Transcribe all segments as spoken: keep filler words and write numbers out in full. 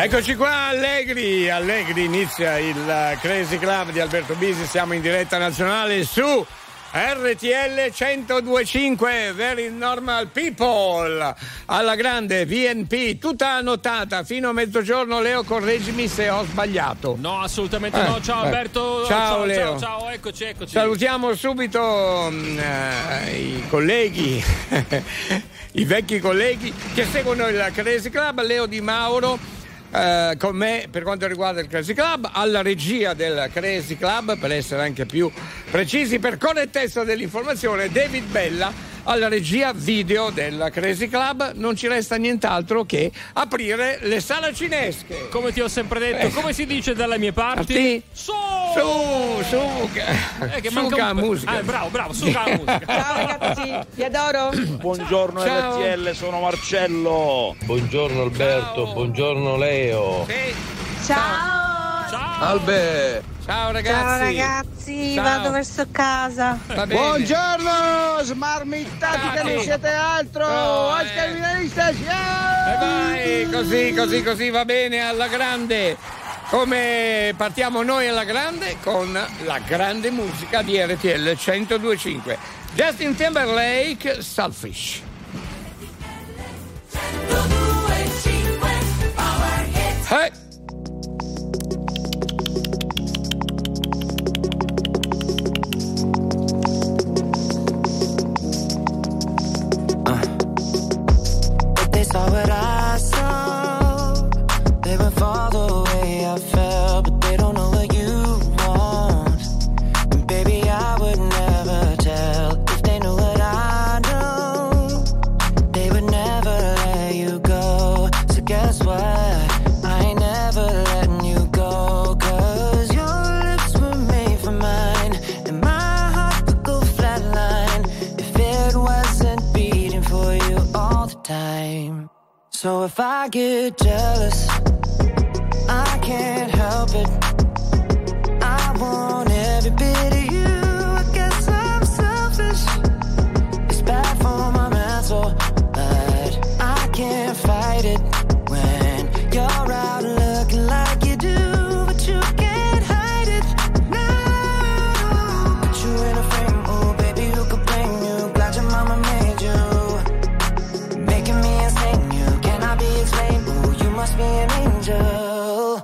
Eccoci qua, allegri, allegri, inizia il Crazy Club di Alberto Bisi, siamo in diretta nazionale su R T L centodue e cinque, Very Normal People, alla grande V N P, tutta annotata fino a mezzogiorno. Leo, correggimi se ho sbagliato. No, assolutamente eh, no, ciao eh. Alberto. Ciao, ciao Leo. Ciao, ciao, eccoci, eccoci. Salutiamo subito uh, i colleghi, i vecchi colleghi che seguono il Crazy Club. Leo Di Mauro Uh, con me per quanto riguarda il Crazy Club, alla regia del Crazy Club, per essere anche più precisi, per correttezza dell'informazione, David Bella alla regia video del Crazy Club. Non ci resta nient'altro che aprire le salacinesche. Come ti ho sempre detto, eh. come si dice dalle mie parti? Arti? Su! Su, su, eh, che suca un... musica. Ah, bravo, bravo, suca la musica. Ciao ragazzi, vi adoro. Buongiorno Ciao. R T L, sono Marcello. Buongiorno Alberto, Ciao. buongiorno Leo. Sì. Ciao. Ciao. Albe. Ciao ragazzi. Ciao ragazzi, Ciao. vado verso casa. Va bene. Buongiorno, smarmittati che non siete altro. No, Al eh. criminalista, ciao. E vai, così, così, così va bene, alla grande. Come partiamo noi alla grande? Con la grande musica di R T L centodue e cinque. Justin Timberlake, Selfish. Hey. They saw what I saw. They would fall the way I felt, but they don't know what you want. And baby, I would never tell if they knew what I know. They would never let you go. So guess what? I ain't never letting you go. 'Cause your lips were made for mine, and my heart would go flatline if it wasn't beating for you all the time. So if I get jealous, I can't help it. I want every bit of you. I guess I'm selfish. It's bad for my mental, but I can't fight it when you're out looking like you do, but you can't hide it. No, put you in a frame, oh baby, who could blame you? Glad your mama made you, making me insane. You cannot be explained. Oh, you must be an angel.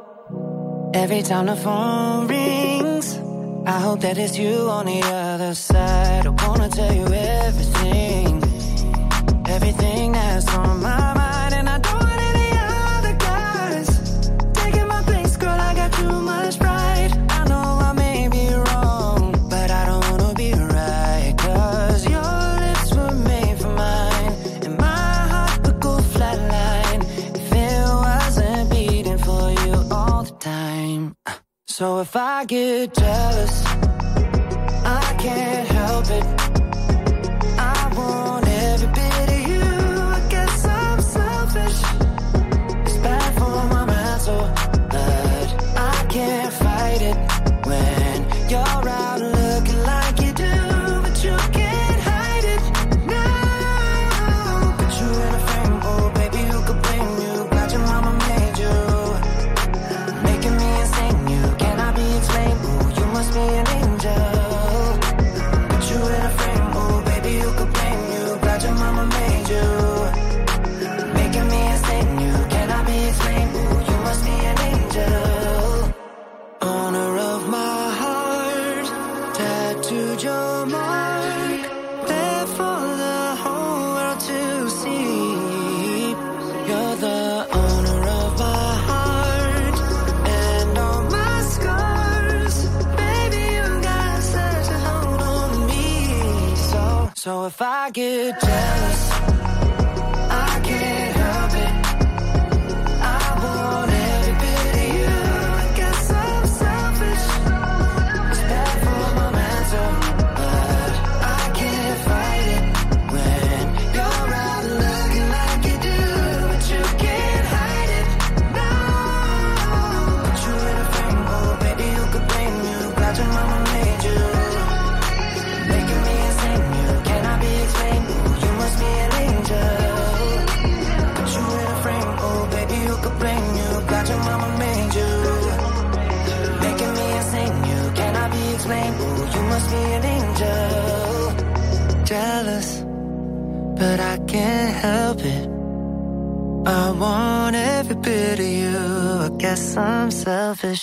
Every time the phone rings, I hope that it's you on the other side. I wanna tell you everything, everything that's on my mind, and I don't want any other guys taking my place, girl. I got too much pride. I know I may be wrong, but I don't wanna be right. 'Cause your lips were made for mine, and my heart would go flatline if it wasn't beating for you all the time. So if I get jealous, I can't help it. I want every bit of you. I guess I'm selfish. It's bad for my mental, but I can't fight it when you're out looking like you do, but you can't hide it. No, put you in a frame, oh baby, who could blame you? Glad your mama made you, making me insane. You cannot be explained. Oh, you must be an angel. Put you in a frame, oh baby, who could blame you? Glad your mama made you, making me insane. You cannot be explained. Oh, you must be an angel. Owner of my heart, tattooed your mark, there for the whole world to see. You're the owner of my heart and all my scars. Baby, you got such a hold on me. So, so if I get jealous, I can't help it. I want every bit of you. I guess I'm selfish. It's bad for my mental, but I can't fight it when you're out looking like you do, but you can't hide it. No, put you in a frame, oh baby, who could blame you? Glad your mama made you, making me insane. You cannot be explained. Oh, you must be an angel. jealous, but I can't help it. I want every bit of you. I guess I'm selfish.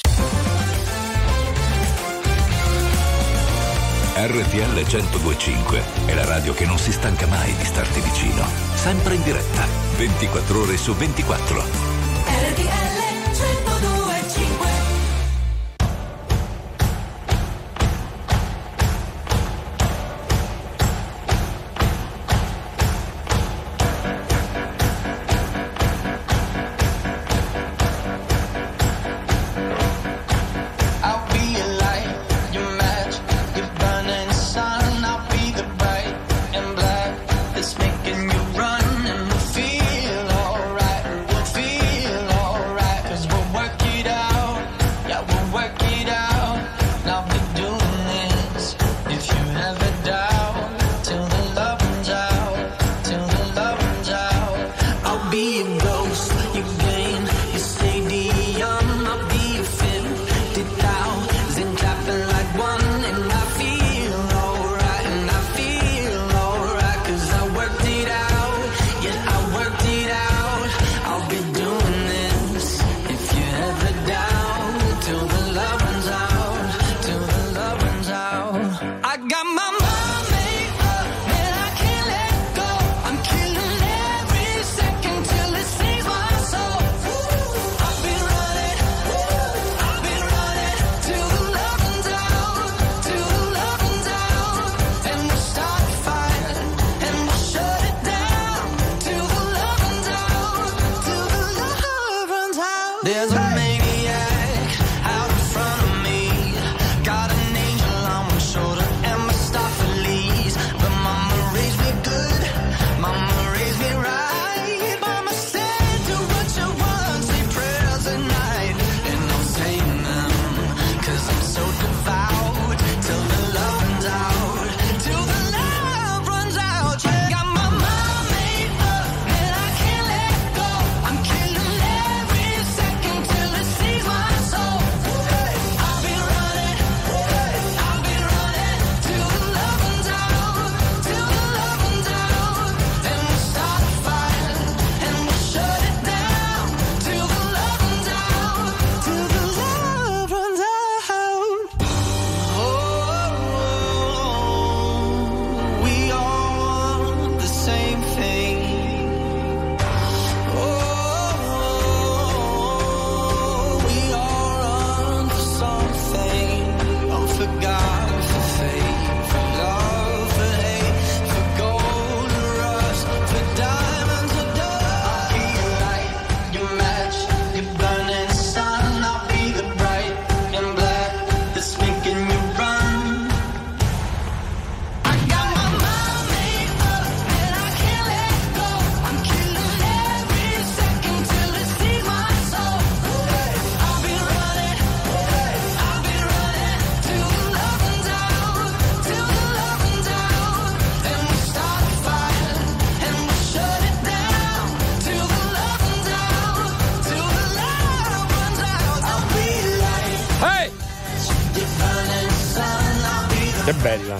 R T L centodue e cinque è la radio che non si stanca mai di starti vicino. Sempre in diretta, ventiquattro ore su ventiquattro. R T L centodue e cinque. Che bella.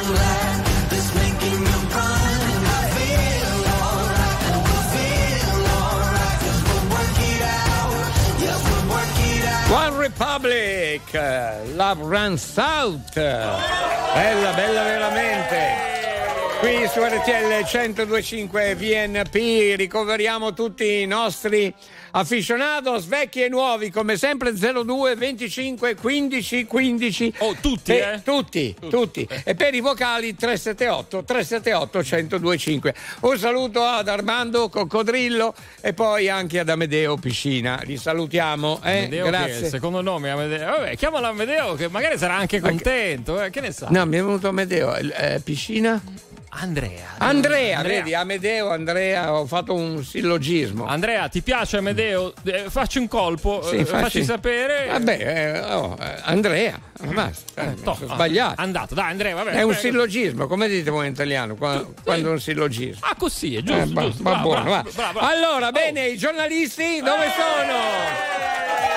One Republic, Love Runs Out. Bella, bella veramente. Qui su R T L centodue e cinque V N P ricoveriamo tutti i nostri aficionados vecchi e nuovi, come sempre. Zero due venticinque quindici quindici. Oh, tutti, per, eh? Tutti, tutti, tutti. E per i vocali tre sette otto tre sette otto centodue e cinque. Un saluto ad Armando Coccodrillo e poi anche ad Amedeo Piscina. Li salutiamo, eh? Amedeo, grazie. Che è il secondo nome Amedeo. Vabbè, chiamalo Amedeo, che magari sarà anche contento, eh? Che ne sa? No, mi è venuto Amedeo. Eh, Piscina? Andrea. Andrea, Andrea, vedi, Amedeo, Andrea, ho fatto un sillogismo. Andrea, ti piace Amedeo? Eh, facci un colpo, Sì, eh, facci... facci sapere. Vabbè, eh, oh, eh, Andrea, basta, eh, no, sono sbagliato. Andato, dai Andrea, vabbè. È un prego. sillogismo, come dite voi in italiano, quando, quando è un sillogismo? Ah, così, è giusto, Eh, va, giusto. va Bravo, buono, bravo, va. bravo, bravo. Allora, Oh. bene, i giornalisti dove sono?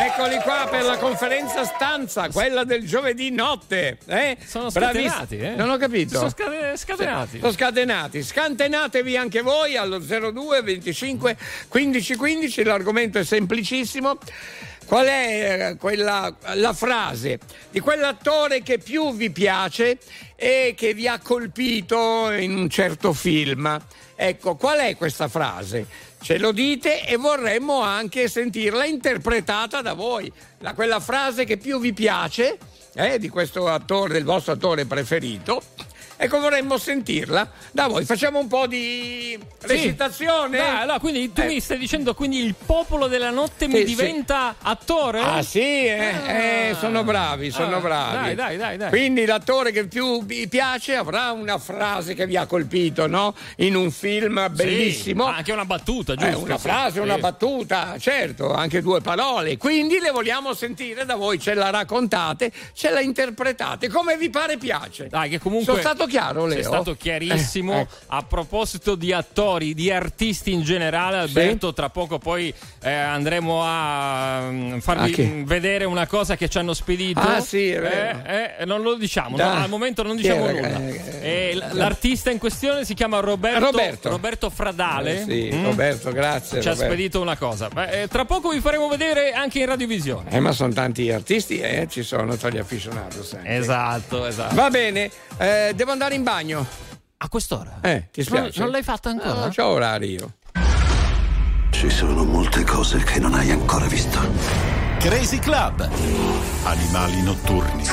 Eccoli qua per la conferenza stanza, quella del giovedì notte. Eh? Sono scatenati, eh? Non ho capito. Sono scate- scatenati. Sono scatenati. Scantenatevi anche voi allo zero due venticinque quindici quindici. L'argomento è semplicissimo. Qual è eh, quella, la frase di quell'attore che più vi piace e che vi ha colpito in un certo film? Ecco, qual è questa frase? Ce lo dite e vorremmo anche sentirla interpretata da voi. La, quella frase che più vi piace, eh, di questo attore, del vostro attore preferito. Ecco, vorremmo sentirla da voi. Facciamo un po' di recitazione. Sì. Dai, no, quindi tu eh. mi stai dicendo quindi il popolo della notte Sì, mi sì. diventa attore? Ah sì, eh? Ah. Eh, sono bravi, sono Ah, bravi. dai, dai, dai, dai. Quindi l'attore che più vi piace avrà una frase che vi ha colpito, no? In un film bellissimo. Sì, anche una battuta, giusto? Eh, una Sì, frase, sì. una battuta, certo, anche due parole. Quindi le vogliamo sentire da voi, ce la raccontate, ce la interpretate, come vi pare piace. Dai, che comunque Sono stato chiaro, Leo? È stato chiarissimo. Eh, ecco. A proposito di attori, di artisti in generale, Alberto, tra poco poi eh, andremo a um, farvi Ah, che? mm, vedere una cosa che ci hanno spedito. Ah, sì, è vero. Eh, eh, non lo diciamo, Da- no, al momento non Chi diciamo era? nulla. Eh, Eh, l- l'artista in questione si chiama Roberto, Roberto. Roberto Fradale. Eh, sì, Mm? Roberto, grazie. Ci ha Roberto. spedito una cosa. Beh, eh, tra poco vi faremo vedere anche in radiovisione. Eh, ma sono tanti artisti, eh, ci sono tra gli aficionados. anche. Esatto, esatto. Va bene, eh, devo andare in bagno. A quest'ora? Eh, ti Non, spiace? non l'hai fatta ancora? No, non c'ho orario. Ci sono molte cose che non hai ancora visto. Crazy Club. Animali notturni.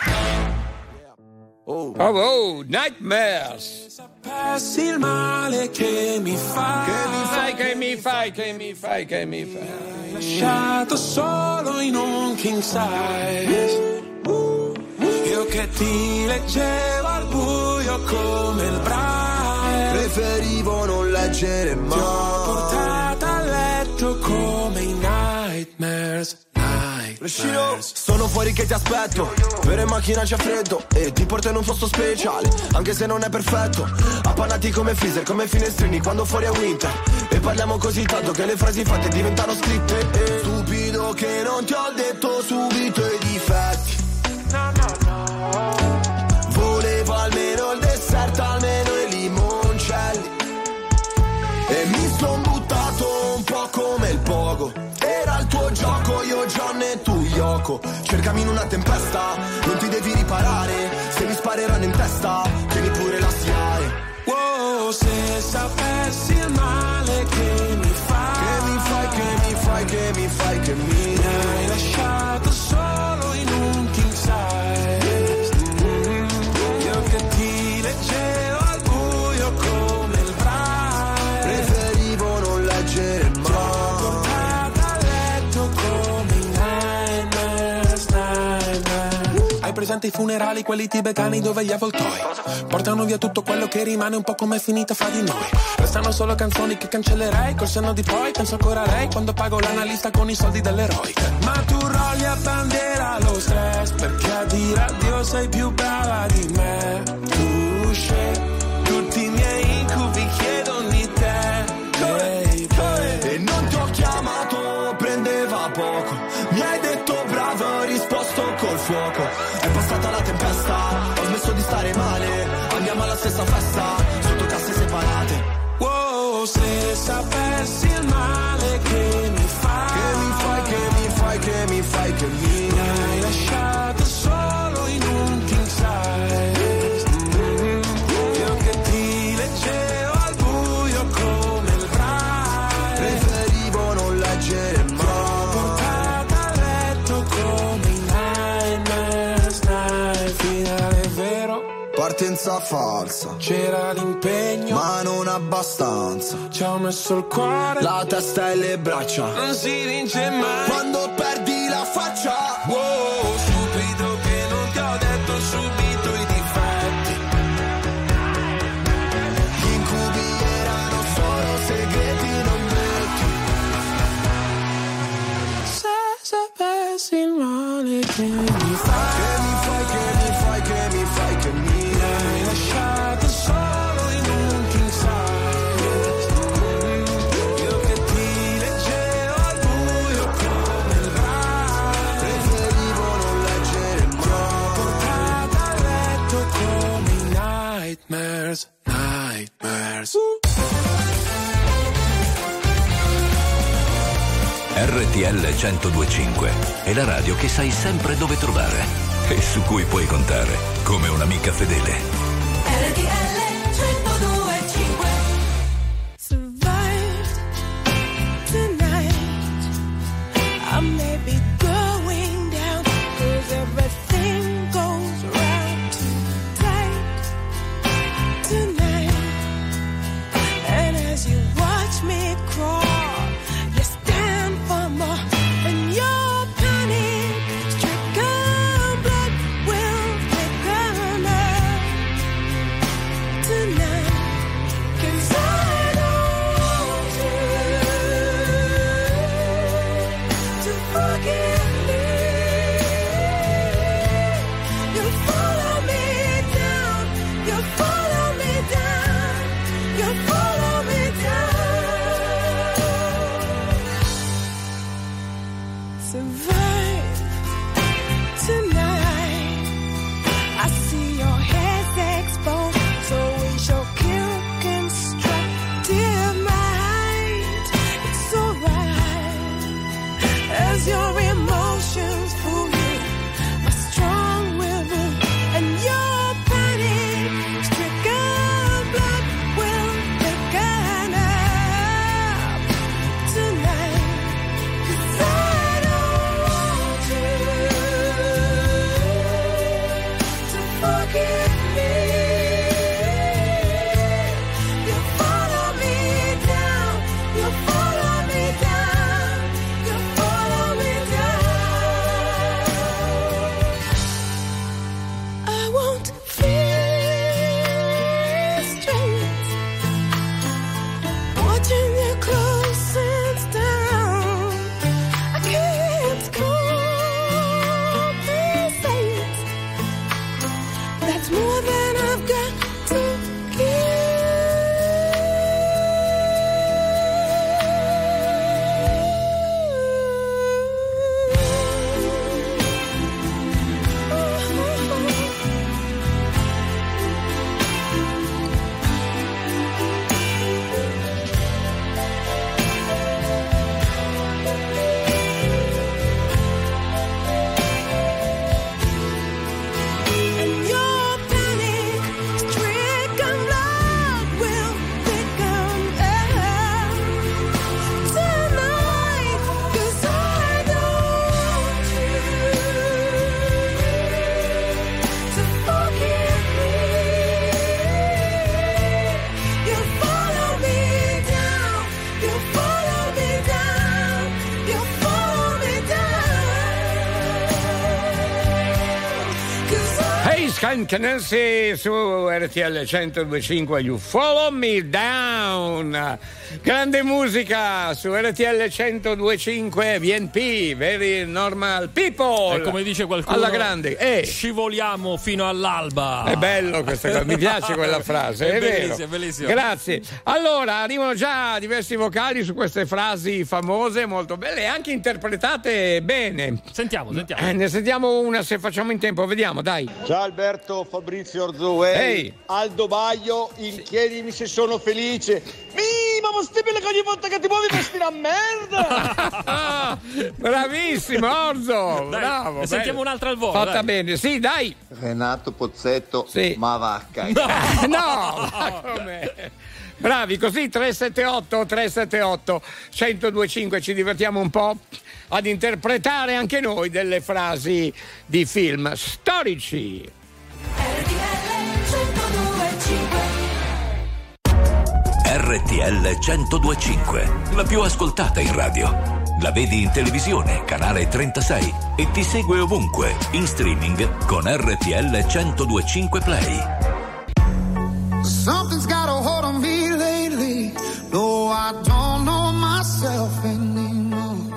Oh, oh, Nightmares. Passi il male che mi fai, Che mi fai, che mi fai, che mi fai, che mi fai. lasciato solo in un king size. Io che ti leggevo al buio come il Braille. Preferivo non leggere mai. Ti ho portata a letto come i nightmares. Nightmares. Sono fuori che ti aspetto. Per in macchina c'è freddo e ti porto in un posto speciale, anche se non è perfetto. Appannati come freezer, come finestrini quando fuori è winter. E parliamo così tanto che le frasi fatte diventano scritte. E stupido che non ti ho detto subito i difetti. No, no, no. Volevo almeno il dessert, almeno i limoncelli. E mi son buttato un po' come il pogo. Era il tuo gioco, io John e tu Yoko. Cercami in una tempesta, non ti devi riparare. Se mi spareranno in testa, tieni pure la S I A E. Wow, se sapessi il male che mi fai. Che mi fai, che mi fai, che mi fai, che mi Mi hai lasciato solo in un king size. Mm, Io che ti leggevo al buio come il Braille. preferivo non leggere Ti ho portata a letto come i nightmares, nightmares. Hai presente i funerali, quelli tibetani dove gli avvoltoi portano via tutto quello che rimane, un po' come è finita fra di noi. Restano solo canzoni che cancellerei col senno di poi. Penso ancora a lei quando pago l'analista con i soldi dell'eroe. Ma tu rolli a bandiera lo stress, perché a dire addio sei più brava di me. Tu scegli tutti i miei incubi, chiedono di te, baby. e non ti ho chiamato, prendeva poco. Mi hai detto bravo, ho risposto col fuoco. È passata la tempesta, ho smesso di stare male. Andiamo alla stessa festa, sotto casse separate. Wow, se sapessi il male che mi fai. Che mi fai, che mi fai, che mi fai, che mi Mi hai lasciato solo in un king size. Mm, Io che ti leggevo al buio come il Braille. preferivo non leggere Ti ho portata a letto come i nightmares, night. Finale vero, partenza falsa, c'era l'impegno, ma non abbastanza. ci ho messo il cuore, La testa e le braccia, non si vince mai. quando perdi la faccia. Wow, stupido che non ti ho detto subito i difetti. Gli incubi erano solo segreti non detti. Se sapessi il male che mi fai. Che mi fai, che mi fai, che mi fai, che mi Mi hai lasciato solo in un king size. Io che ti leggevo al buio come il Braille. nightmares, nightmares. R T L centodue e cinque è la radio che sai sempre dove trovare e su cui puoi contare come un'amica fedele. R T L centodue e cinque. Survived tonight. I may be going down, 'cause everything goes round too tight tonight. And as you watch me crawl, Canelsi su R T L centodue e cinque, You Follow Me Down. Grande musica su R T L centodue e cinque, V N P, Very Normal People. E come dice qualcuno, alla grande, eh. scivoliamo fino all'alba. È bello questa cosa, mi piace quella frase, è, è vero. bellissimo, è bellissimo. Grazie. Allora, arrivano già diversi vocali su queste frasi famose, molto belle e anche interpretate bene. Sentiamo, sentiamo. Eh, ne sentiamo una se facciamo in tempo, vediamo, dai. Ciao Alberto, Fabrizio Orzoe. Ehi. Aldo Baio, in chiedimi se sono felice. Mi, ma stipile che ogni volta che ti muovi mi stira merda. Bravissimo Orzo, dai, bravo. Sentiamo un'altra al volo. Fatta dai. bene, sì, dai. Renato Pozzetto, sì. ma vacca. No, no, ma com'è? Bravi, così tre sette otto tre sette otto centodue e cinque, ci divertiamo un po' ad interpretare anche noi delle frasi di film storici. R T L centodue e cinque, la più ascoltata in radio. La vedi in televisione, canale trentasei, e ti segue ovunque, in streaming con R T L centodue e cinque Play. Something's got a hold on me lately. No, I don't know myself anymore.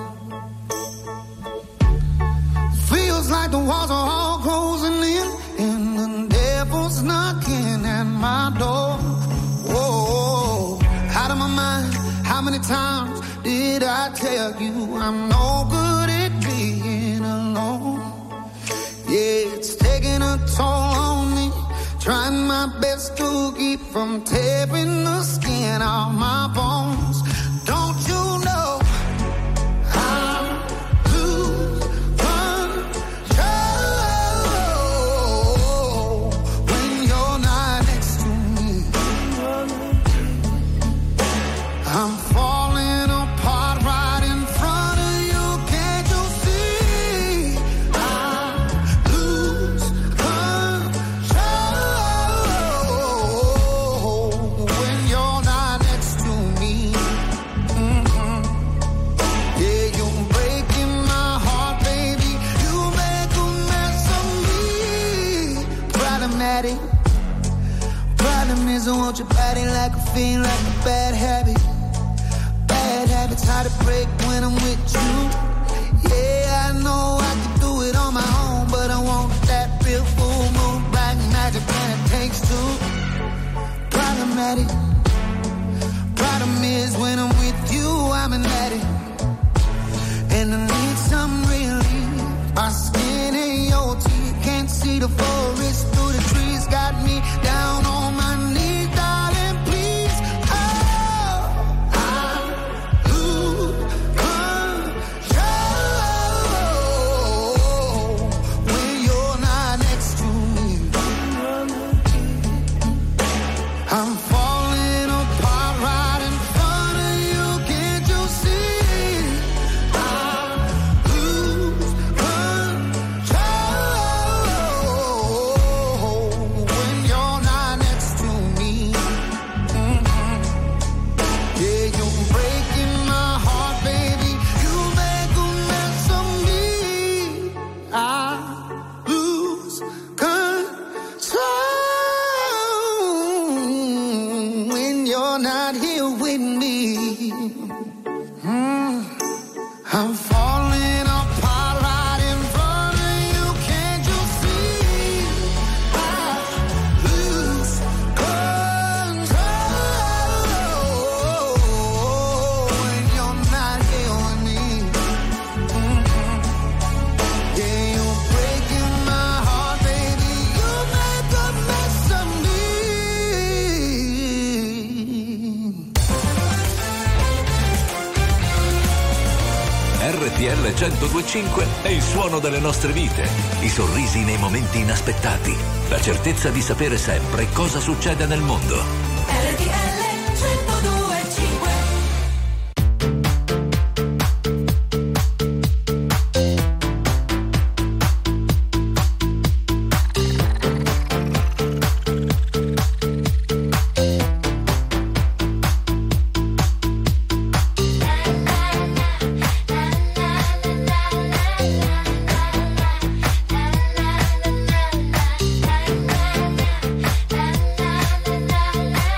Feels like the walls are all closing in, and the devil's knocking at my door. Whoa, out of my mind, how many times did I tell you I'm no good at being alone? Yeah, it's taking a toll on me, trying my my best to keep from tearing the skin off my bones. Don't you know I lose control when you're not next to me? I'm falling apart right in front of you. Can't you see? I lose control when you're not next to me. Mhm. Yeah, you're breaking my heart, baby. You make a mess of me. Problematic. Problem is I want your body like a fiend, like a bad habit. Bad habits hard to break when I'm with you. Yeah, I know I can do it on my own, but I want that real full moon, black magic when it takes two. Problematic. Problem is when I'm with you, I'm an addict, and I need some relief. My skin and your teeth can't see the forest through the trees. Got me down on my knees, darling, please. Oh, I lose control when you're not next to me. I'm falling apart right in front of you. Can't you see? I lose control when you're not next to me. Mhm. Yeah, you're breaking my heart, baby. You make a mess of me. I lose control when you're not here with me. Mm. I'm falling apart right in front of you. Can't you see? I lose control when you're not here with me. Mhm. Yeah, you're breaking my heart, baby. You make a mess of me. R T L centodue e cinque è il suono delle nostre vite, i sorrisi nei momenti inaspettati, la certezza di sapere sempre cosa succede nel mondo. R T L centodue e cinque. La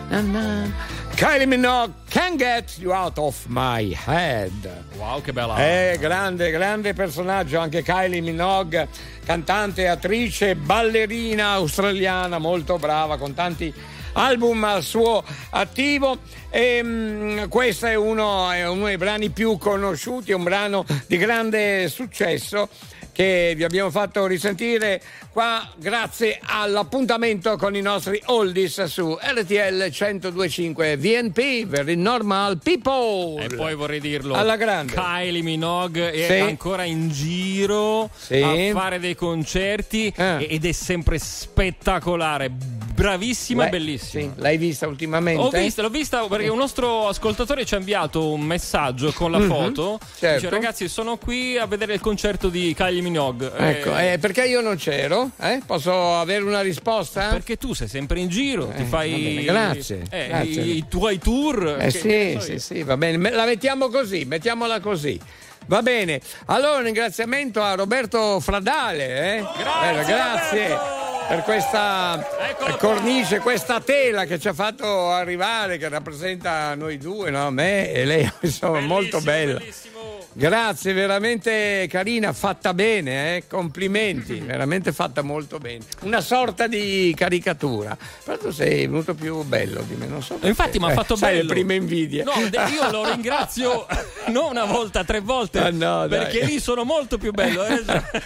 na, na. Kylie Minogue, Can't Get You Out of My Head. Wow, che bella. Eh, grande, grande personaggio anche Kylie Minogue, cantante, attrice, ballerina australiana, molto brava, con tanti album al suo attivo. E mh, questo è uno, è uno dei brani più conosciuti, un brano di grande successo che vi abbiamo fatto risentire qua grazie all'appuntamento con i nostri oldies su R T L centodue e cinque V N P, Very Normal People. E poi vorrei dirlo, alla grande, Kylie Minogue è sì. ancora in giro sì. a fare dei concerti eh. ed è sempre spettacolare, bravissima Beh, e bellissima. Sì. L'hai vista ultimamente? Ho vista, l'ho vista perché un nostro ascoltatore ci ha inviato un messaggio con la mm-hmm, foto. certo. Dice: ragazzi, sono qui a vedere il concerto di Kylie Minogue. Ecco, eh, eh, perché io non c'ero? Eh? Posso avere una risposta? Perché tu sei sempre in giro, eh, ti fai va bene, grazie, eh, grazie. I, i tuoi tour. Eh che, sì, che so sì, io. sì, va bene. La mettiamo così, mettiamola così. Va bene. Allora un ringraziamento a Roberto Fradale, eh? Grazie, eh, grazie per questa Eccola cornice, qua. questa tela che ci ha fatto arrivare, che rappresenta noi due, no? Me e lei, insomma, Bellissimo, molto bella. Bellissimo. Grazie, veramente carina, fatta bene, eh? Complimenti, veramente fatta molto bene. Una sorta di caricatura. Però tu sei venuto più bello di me, non so perché. Infatti mi ha Eh, fatto sai, bello. le prime invidie. No, io lo ringrazio non una volta, tre volte. Ah, no, perché dai. lì sono molto più bello. Eh?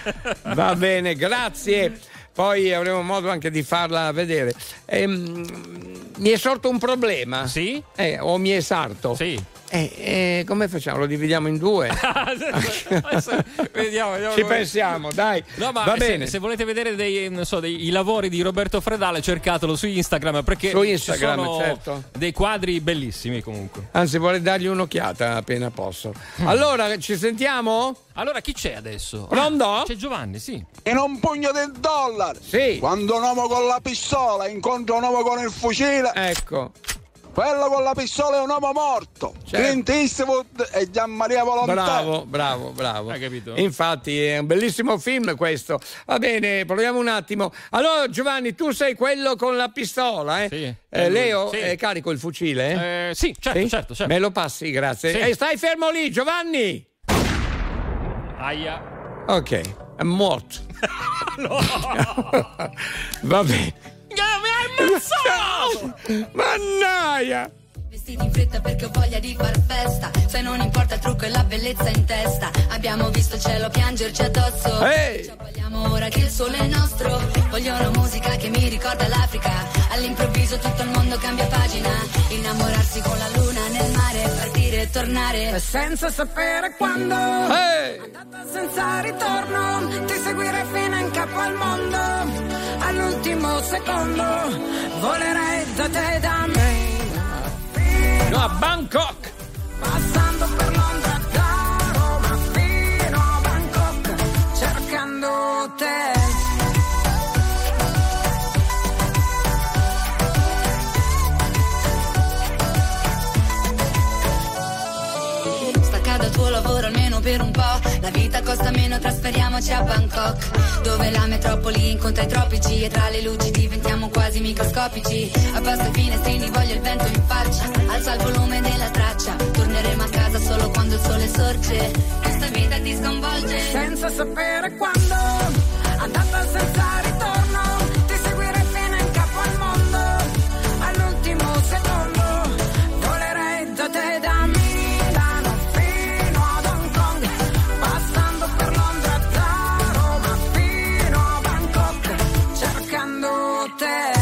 Va bene, grazie. Poi avremo modo anche di farla vedere. Ehm, mi è sorto un problema. Sì? Eh, o mi è sarto. Sì. Eh, eh, come facciamo? Lo dividiamo in due? Adesso, vediamo, vediamo Ci come- pensiamo, dai. No, ma Va se, bene. se volete vedere dei, non so, dei, i lavori di Roberto Fredale, cercatelo su Instagram perché Su Instagram, ci sono certo. dei quadri bellissimi comunque. Anzi, vorrei dargli un'occhiata appena posso. Allora, ci sentiamo? Allora, chi c'è adesso? Pronto? Ah, c'è Giovanni, sì. In un pugno di dollari. Sì. Quando un uomo con la pistola incontra un uomo con il fucile, Ecco. quello con la pistola è un uomo morto. Certo. Clint Eastwood e Gian Maria Volontà. Bravo, bravo, bravo. Hai capito? Infatti è un bellissimo film questo. Va bene, proviamo un attimo. Allora, Giovanni, tu sei quello con la pistola, eh? Sì. Eh, Leo, Sì. è carico il fucile? Eh? Eh, sì, certo, Sì? certo, certo. Me lo passi, grazie. Sì. E stai fermo lì, Giovanni! Aia. Ok, è morto. No. Va bene. Mi hai ammazzato! Mannaia! Vestiti in fretta perché ho voglia di far festa. Se non importa il trucco e la bellezza in testa. Abbiamo visto il cielo piangerci addosso. Ehi! Ci vogliamo ora che il sole è nostro. Voglio una musica che mi ricorda l'Africa. All'improvviso tutto il mondo cambia pagina. Innamorarsi con la luna nel mare. Partire e tornare senza sapere quando. Ehi! Andata senza ritorno. Ti seguire fino in capo al mondo. All'ultimo secondo volerei da te e da me. No, a Bangkok! Passando per Londra, da Roma fino a Bangkok, cercando te. Stacca dal tuo lavoro almeno per un po'. La vita costa meno, trasferiamoci a Bangkok, dove la metropoli incontra i tropici. E tra le luci diventiamo quasi microscopici. Abbassa i finestrini, voglio il vento in faccia. Alza il volume della traccia. Torneremo a casa solo quando il sole sorge. Questa vita ti sconvolge senza sapere quando. Andata senza ritorno. Ti seguire fino in capo al mondo. All'ultimo secondo volerei da te e da Milano fino ad Hong Kong. Passando per Londra, da Roma fino a Bangkok, cercando te.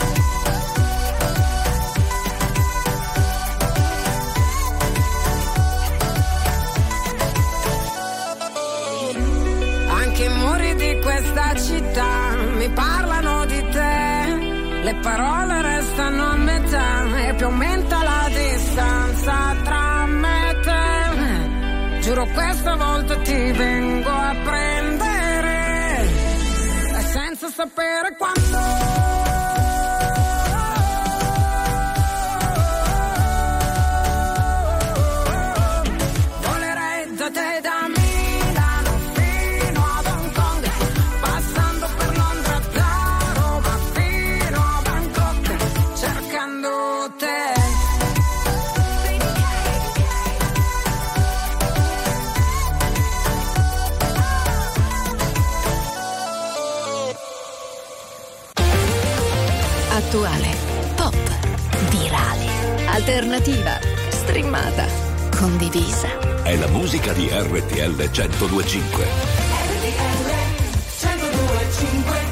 Anche i muri di questa città mi parlano di te. Le parole restano a metà e più aumenta la distanza tra me e te. Giuro questa volta ti vengo a prendere e senza sapere quando. Volerei da te e da Milano fino ad Hong Kong, passando per Londra, da Roma fino a Bangkok, cercando te. Attuale, pop, virale, alternativa, streamata, condivisa. È la musica di R T L centodue e cinque. R T L centodue e cinque.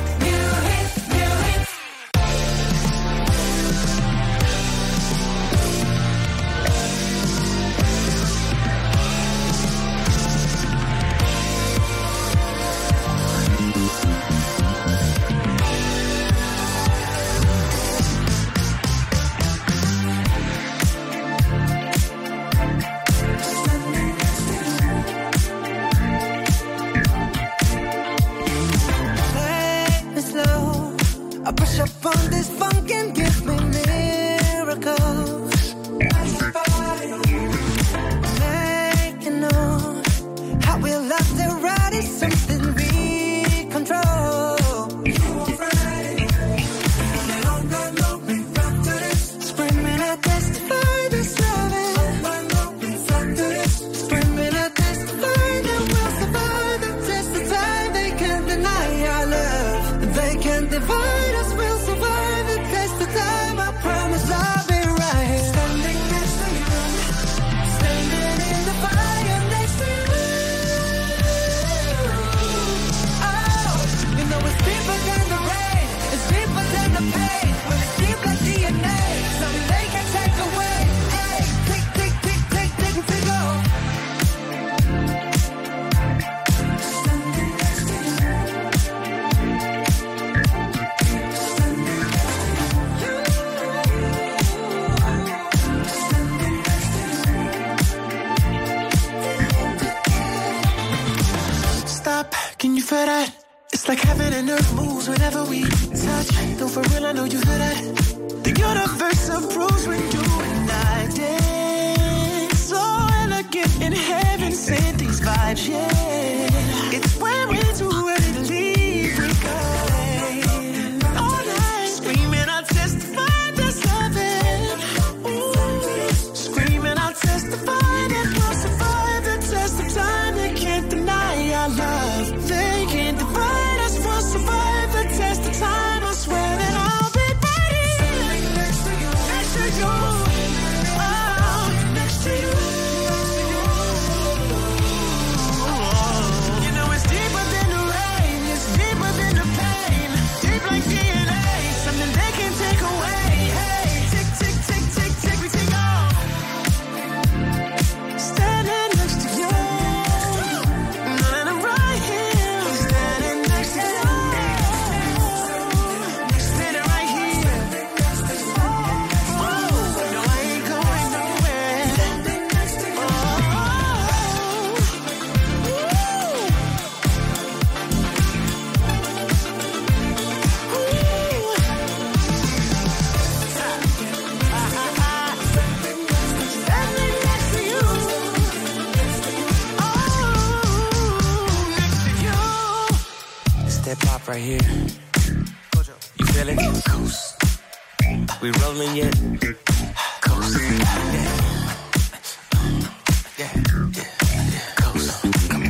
Can you feel that? It's like heaven and earth moves whenever we touch. Though for real, I know you feel that. The universe approves when you and I dance. So elegant in heaven, sent these vibes, yeah. It's when we're too ready to leave, we go all night, screaming, I'll testify that's heaven. Ooh. Screaming, I'll testify that we'll survive the test of time. They can't deny our love. They can't divide us. We'll survive the test of time. I swear that I'll be right here next to you, next to you, oh, next to you. You know it's deeper than the rain, it's deeper than the pain, deep like D N A, something they can't take away. Hey, tick, tick, tick, tick, tick, we take off. Standing next to you. Pop right here. You feel it? Coast. We rolling yet? Coast. Yeah. Yeah. Yeah. Coast.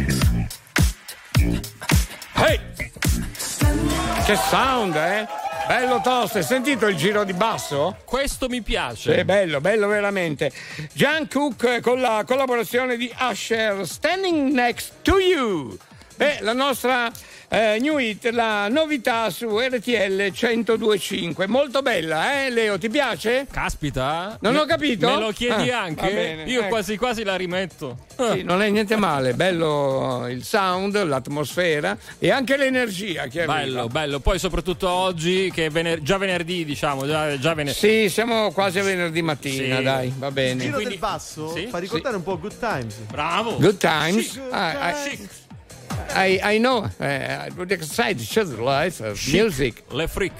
Hey! Che sound, eh? Bello tosto, hai sentito il giro di basso? Questo mi piace. È bello, bello veramente. Jan Cook con la collaborazione di Usher, Standing Next to You. Beh, la nostra eh, new hit, la novità su R T L centodue e cinque. Molto bella, eh Leo, ti piace? Caspita. Non me, ho capito? Me lo chiedi ah, anche? Io ecco. quasi quasi la rimetto. Sì, non è niente male, bello il sound, l'atmosfera e anche l'energia che arriva. Bello, bello. Poi soprattutto oggi che è vener- già venerdì, diciamo, già, già venerdì. Sì, siamo quasi a venerdì mattina, sì. Dai, va bene. Il giro Quindi, del basso sì? fa ricordare sì. un po' Good Times. Bravo. Good Times. Chic. Ah, I, chic. I, I know, uh, the side shows life of music. Le freak.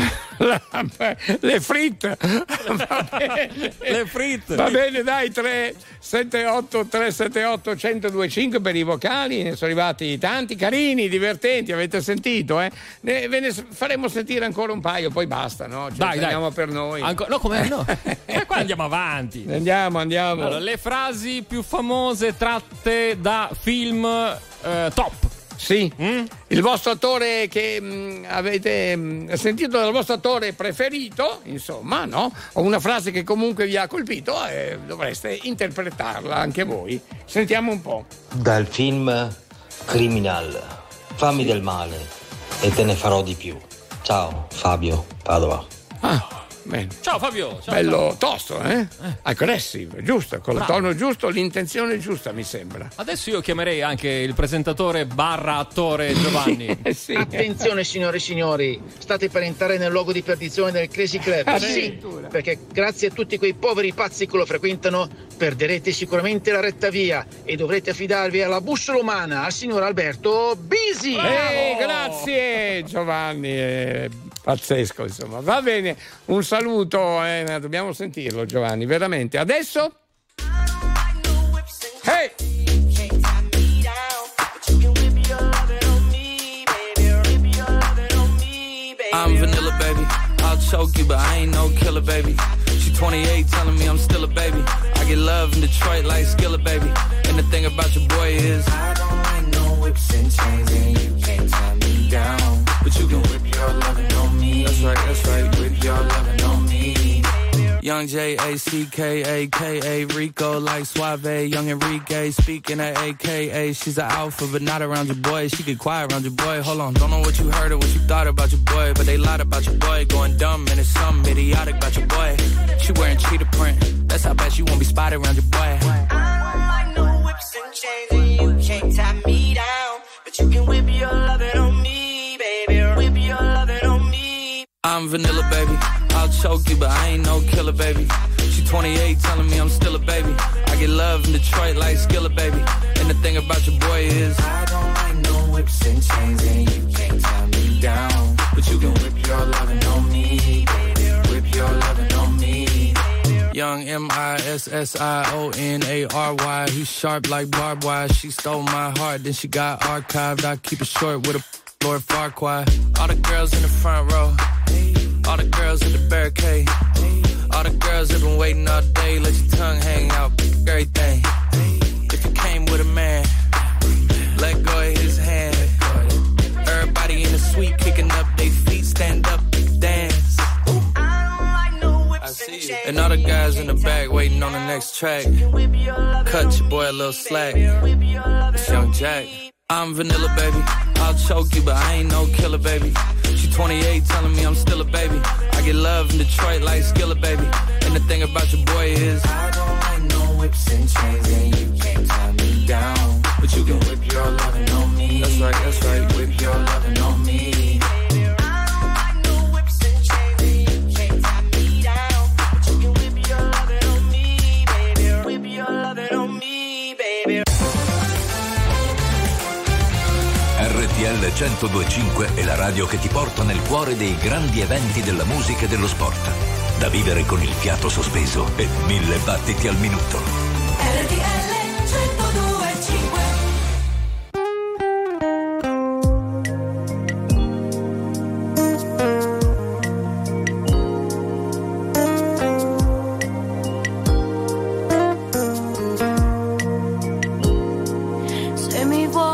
Le fritte. Va bene. Le fritte. Va bene, dai, tre sette otto tre sette otto uno zero due cinque per i vocali, ne sono arrivati tanti carini, divertenti, avete sentito, eh? Ne, ve ne faremo sentire ancora un paio, poi basta, no? Ce dai, andiamo dai. per noi. Anco- no, come no? E qua andiamo avanti. Andiamo, andiamo. Allora, le frasi più famose tratte da film eh, top. Sì, mm? Il vostro attore che mh, avete mh, sentito dal vostro attore preferito, insomma, no? O una frase che comunque vi ha colpito e dovreste interpretarla anche voi. Sentiamo un po'. Dal film Criminal, fammi del male e te ne farò di più. Ciao, Fabio Padova. Ah. Bene. Ciao Fabio, ciao, bello ciao. tosto, eh? eh. Aggressive, giusto, con Bravo. Il tono giusto, l'intenzione giusta, mi sembra. Adesso io chiamerei anche il presentatore barra attore Giovanni. Sì. Attenzione signore e signori, state per entrare nel luogo di perdizione del Crazy Club. Ah, sì, perché grazie a tutti quei poveri pazzi che lo frequentano perderete sicuramente la retta via e dovrete affidarvi alla bussola umana, al signor Alberto Bisi. Ehi, grazie Giovanni. Eh. Pazzesco, insomma. Va bene, un saluto, eh, dobbiamo sentirlo Giovanni, veramente. Adesso? Hey! I'm vanilla, baby. I'll choke you, but I ain't no killer, baby. She twenty-eight, telling me I'm still a baby. I get love in Detroit like Skillet, baby. And the thing about your boy is I don't like no whips and chains, and you can't tie me down. But you can whip your lovin' on me. That's right, that's right, whip your lovin' on me. Young J A C K A K A Rico like Suave. Young Enrique speaking at A K A. She's an alpha but not around your boy. She get quiet around your boy. Hold on, don't know what you heard or what you thought about your boy, but they lied about your boy. Going dumb and it's something idiotic about your boy. She wearing cheetah print. That's how bad she won't be spotted around your boy. I don't like no whips and chains and you can't tie me down. But you can whip your lovin' on me, baby. Whip your lovin' on me. I'm vanilla, baby. I'll choke you, but I ain't no killer, baby. She twenty-eight, telling me I'm still a baby. I get love in Detroit like Skillet, baby. And the thing about your boy is I don't like no whips and chains, and you can't tie me down. But you can whip your lovin' on me, baby. Whip your lovin' on me. Young M I S S I O N A R Y. He's sharp like barbed wire. She stole my heart, then she got archived. I keep it short with a Lord Farquaad. All the girls in the front row. All the girls in the barricade. All the girls have been waiting all day. Let your tongue hang out, everything. If you came with a man, let go of his hand. Everybody in the suite kicking up their feet. Stand up, dance. I see you. And all the guys in the back waiting on the next track. Cut your boy a little slack. It's Young Jack. I'm vanilla, baby. I'll choke you, but I ain't no killer, baby. She twenty-eight, telling me I'm still a baby. I get love in Detroit like Skillet, baby. And the thing about your boy is I don't like no whips and chains, and you can't tie me down. But you can whip your lovin' on me. That's right, that's right, whip your lovin' on me. R T L centodue e cinque è la radio che ti porta nel cuore dei grandi eventi della musica e dello sport. Da vivere con il fiato sospeso e mille battiti al minuto. R T L centodue e cinque. Se mi vuoi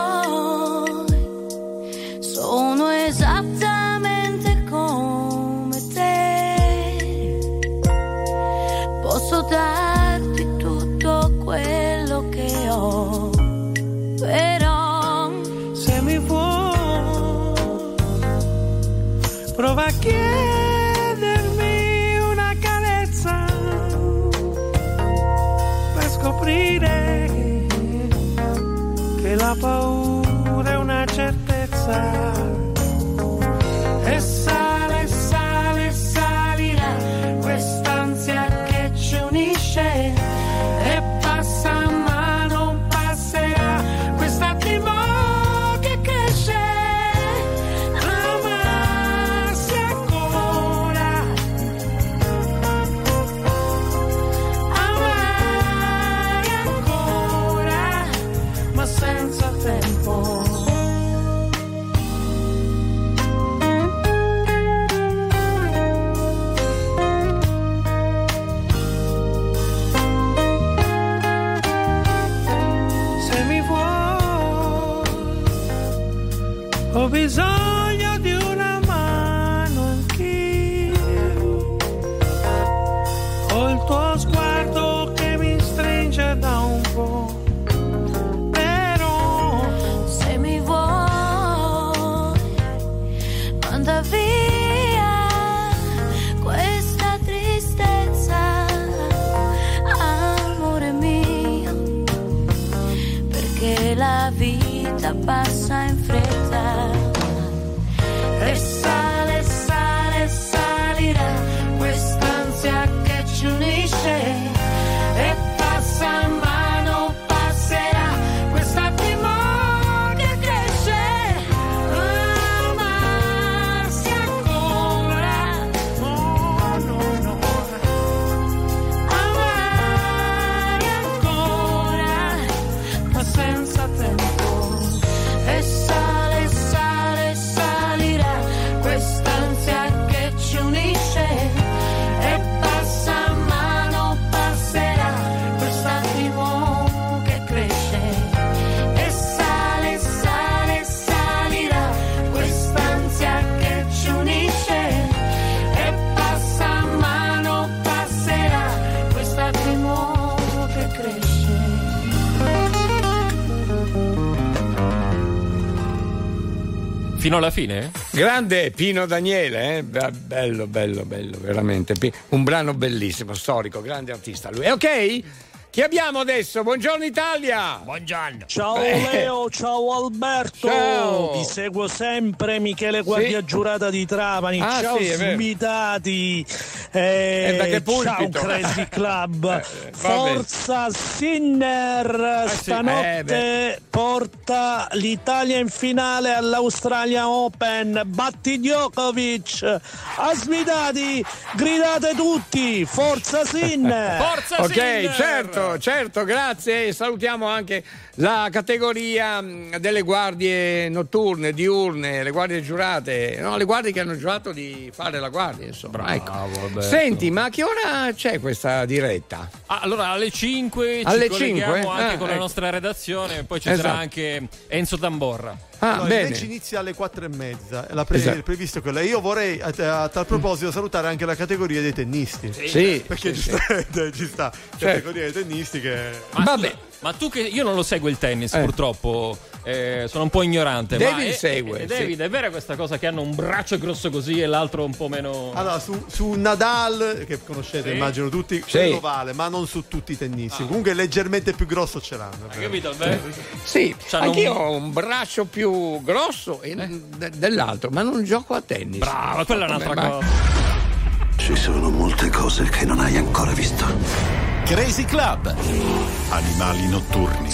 sono esattamente come te, posso darti tutto quello che ho, però se mi vuoi prova a chiedermi una carezza per scoprire che la paura è una certezza. E sale, sale, salirà quest'ansia che ci unisce e passa ma non passerà quest'attimo che cresce. Amarsi ancora, amare ancora, ma senza tempo. fino alla fine? Grande Pino Daniele, eh? bello, bello, bello, veramente. Un brano bellissimo, storico, grande artista lui. E ok? Chi abbiamo adesso? Buongiorno Italia! Buongiorno! Ciao Eh. Leo, ciao Alberto! Ciao. Vi seguo sempre, Michele Guardia Sì. Giurata di Trapani. Ah, ciao sì, è vero. svitati! Eh, E da che ciao pulpito? Crazy Club! Eh, vabbè. Forza Sinner! sì. Stanotte Eh, beh. porta l'Italia in finale all'Australia Open. Batti Djokovic! A svitati! Gridate tutti! Forza Sinner! Forza Ok, Sinner! certo, certo, grazie. E salutiamo anche la categoria mh, delle guardie notturne, diurne, le guardie giurate, no, le guardie che hanno giurato di fare la guardia, insomma. Bravo, Ecco. Alberto. Senti, ma a che ora c'è questa diretta? Ah, allora alle cinque Alle ci colleghiamo cinque? anche Ah, con la ecco. nostra redazione, poi ci Esatto. sarà anche Enzo Tamborra. Ah, No, il bene. match inizia alle quattro e mezza, è la pre- Esatto. previsto quella. Io vorrei a, a tal proposito salutare anche la categoria dei tennisti. Sì, perché sì, giustamente ci sta Certo. categoria dei tennisti che Ma, Vabbè. scusa, ma tu che io non lo seguo il tennis, Eh. purtroppo, eh, sono un po' ignorante. David ma è- segue, è- sì. David, è vera questa cosa che hanno un braccio grosso così e l'altro un po' meno. allora su, su Nadal, che conoscete Sì. immagino tutti, Sì. quello vale, ma non su tutti i tennisti. Comunque leggermente più grosso ce l'hanno. Hai capito, Alberto? Sì, C'hanno anch'io un- ho un braccio più grosso e- de- dell'altro, ma non gioco a tennis. Bravo, quella è un'altra Ma- cosa. Ci sono molte cose che non hai ancora visto. Crazy Club. Animali notturni.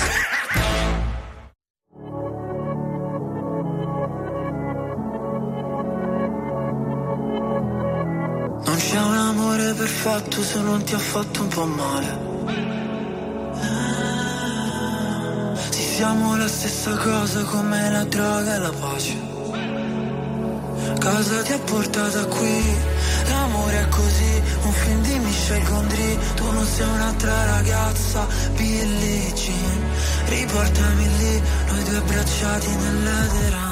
Non c'è un amore perfetto se non ti ha fatto un po' male. Sì, siamo la stessa cosa come la droga e la pace. Cosa ti ha portato qui? L'amore è così, un film di Michel Gondry. Tu non sei un'altra ragazza, Billie Jean. Riportami lì, noi due abbracciati nell'edera.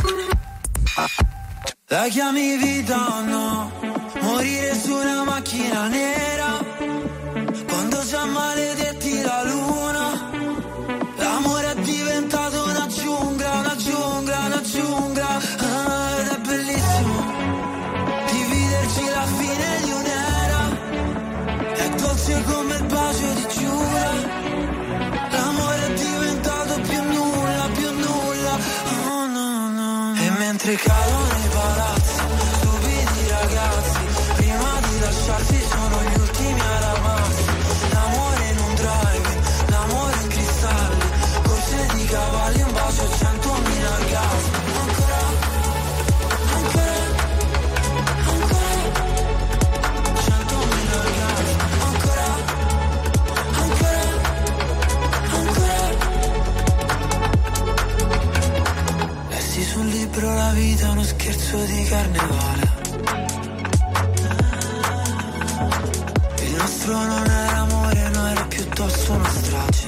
La chiami vita o no? Morire su una macchina nera quando già maledetti la luna. L'amore è diventato una giungla, una giungla, una giungla. Ah, ed è bellissimo dividerci la fine di un'era. È dolce come il bacio di Giura. L'amore è diventato più nulla, più nulla. Oh no, no. E mentre cadono i palazzi, stupidi ragazzi, prima di lasciarsi sono gli ultimi a ramarsi. L'amore in un drive, l'amore in cristalli, corse di cavalli, un bacio, centomila orgasmi. Ancora, ancora, ancora, centomila orgasmi. Ancora, ancora, ancora. Lessi sul libro la vita è uno scherzo di carnevale. Il nostro non era amore, no, era piuttosto una strage.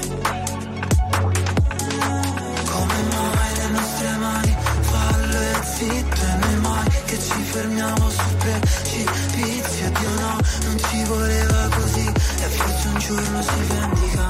Come mai le nostre mani fallo e zitto e noi mai che ci fermiamo sul precipizio. Dio no, non ci voleva così e forse un giorno si vendica.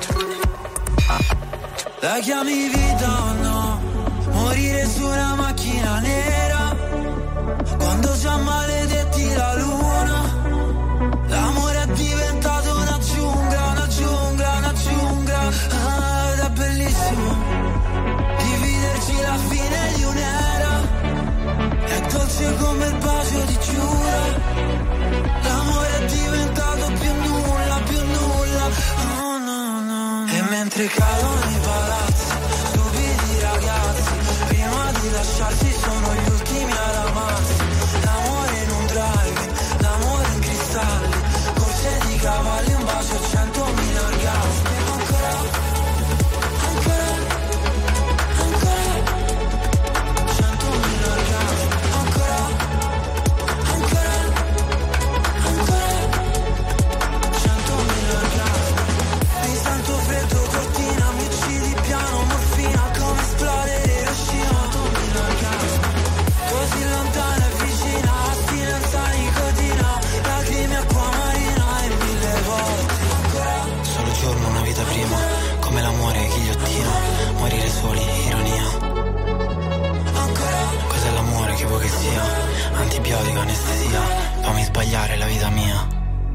La chiami vita o no? Morire su una macchina nera quando già maledetti la luna. L'amore è diventato una giungla, una giungla, una giungla. Ah, ed è bellissimo dividerci la fine di un'era. È dolce come il bacio di Giura. L'amore è diventato più nulla, più nulla. Oh no, no. E mentre cadono i palazzi, stupidi ragazzi, prima di lasciarsi sono gli ultimi a ramarsi. L'amore in un drive, l'amore in cristalli, corse di cavalli, un bacio, centomila orgasmi. Ancora, ancora, ancora, centomila orgasmi. Ancora, ancora, ancora, centomila orgasmi. Mi sento freddo, cortina, mi uccidi piano, morfina, come esplodere Hiroshima. Centomila orgasmi. Così lontana e vicina, astinenza, nicotina, lacrime, acqua marina e mille volte. Ancora, solo giorno, una vita prima, come l'amore, ghigliottina, morire soli, ironia. Ancora, cosa poesia, antibiotico, anestesia, fammi sbagliare la vita mia.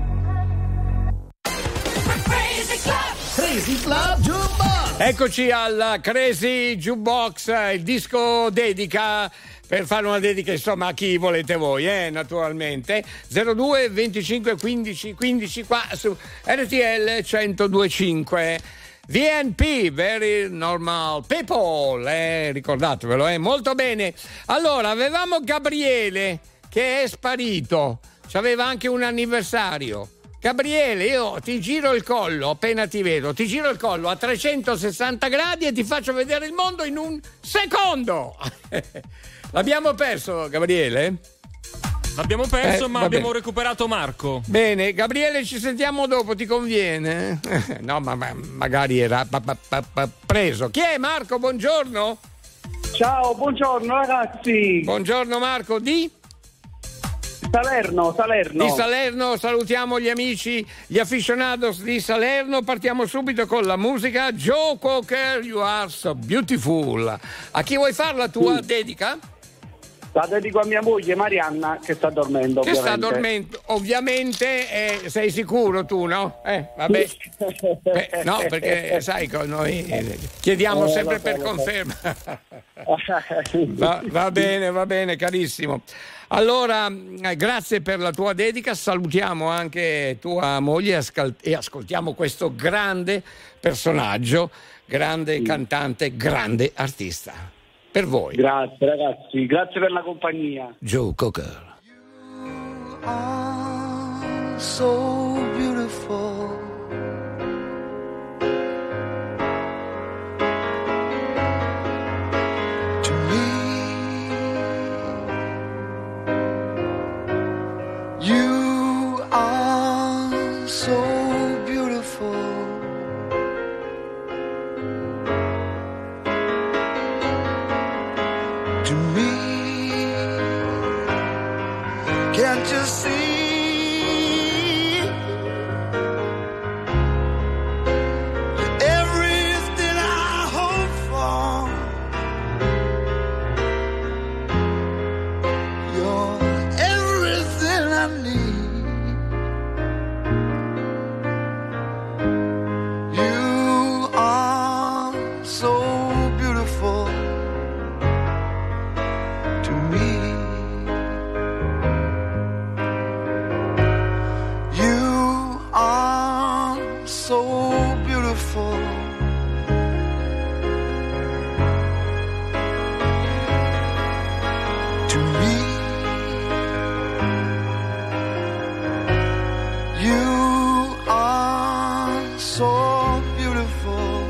Crazy Club Jukebox. Eccoci al Crazy Jukebox, il disco dedica, per fare una dedica insomma a chi volete voi, eh, naturalmente. zero due venticinque quindici quindici qua su R T L centodue e cinque. V N P, Very Normal People, eh, ricordatevelo, eh, molto bene. Allora, avevamo Gabriele che è sparito, c'aveva anche un anniversario. Gabriele, io ti giro il collo appena ti vedo, ti giro il collo a trecentosessanta gradi e ti faccio vedere il mondo in un secondo. L'abbiamo perso, Gabriele? L'abbiamo perso, eh, ma vabbè. abbiamo recuperato Marco. Bene, Gabriele, ci sentiamo dopo, ti conviene? No, ma, ma magari era pa, pa, pa, pa, preso. Chi è Marco? Buongiorno. Ciao, buongiorno ragazzi. Buongiorno Marco, di? Salerno, Salerno. Di Salerno, salutiamo gli amici, gli aficionados di Salerno. Partiamo subito con la musica. Joe Cocker, You Are So Beautiful. A chi vuoi fare la tua sì. dedica? La dedico a mia moglie Marianna che sta dormendo. Che ovviamente. sta dormendo, ovviamente, eh, sei sicuro tu, no? Eh, vabbè. Eh, no, perché sai che noi eh, chiediamo eh, sempre so, per so. conferma. va, va bene, va bene, carissimo. Allora, eh, grazie per la tua dedica, salutiamo anche tua moglie ascal- e ascoltiamo questo grande personaggio, grande sì. cantante, grande artista. Per voi. Grazie ragazzi, grazie per la compagnia. Joe Cocker. You are so beautiful. To me, you are so beautiful. To me, can't you see? You're everything I hope for. You're everything I need. You are so beautiful. To me, you are so beautiful. To me, you are so beautiful.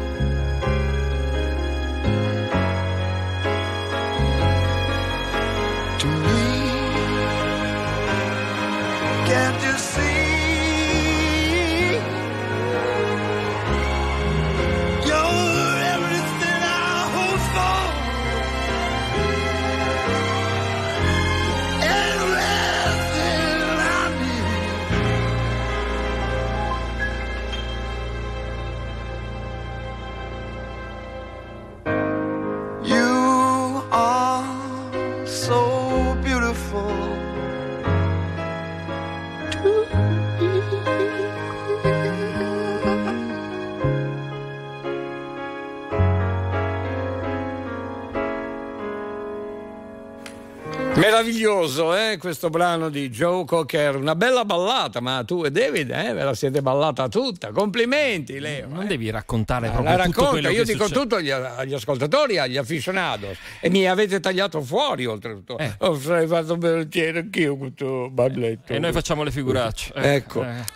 To me, can't you see? You're everything I hope for. Everything I need. You are so beautiful. Meraviglioso, eh, questo brano di Joe Cocker, una bella ballata, ma tu e David eh, ve la siete ballata tutta, complimenti Leo. Non eh. devi raccontare Eh, proprio la tutto racconta, quello io che dico succede. tutto agli, agli ascoltatori, agli aficionados, e mi avete tagliato fuori oltretutto. Eh. Ho fatto volentieri anch'io questo balletto. E noi facciamo le figuracce. Eh, Ecco. eh.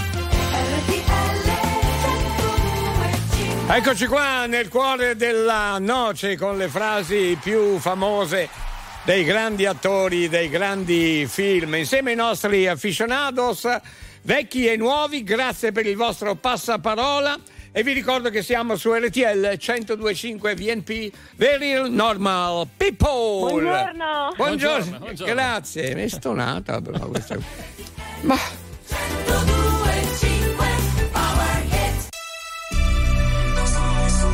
Eccoci qua nel cuore della noce con le frasi più famose dei grandi attori, dei grandi film, insieme ai nostri aficionados, vecchi e nuovi. Grazie per il vostro passaparola e vi ricordo che siamo su R T L centodue e cinque V N P, Very Normal People. Buongiorno. Buongiorno, Buongiorno, buongiorno. Grazie, mi è stonata però questa. Ma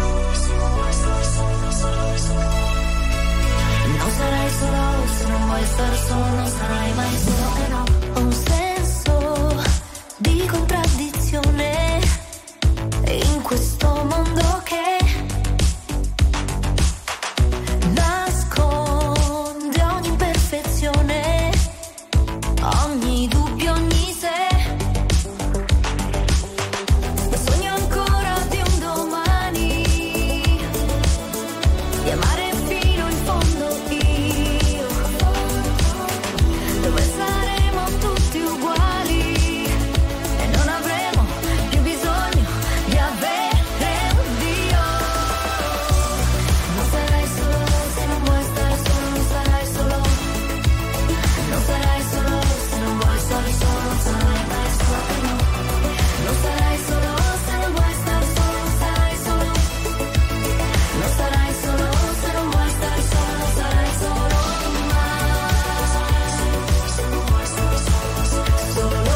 Non sarai solo se non vuoi stare solo non sarai mai solo, e no. Ho un senso di contraddizione in questo mondo che nasconde ogni imperfezione, ogni dubbio, ogni se. E sogno ancora di un domani, di amare fino in fondo io, dove saremo tutti uguali e non avremo più bisogno di avere un Dio. Non sarai solo se non vuoi stare solo, non sarai solo, non sarai solo se non vuoi stare solo, non sarai mai solo, e no. Non sarai solo se non vuoi stare solo, non sarai solo, non sarai solo se non vuoi stare solo, non sarai solo mai, solo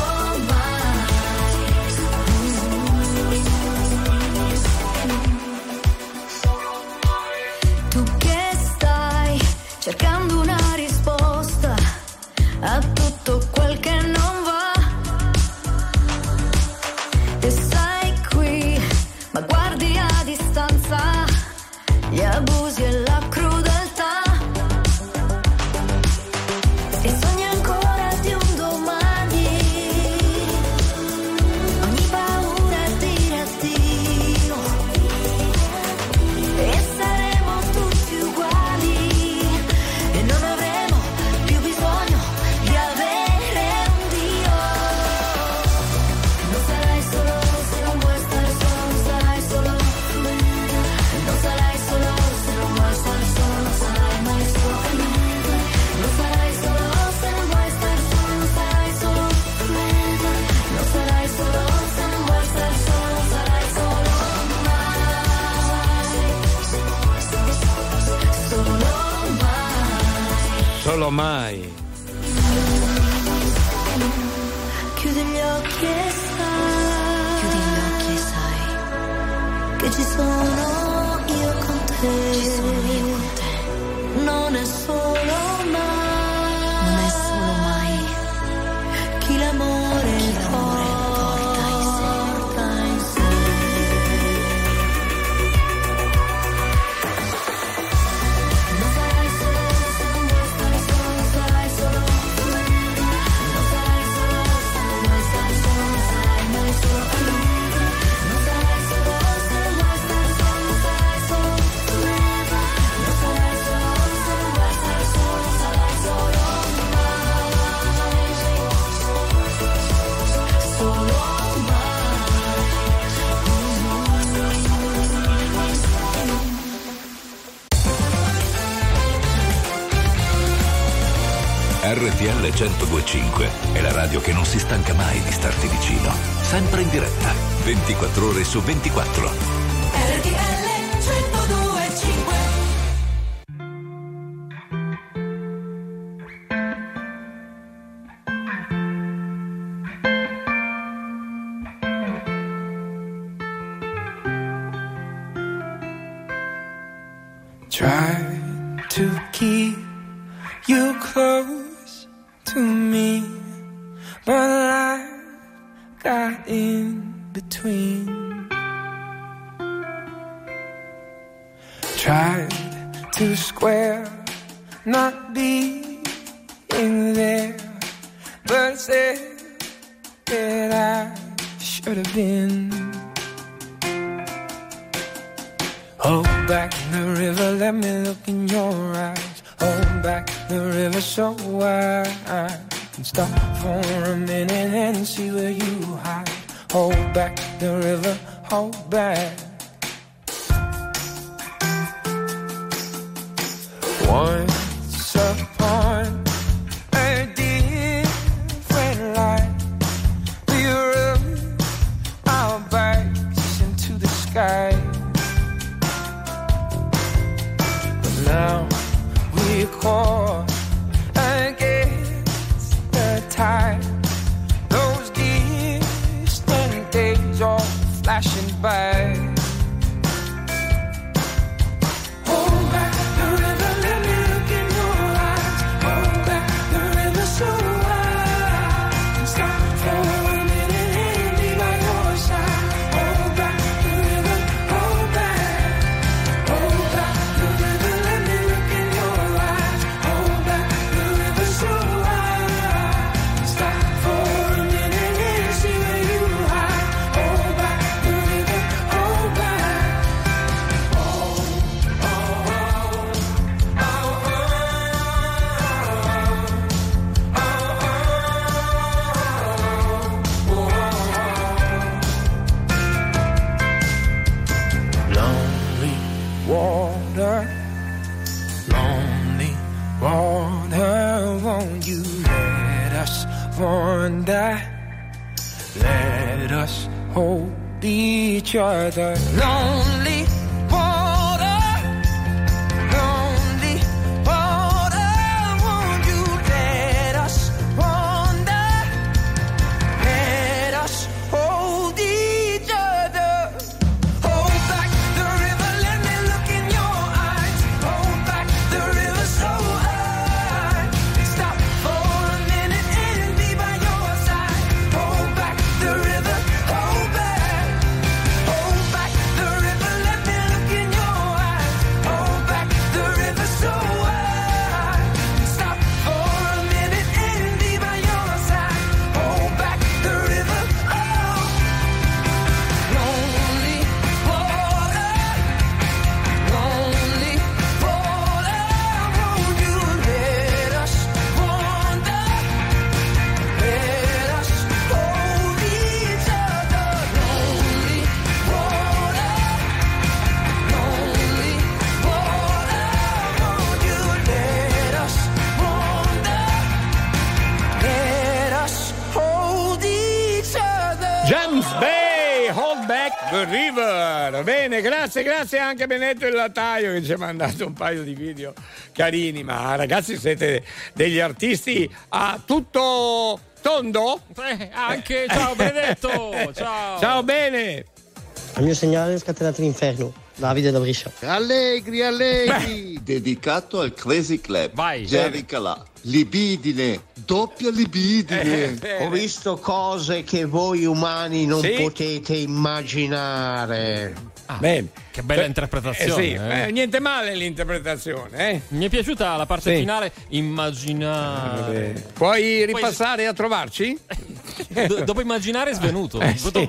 mai. Tu che stai cercando una risposta a tutto quel che non va, e sei qui ma guardi a distanza gli abusi e la crudeltà, e sogni ancora di un domani, ogni paura è dire addio, e saremo tutti uguali e non avremo più bisogno di avere un Dio. Non sarai solo se non vuoi stare solo, non sarai solo, non sarai solo se non vuoi stare solo, non sarai mai solo, e no. Non sarai solo se non vuoi stare solo, non sarai solo, non sarai solo se non vuoi stare solo, non sarai solo mai, solo mai. Solo mai. Chiudi gli occhi e sai, chiudi gli occhi e sai che ci sono io con te, ci sono io con te. Non è solo mai, non è solo mai chi l'amore, chi l'amore porta in sé, porta in sé. Non sarai solo se non vuoi stare solo, non sarai solo, non sarai solo se non vuoi stare solo, non sarai mai solo, e no. Non sarai solo se non vuoi stare solo, non sarai solo, non sarai solo se non vuoi stare solo, non sarai solo mai, solo mai. R T L centodue e cinque è la radio che non si stanca mai di starti vicino. Sempre in diretta, ventiquattro ore su ventiquattro. R T L centodue e cinque. Try to keep you close to me, but life got in between. Tried to square not being there, but said that I should have been. Hold back the river, let me look in your eyes. Hold back the river so I can stop for a minute and see where you hide. Hold back the river, hold back. Once upon a different life, we rubbed our backs into the sky. But now we're caught against the tide. Those distant days are flashing by. Hold back the river, let me look one that let us hold each other. Lonely water, lonely water, won't you let us wander, let us hold each other. Hold back the river, let me look in your eyes. Hold back the river so high. Stop for a minute and be by your side. Hold back the river, hold back. Hold back the river, let me look in your eyes. Hold back the river so high. Stop for a minute and be by your side. Hold back the river, oh. Lonely water, lonely water, won't you let us wander? Let us hold each other. Lonely water, lonely water, won't you let us wander? Let us hold each other. James Bay, Hold Back the River. Bene, grazie, grazie anche a Benedetto il Lattaio che ci ha mandato un paio di video carini. Ma ragazzi, siete degli artisti a tutto tondo? Eh, anche, ciao Benedetto, ciao. Ciao, bene. Il mio segnale è scatenato l'inferno. Davide da Brescia. Allegri, allegri! Dedicato al Crazy Club. Vai. Jerry Calà. Libidine, doppia libidine. Eh, Ho visto cose che voi umani non Sì? potete immaginare. Ah, Bene. che bella Eh, interpretazione. eh sì, eh. eh, niente male l'interpretazione, eh? Mi è piaciuta la parte Sì. finale, immaginare. Eh, Puoi ripassare a trovarci? D- dopo immaginare è svenuto. Eh, sì.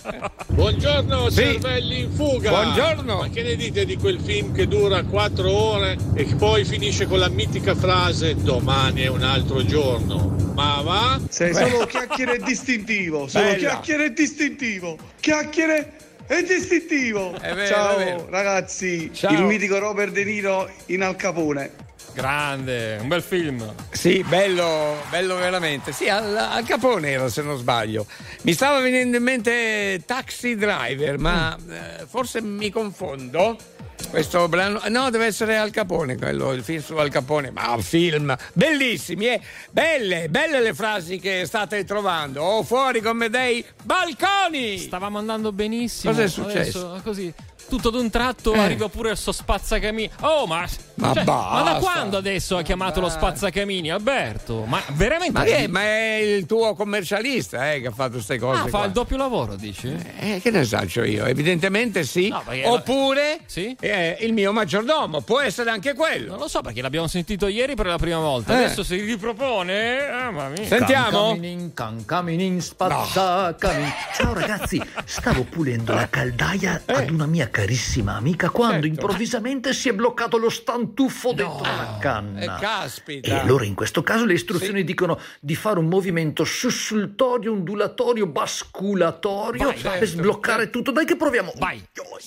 Buongiorno Sì. cervelli in fuga. Buongiorno. Ma che ne dite di quel film che dura quattro ore e che poi finisce con la mitica frase domani è un altro giorno? Ma va? Sei Beh. solo chiacchiere e distintivo, solo Bella. chiacchiere e distintivo, chiacchiere e distintivo. È vero, Ciao è vero. ragazzi, Ciao. il mitico Robert De Niro in Al Capone. Grande, un bel film. Sì, bello, bello veramente. Sì, al, al Capone era, se non sbaglio. Mi stava venendo in mente Taxi Driver, ma eh, forse mi confondo. Questo brano, no, deve essere Al Capone, quello, il film su Al Capone, ma un film bellissimi, eh? Belle, belle le frasi che state trovando. Oh, fuori come dei balconi! Stavamo andando benissimo. Cosa è successo? Adesso, così, tutto ad un tratto Eh. arriva pure il suo spazzacamini. Oh, ma. Ma cioè, ma da basta. quando adesso ha chiamato lo spazzacamini, Alberto? Ma veramente. Ma, che, ma è il tuo commercialista eh, che ha fatto queste cose Ah, fa qua. il doppio lavoro, dici? Eh, che ne saccio io? Evidentemente sì. No, perché- Oppure Sì? eh, il mio maggiordomo, può essere anche quello. Non lo so perché l'abbiamo sentito ieri per la prima volta. Eh. Adesso si ripropone. Eh, mamma mia. Sentiamo? Cancaminin, cancaminin, spazzacamin. Ciao ragazzi, stavo pulendo la caldaia ad una mia carissima amica quando Certo. improvvisamente si è bloccato lo stantuffo dentro la canna. Eh, caspita. E allora in questo caso le istruzioni dicono di fare un movimento sussultorio, ondulatorio, basculatorio Vai, per certo. sbloccare tutto. Dai che proviamo. Vai.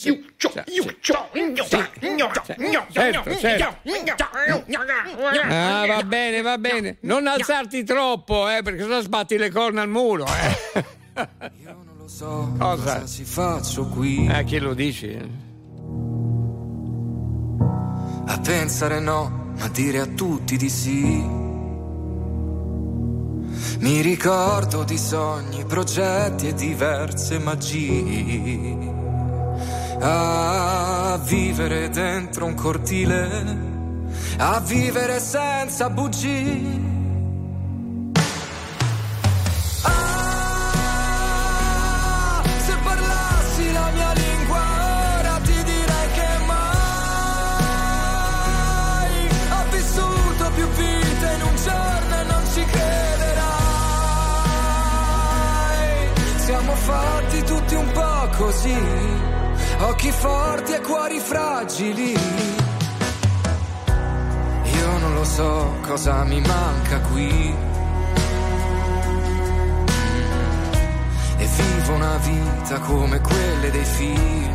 Certo, certo. Ah, va bene, va bene. Non alzarti troppo, eh, perché sennò sbatti le corna al muro, eh. Io non lo so Cosa? cosa ci faccio qui Eh, chi lo dici? a pensare no, ma dire a tutti di sì. Mi ricordo di sogni, progetti e diverse magie. A vivere dentro un cortile, a vivere senza bugie. Ah, se parlassi la mia lingua ora ti direi che mai ho vissuto più vite in un giorno e non ci crederai. Siamo fatti tutti un po' così, occhi forti e cuori fragili. Io non lo so cosa mi manca qui. E vivo una vita come quelle dei film,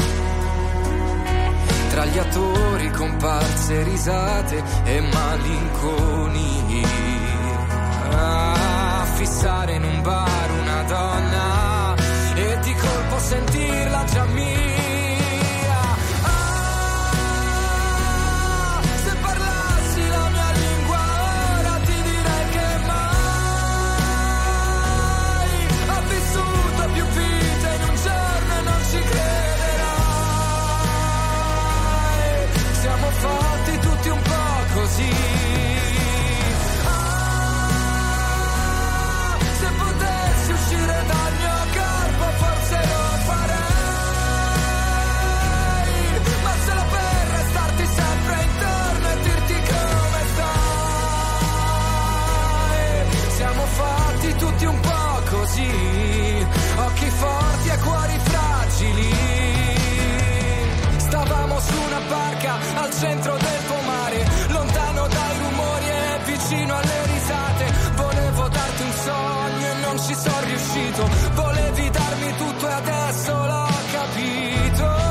tra gli attori, comparse, risate e malinconia. Ah, fissare in un bar una donna e di colpo sentirla già mia. Ah, se parlassi la mia lingua ora ti direi che mai ha vissuto più vite in un giorno e non ci crederai. Siamo fatti tutti un po' così. Uscire dal mio corpo forse lo farei, ma solo per restarti sempre intorno e dirti come stai. Siamo fatti tutti un po' così, occhi forti e cuori fragili. Stavamo su una barca al centro del pomare, lontano dai rumori e vicino alle risate. Volevo darti un sogno e non ci sono riuscito. Volevi darmi tutto e adesso l'ho capito.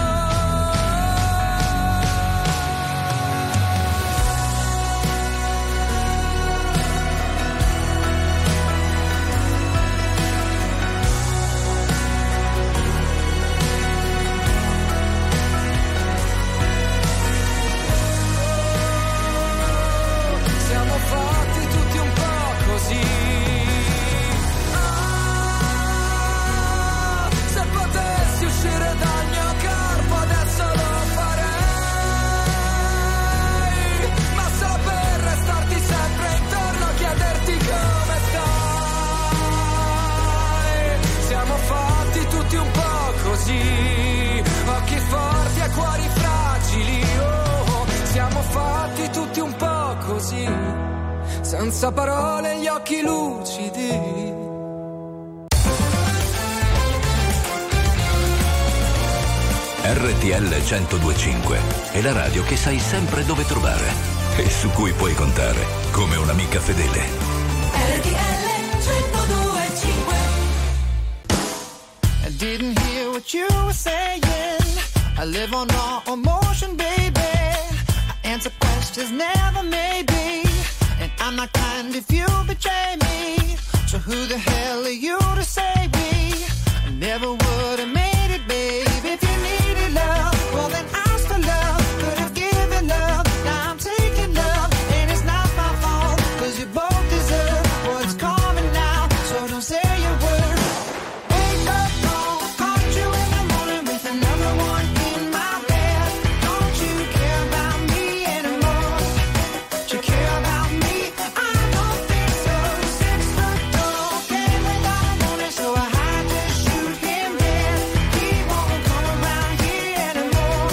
Siamo fatti tutti un po' così. Ah, se potessi uscire dal mio corpo adesso lo farei, ma solo per restarti sempre intorno, chiederti come stai. Siamo fatti tutti un po' così, occhi forti e cuori fragili. Oh, siamo fatti tutti un po' così, senza parole gli occhi lucidi. R T L centodue e cinque è la radio che sai sempre dove trovare e su cui puoi contare come un'amica fedele. R T L centodue e cinque. I didn't hear what you were saying. I live on raw emotion, baby. I answer questions, never maybe. And I'm not kind if you betray me. So who the hell are you to save me? I never would have made it, babe. If you needed love, well then I still love. Could have given love, now I'm taking love. And it's not my fault, cause you both deserve what's coming now. So don't say a word. Wake up, wrong, caught you in the morning with another one in my bed. Don't you care about me anymore? Do you care about me? I don't think so. Six foot tall, came without a warning, so I had to shoot him dead. He won't come around here anymore.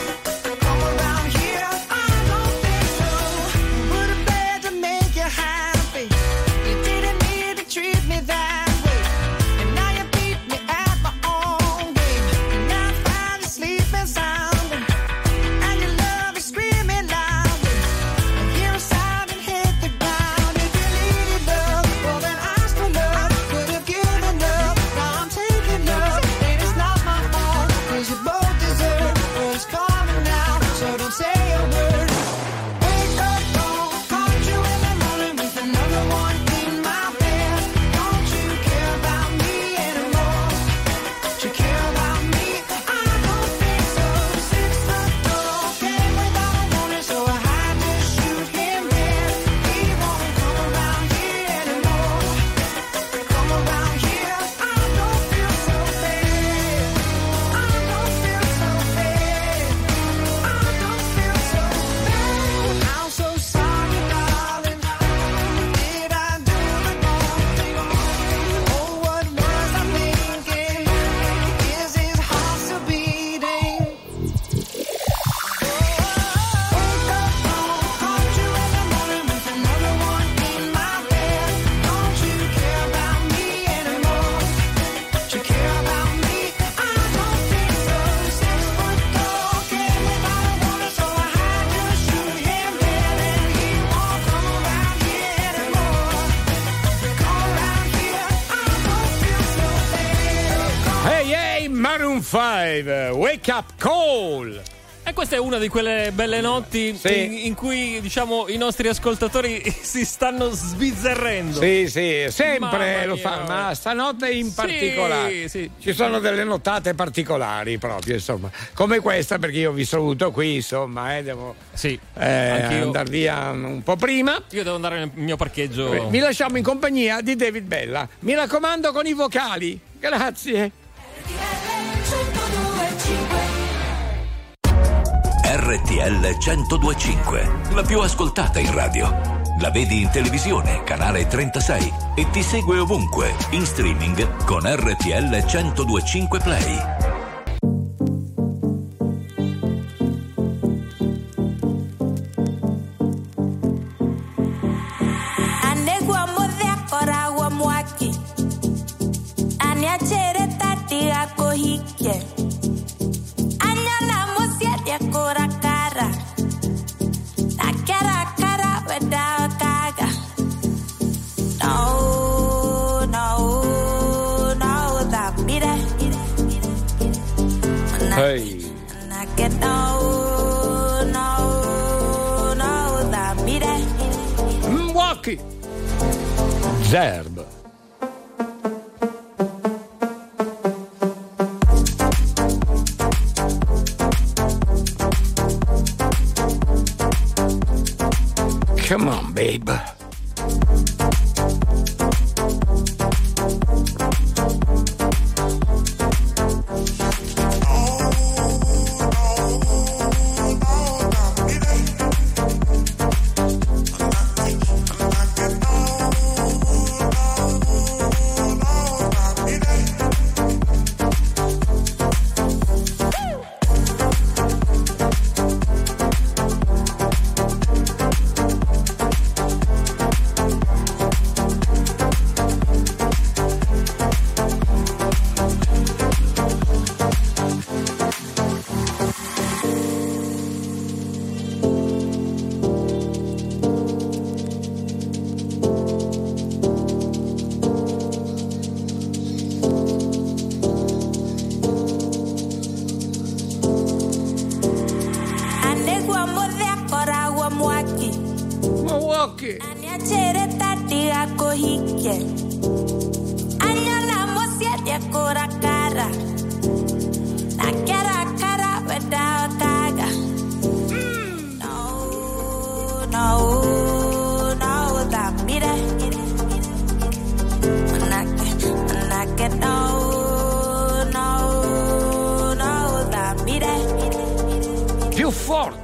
Come around here, I don't think so. Would have been to make you happy. You didn't need to treat me that way. And now you beat me at my own game. And now I'm finally sleeping soundly. And your love is screaming loudly. I hear a sound and hit the ground. If you needed love, well then I still love. Could have given love, now I'm taking love. And it's not my fault, cause you both deserve what's coming now. So don't say a word. Wake up, wrong, caught you in the morning with another one in my bed. Don't you care about me anymore? Do you care about me? I don't think so. Six foot tall, came without a warning, so I had to shoot him dead. He won't come around here anymore. Come around here, I don't feel so bad. I don't feel so bad. I don't feel so bad. I'm so sorry, darling. Did I do the wrong thing? Oh, what was I thinking? Is his heart still beating? Wake up, wrong, caught you in the morning with another one in my bed. Don't you care about me anymore? Do you care about me? I don't think so. Six foot tall, came without a warning, so I had to shoot him dead. And he won't come around here anymore. Come around here, I don't feel so bad. Hey hey, Maroon five, Wake Up Call. E questa è una di quelle belle notti Sì. in, in cui, diciamo, i nostri ascoltatori si stanno sbizzarrendo. Sì, sì, sempre Mamma lo mia. fanno, ma stanotte in Sì, particolare. sì. Ci sono delle nottate particolari proprio, insomma. Come questa, perché io vi saluto qui, insomma, eh, devo Sì, eh, anch'io. andare via un po' prima. Io devo andare nel mio parcheggio. Vi lasciamo in compagnia di David Bella. Mi raccomando con i vocali. Grazie. R T L centodue e cinque, la più ascoltata in radio. La vedi in televisione, canale trentasei, e ti segue ovunque, in streaming con R T L centodue e cinque Play. Anegua modea koragua mwaki. Aniachere tati akohike. Anyana mosia dia korakara. Nakara kara weda kaga. No, no, no, that beat Hey. it. No, no, no, that beat it. Milwaukee. Zerb. Come on, babe. Anegua modea koragua mwaki. Milwaukee. Aniachere tati akohike. Anyana mosia dia korakara. Nakara kara weda kaga. No, no, no, that beat it. Manake, manake, no, no, no, that beat it. Più forte.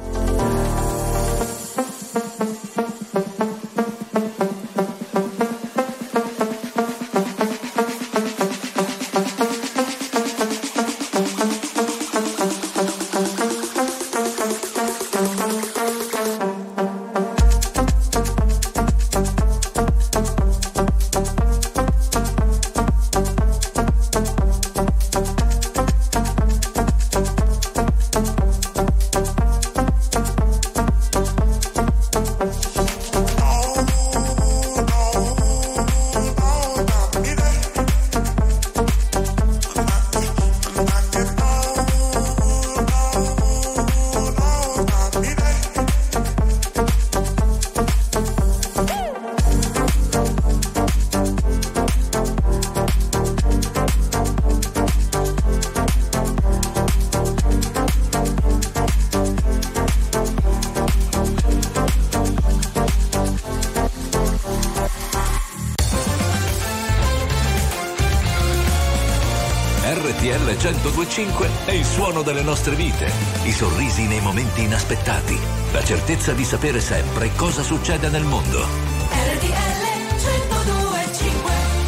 R T L centodue e cinque è il suono delle nostre vite, i sorrisi nei momenti inaspettati, la certezza di sapere sempre cosa succede nel mondo. R T L centodue e cinque.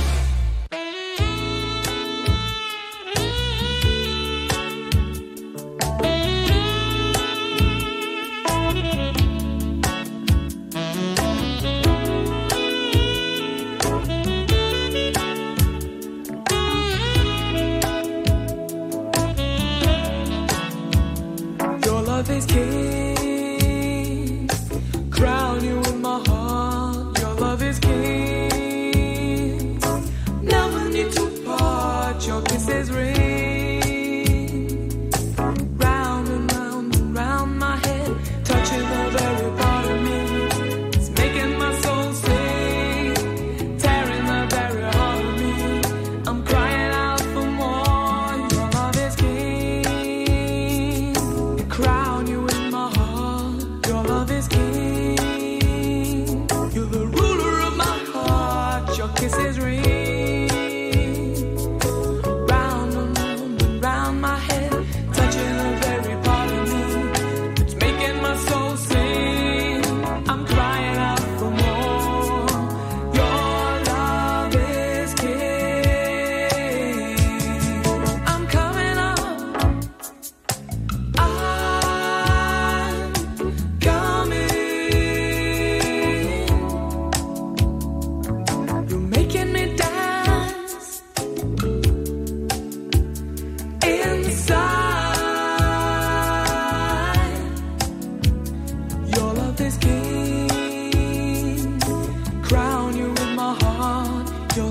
Your love is king. Crown you in my heart. Your love is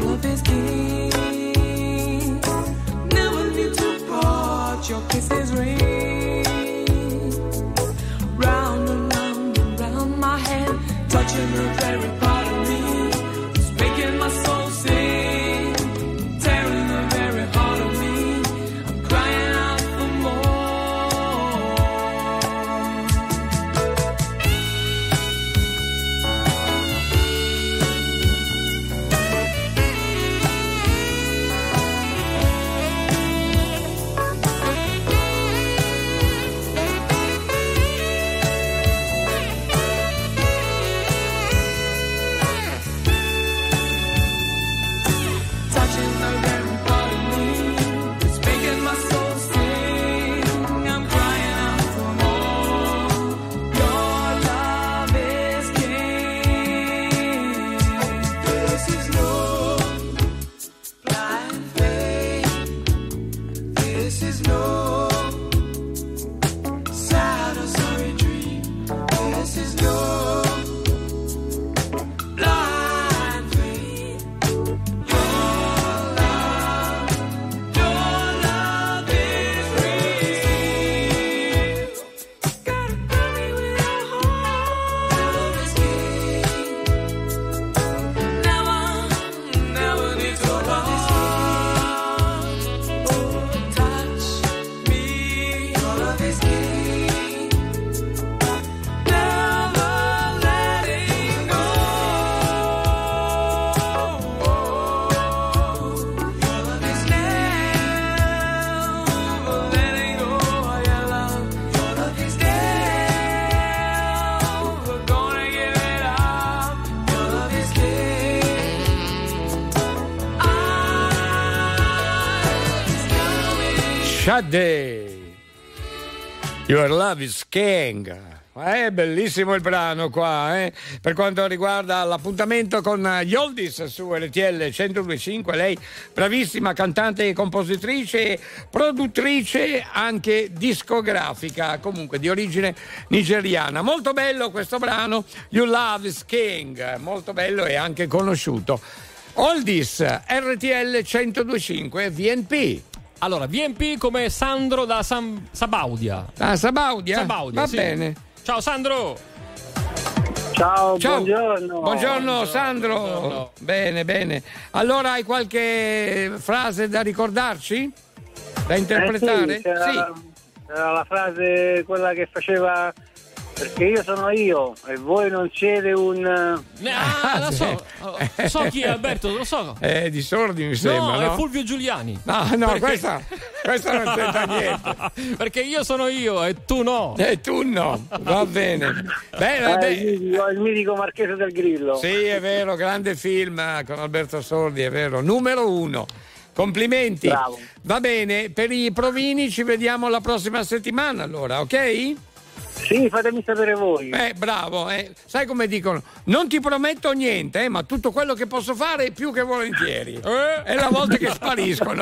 love is king. Never need to part, your kisses ring. Round and round and round my head, touching the very part of me. It's making my soul sing, tearing the very heart of me. I'm crying out for more. Touching the very part of me, it's making my soul sing. I'm crying out for more. Your love is king. This is no blind faith. This is no sad or sorry dream. This is no blind faith. Your love, your love is real. Gotta fill me with your heart. Your love is king. Never, never need to part. Oh, touch me. Your love is king. Never letting go. Your love is never letting go. Your love, your love is never gonna give it up. Your love is king. Eyes coming. Shade. Your Love is King. È bellissimo il brano qua, eh? Per quanto riguarda l'appuntamento con gli oldies su R T L centodue e cinque, lei bravissima cantante e compositrice, produttrice anche discografica, comunque di origine nigeriana. Molto bello questo brano, Your Love is King, molto bello e anche conosciuto. Oldies, R T L centodue e cinque, V N P. Allora, V N P come Sandro da San- Sabaudia. Ah, Sabaudia? Sabaudia, Va sì. bene. Ciao Sandro. Ciao, Ciao. buongiorno. Buongiorno, Sandro. buongiorno. Bene, bene. Allora hai qualche frase da ricordarci? Da interpretare? Eh sì, c'era, c'era la frase, quella che faceva perché io sono io e voi non siete un... Ah, lo so. So chi è Alberto, lo so. Eh, di sordi mi sembra, No, no? è Fulvio Giuliani. No, no, Perché- questa, questa non c'entra niente. Perché io sono io e tu no. E tu no, va bene. Bene, Eh, vabbè. il, mitico, il mitico Marchese del Grillo. Sì, è vero, grande film eh, con Alberto Sordi, è vero. Numero uno. Complimenti. Bravo. Va bene, per i provini ci vediamo la prossima settimana allora, ok? Sì, fatemi sapere voi. Eh, bravo, eh. Sai come dicono? Non ti prometto niente, eh, ma tutto quello che posso fare è più che volentieri. Eh? È la volta che spariscono.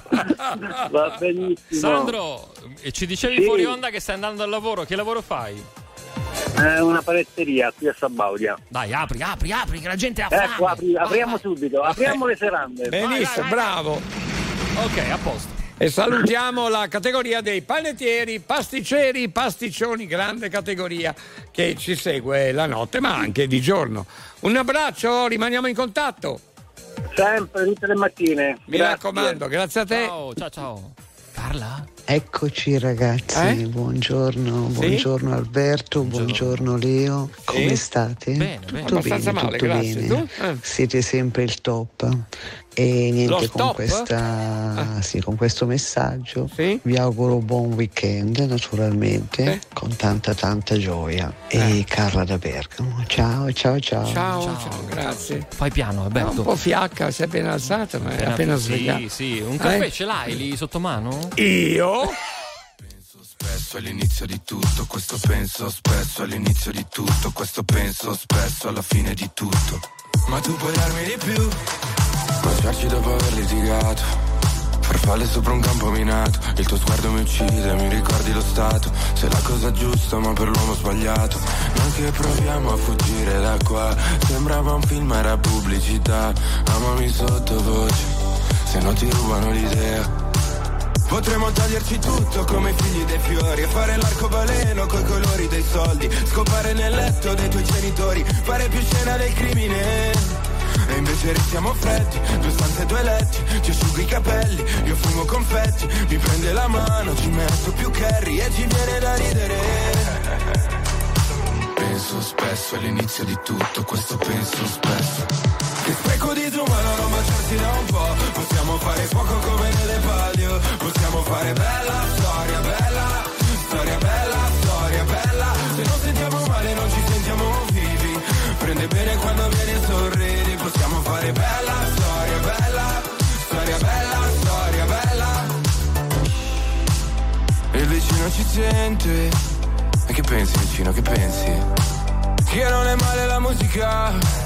Va benissimo. Sandro, e ci dicevi Sì. fuori onda che stai andando al lavoro. Che lavoro fai? È una panetteria qui a Sabaudia. Dai, apri, apri, apri, che la gente ha fame. Ecco, apri- apriamo Vai, subito, apriamo le serande. Benissimo, bravo. vai. Ok, a posto. E salutiamo la categoria dei panettieri, pasticceri, pasticcioni, grande categoria che ci segue la notte ma anche di giorno. Un abbraccio, rimaniamo in contatto. Sempre, tutte le mattine. Mi Grazie. raccomando, grazie a te. Ciao, ciao, ciao. Carla? Eccoci ragazzi, Eh? buongiorno, Sì? buongiorno Alberto, buongiorno, Leo, come Sì? state? Bene, tutto bene. Abbastanza bene, male, tutto grazie. bene. Tu? Eh. Siete sempre il top. E niente, Lo con, stop? questa, sì, con questo messaggio Sì? vi auguro buon weekend naturalmente, Sì. con tanta tanta gioia. Eh. E Carla da Bergamo, ciao ciao ciao. Ciao, ciao, Ciao. grazie. Fai piano, È Alberto. un po' fiacca, si è appena alzata, ma è appena svegliata. Sì, sì. Un caffè Eh? ce l'hai lì sotto mano? Io? Spesso all'inizio di tutto, questo penso spesso all'inizio di tutto, questo penso spesso alla fine di tutto. Ma tu puoi darmi di più, baciarci dopo aver litigato, far spalle sopra un campo minato, il tuo sguardo mi uccide, mi ricordi lo stato. Sei la cosa giusta ma per l'uomo sbagliato. Neanche proviamo a fuggire da qua, sembrava un film, era pubblicità. Amami sottovoce, se no ti rubano l'idea. Potremmo toglierci tutto come figli dei fiori e fare l'arcobaleno coi colori dei soldi, scopare nel letto dei tuoi genitori, fare più scena del crimine. E invece restiamo freddi, due stanze, due letti, ci asciugo i capelli, io fumo confetti, mi prende la mano, ci metto più curry e ci viene da ridere. Penso spesso all'inizio di tutto, questo penso spesso. Che spreco di disumano non baciarsi da un po', possiamo fare fuoco come nelle palio, possiamo fare bella storia, bella, storia bella, storia bella. Se non sentiamo male non ci sentiamo vivi, prende bene quando vieni e sorridi, possiamo fare bella storia, bella, storia bella, storia bella. E il vicino ci sente, e che pensi vicino, che pensi? Che non è male la musica.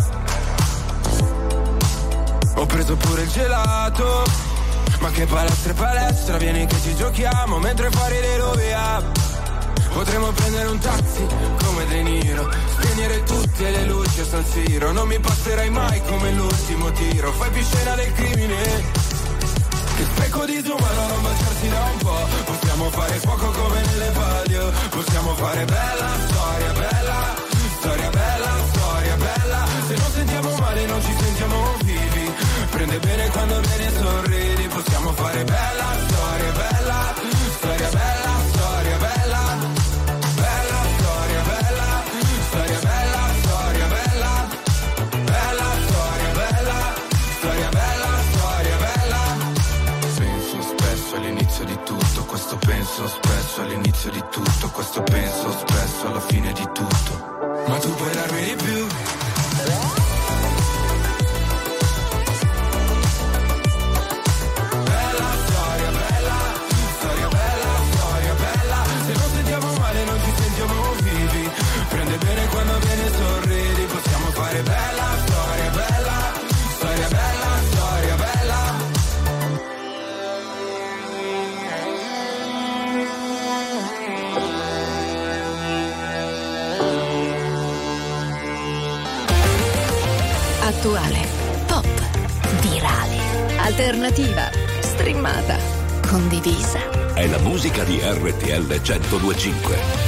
Ho preso pure il gelato, ma che palestra e palestra, vieni che ci giochiamo mentre fuori le rovia. Potremmo prendere un taxi come De Niro, spegnere tutte le luci a San Siro. Non mi passerai mai come l'ultimo tiro, fai più scena del crimine. Che spreco di disumano non baciarsi da un po', possiamo fare fuoco come nelle palio, possiamo fare bella storia, bella, storia bella, storia bella. Se non sentiamo male non ci sentiamo vivi, prende bene quando vieni e sorridi, possiamo fare bella storia, bella, storia bella, storia bella, bella storia, bella, storia bella, storia bella, bella storia, bella, storia bella, storia bella. Penso spesso all'inizio di tutto, questo penso spesso all'inizio di tutto, questo penso spesso alla fine di tutto. Ma tu puoi darmi di più. Prende bene quando vieni e sorridi, possiamo fare bella storia, bella, storia bella, storia bella. Attuale, pop, virale, alternativa, streamata, condivisa. È la musica di R T L centodue e cinque.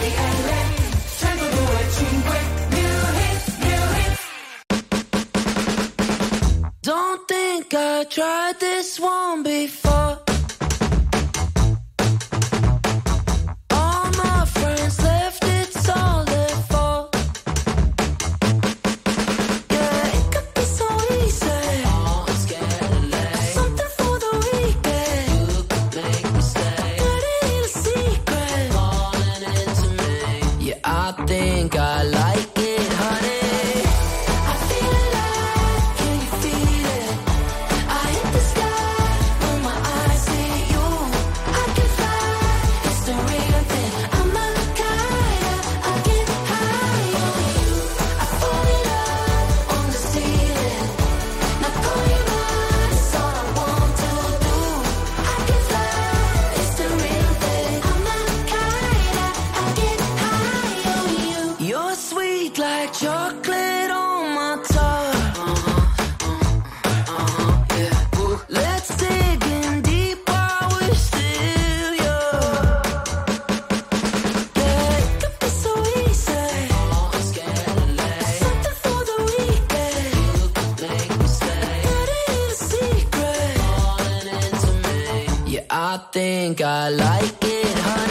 Don't think I tried this one before. All my friends left, it's all their fault. Yeah, it could be so easy. Oh, I'm scared of late. Something for the weekend. You could make me stay. But it ain't a secret. Falling into me. Yeah, I think I like it, honey. Chocolate on my tongue. Uh-huh, uh-huh, yeah. Ooh. Let's dig in deep while we're still young. Yeah, it could be so easy. Oh, I'm scared of late. Something for the weekend. You could make me stay. But it ain't a secret. Falling into me. Yeah, I think I like it, honey.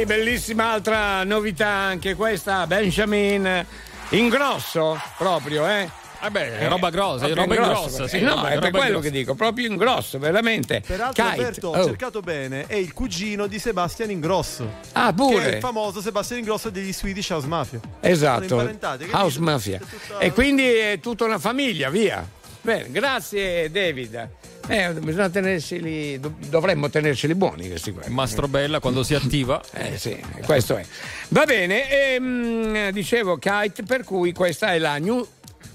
bellissima altra novità anche questa, Benjamin in grosso proprio, eh? Vabbè, è roba grossa, è proprio roba in in grosso, grossa, sì, no, roba- è per roba quello grossa. che dico, proprio in grosso, veramente. Peraltro Kite. Alberto, Oh. ho cercato bene, è il cugino di Sebastian Ingrosso. Ah, pure? Che è il famoso Sebastian Ingrosso degli Swedish House Mafia. Sono Esatto, imparentati, che House dici? Mafia. E quindi è tutta una famiglia, via. Bene, grazie David. Eh, bisogna tenerseli, dov- dovremmo tenerceli buoni questi qua. Mastrobella quando si attiva. Eh sì, questo è. Va bene, ehm, dicevo Kite, per cui questa è la new...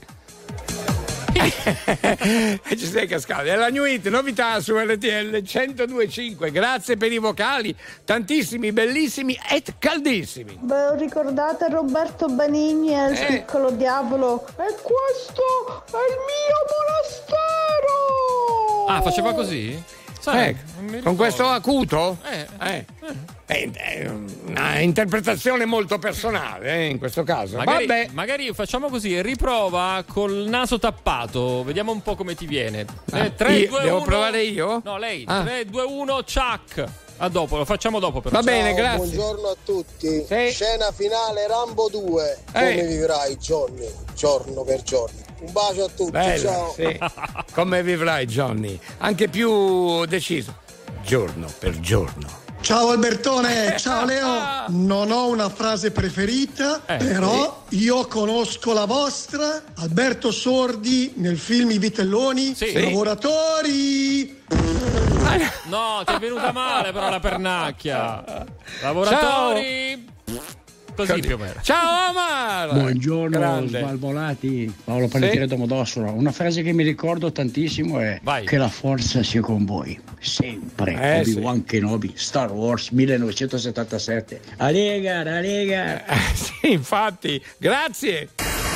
Ci stai cascando, è la new hit, novità su R T L centodue e cinque. Grazie per i vocali, tantissimi, bellissimi e caldissimi. Beh, ricordate Roberto Benigni e il Eh. piccolo diavolo? E questo è il mio monastero! Ah, faceva così? Sai, Ecco, non mi con ricordo. questo acuto? Eh, Eh. È, è una interpretazione molto personale, eh, in questo caso. Magari, Vabbè. magari facciamo così, riprova col naso tappato, vediamo un po' come ti viene. Ah, Eh, tre, io- due, devo uno. provare io? No, lei. Ah. tre, due, uno, ciak. A dopo, lo facciamo dopo però. Va bene, Ciao, grazie. buongiorno a tutti. Sì. Scena finale Rambo due. Come Ehi. vivrai Johnny, giorno per giorno. Un bacio a tutti, Bello, ciao. sì. Come vivrai, Johnny? Anche più deciso, giorno per giorno. Ciao Albertone, ciao Leo. Non ho una frase preferita, Eh, però io conosco la vostra. Alberto Sordi nel film I Vitelloni. Sì. Lavoratori. No, ti è venuta male però la pernacchia. Lavoratori. Così più o meno. Ciao Omar! Buongiorno Grande. Svalvolati, Paolo Panettiere Sì. Domodossola. Una frase che mi ricordo tantissimo è Vai. che la forza sia con voi, sempre. Eh, Obi-Wan Kenobi, Star Wars millenovecentosettantasette. A Lega, a Lega. Eh, sì, infatti, grazie.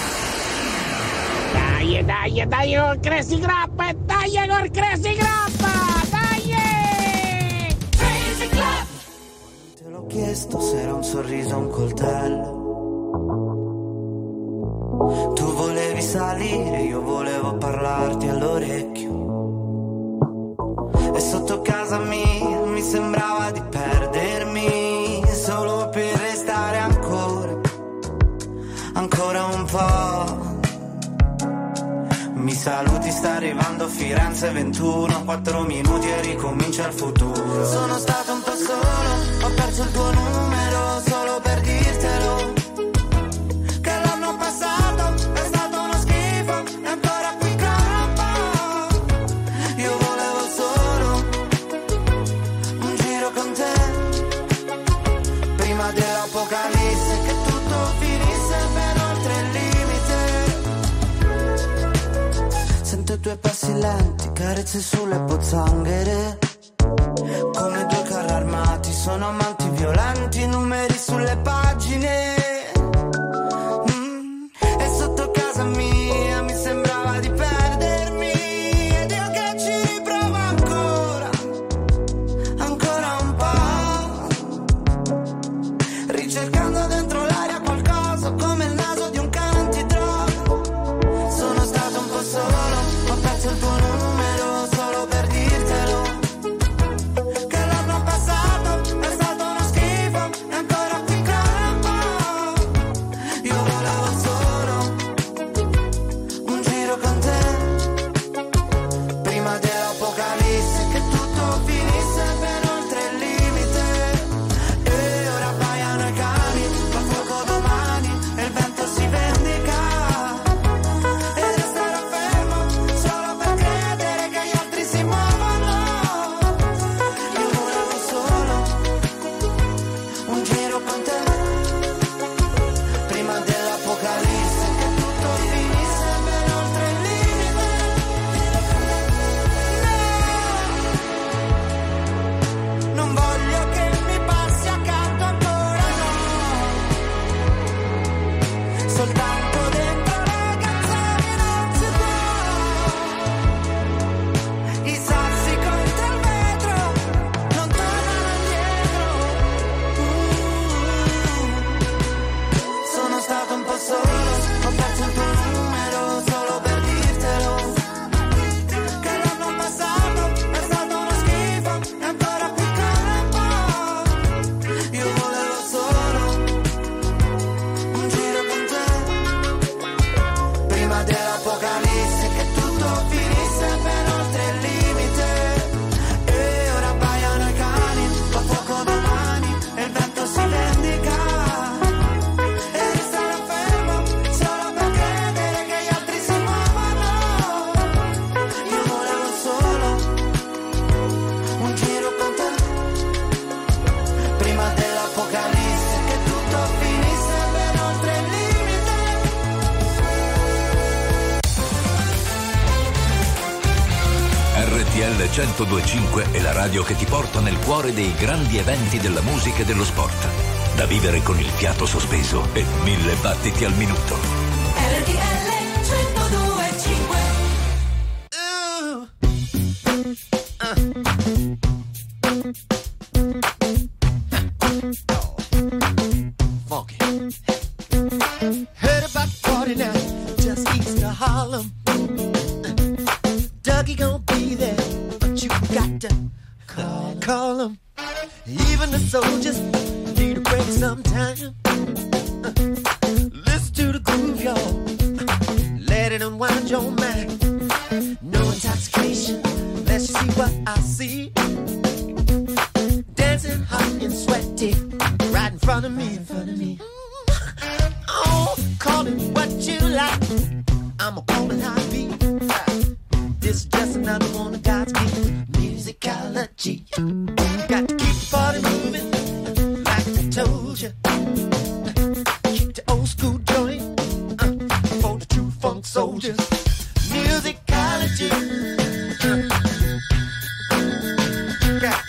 Dai, dai, dai col Crazy Grappa, dai col Crazy Grappa, dai! Crazy Club! Te l'ho chiesto se era un sorriso o un coltello. Tu volevi salire, io volevo parlarti all'orecchio. E sotto casa mia mi sembrava di perdermi, solo per restare ancora, ancora un po'. Mi saluti, sta arrivando Firenze ventuno, quattro minuti e ricomincia il futuro. Sono stato un po' solo, ho perso il tuo numero solo per dirtelo, che l'anno passato è stato uno schifo e ancora qui campo. Io volevo solo un giro con te, prima dell'apocalisse, che tutto finisse ben oltre il limite. Sento i tuoi passi lenti, carezze sulle pozzanghere, come due carri armati, sono amanti violenti, numeri sulle pagine. Mm. E sotto casa mia mi sembrava di perdermi, ed io che ci riprovo ancora, ancora un po', ricercando dentro l'aria qualcosa come il naso di un cane antidroga. Sono stato un po' solo, ho perso il tuo numero solo per dirtelo, che l'anno passato è stato uno schifo e ancora qui campo. R T L centodue e cinque è la radio che ti porta nel cuore dei grandi eventi della musica e dello sport. Da vivere con il fiato sospeso e mille battiti al minuto. R T L centodue e cinque. Funky. Heard about the party now, just east of Harlem. Dougie gon' be there, but you got to call, call him. Even the soldiers need a break sometime. Listen to the groove, y'all. Let it unwind your mind. No intoxication, let's see what I see. Dancing hot and sweaty, right in front of me, in front of me. Oh, call it what you like. I'ma call it how it be. This is just another one of God's gift, musicology. Got to keep the party moving, like I told you. Keep the old school joint uh, for the true funk soldiers. Musicology. Uh. Yeah.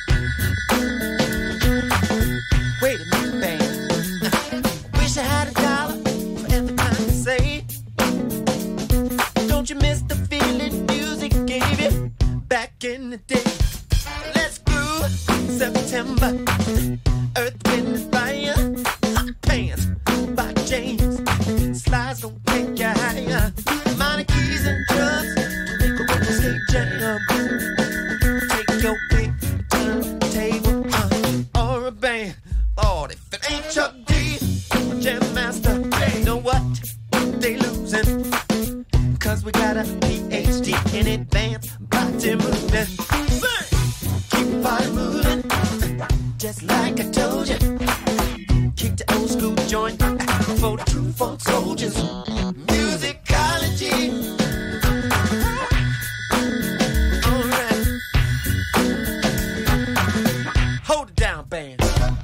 Wait a minute, band. Uh, wish I had a dollar for every time you say. Don't you miss the feeling music gave you back in the day? Let's groove September. Earth, wind, and fire. Hot pants by James. Slides gon' take you higher. Minor keys and drums to make a roller skate jam. Take your pick, turntable, uh, or a band. Lord, if it ain't Chuck D, or Jam Master, you know what? They losing. Cause we got a P H D in advance, body movement. Keep the body moving, just like I told you. Keep the old school joint for the true funk soldiers. Musicology. Alright. Hold it down, band.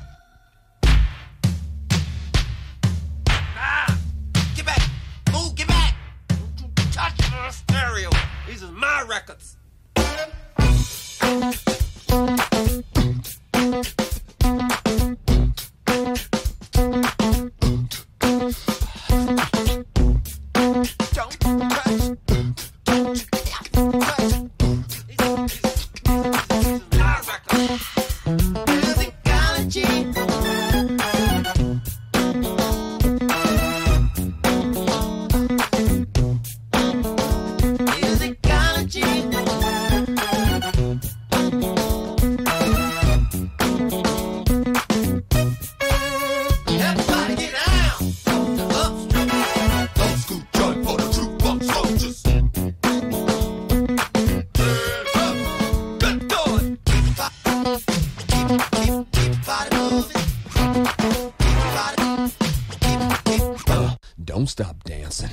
Ah, get back. Move, get back. Touch my stereo. These are my records. Don't stop dancing.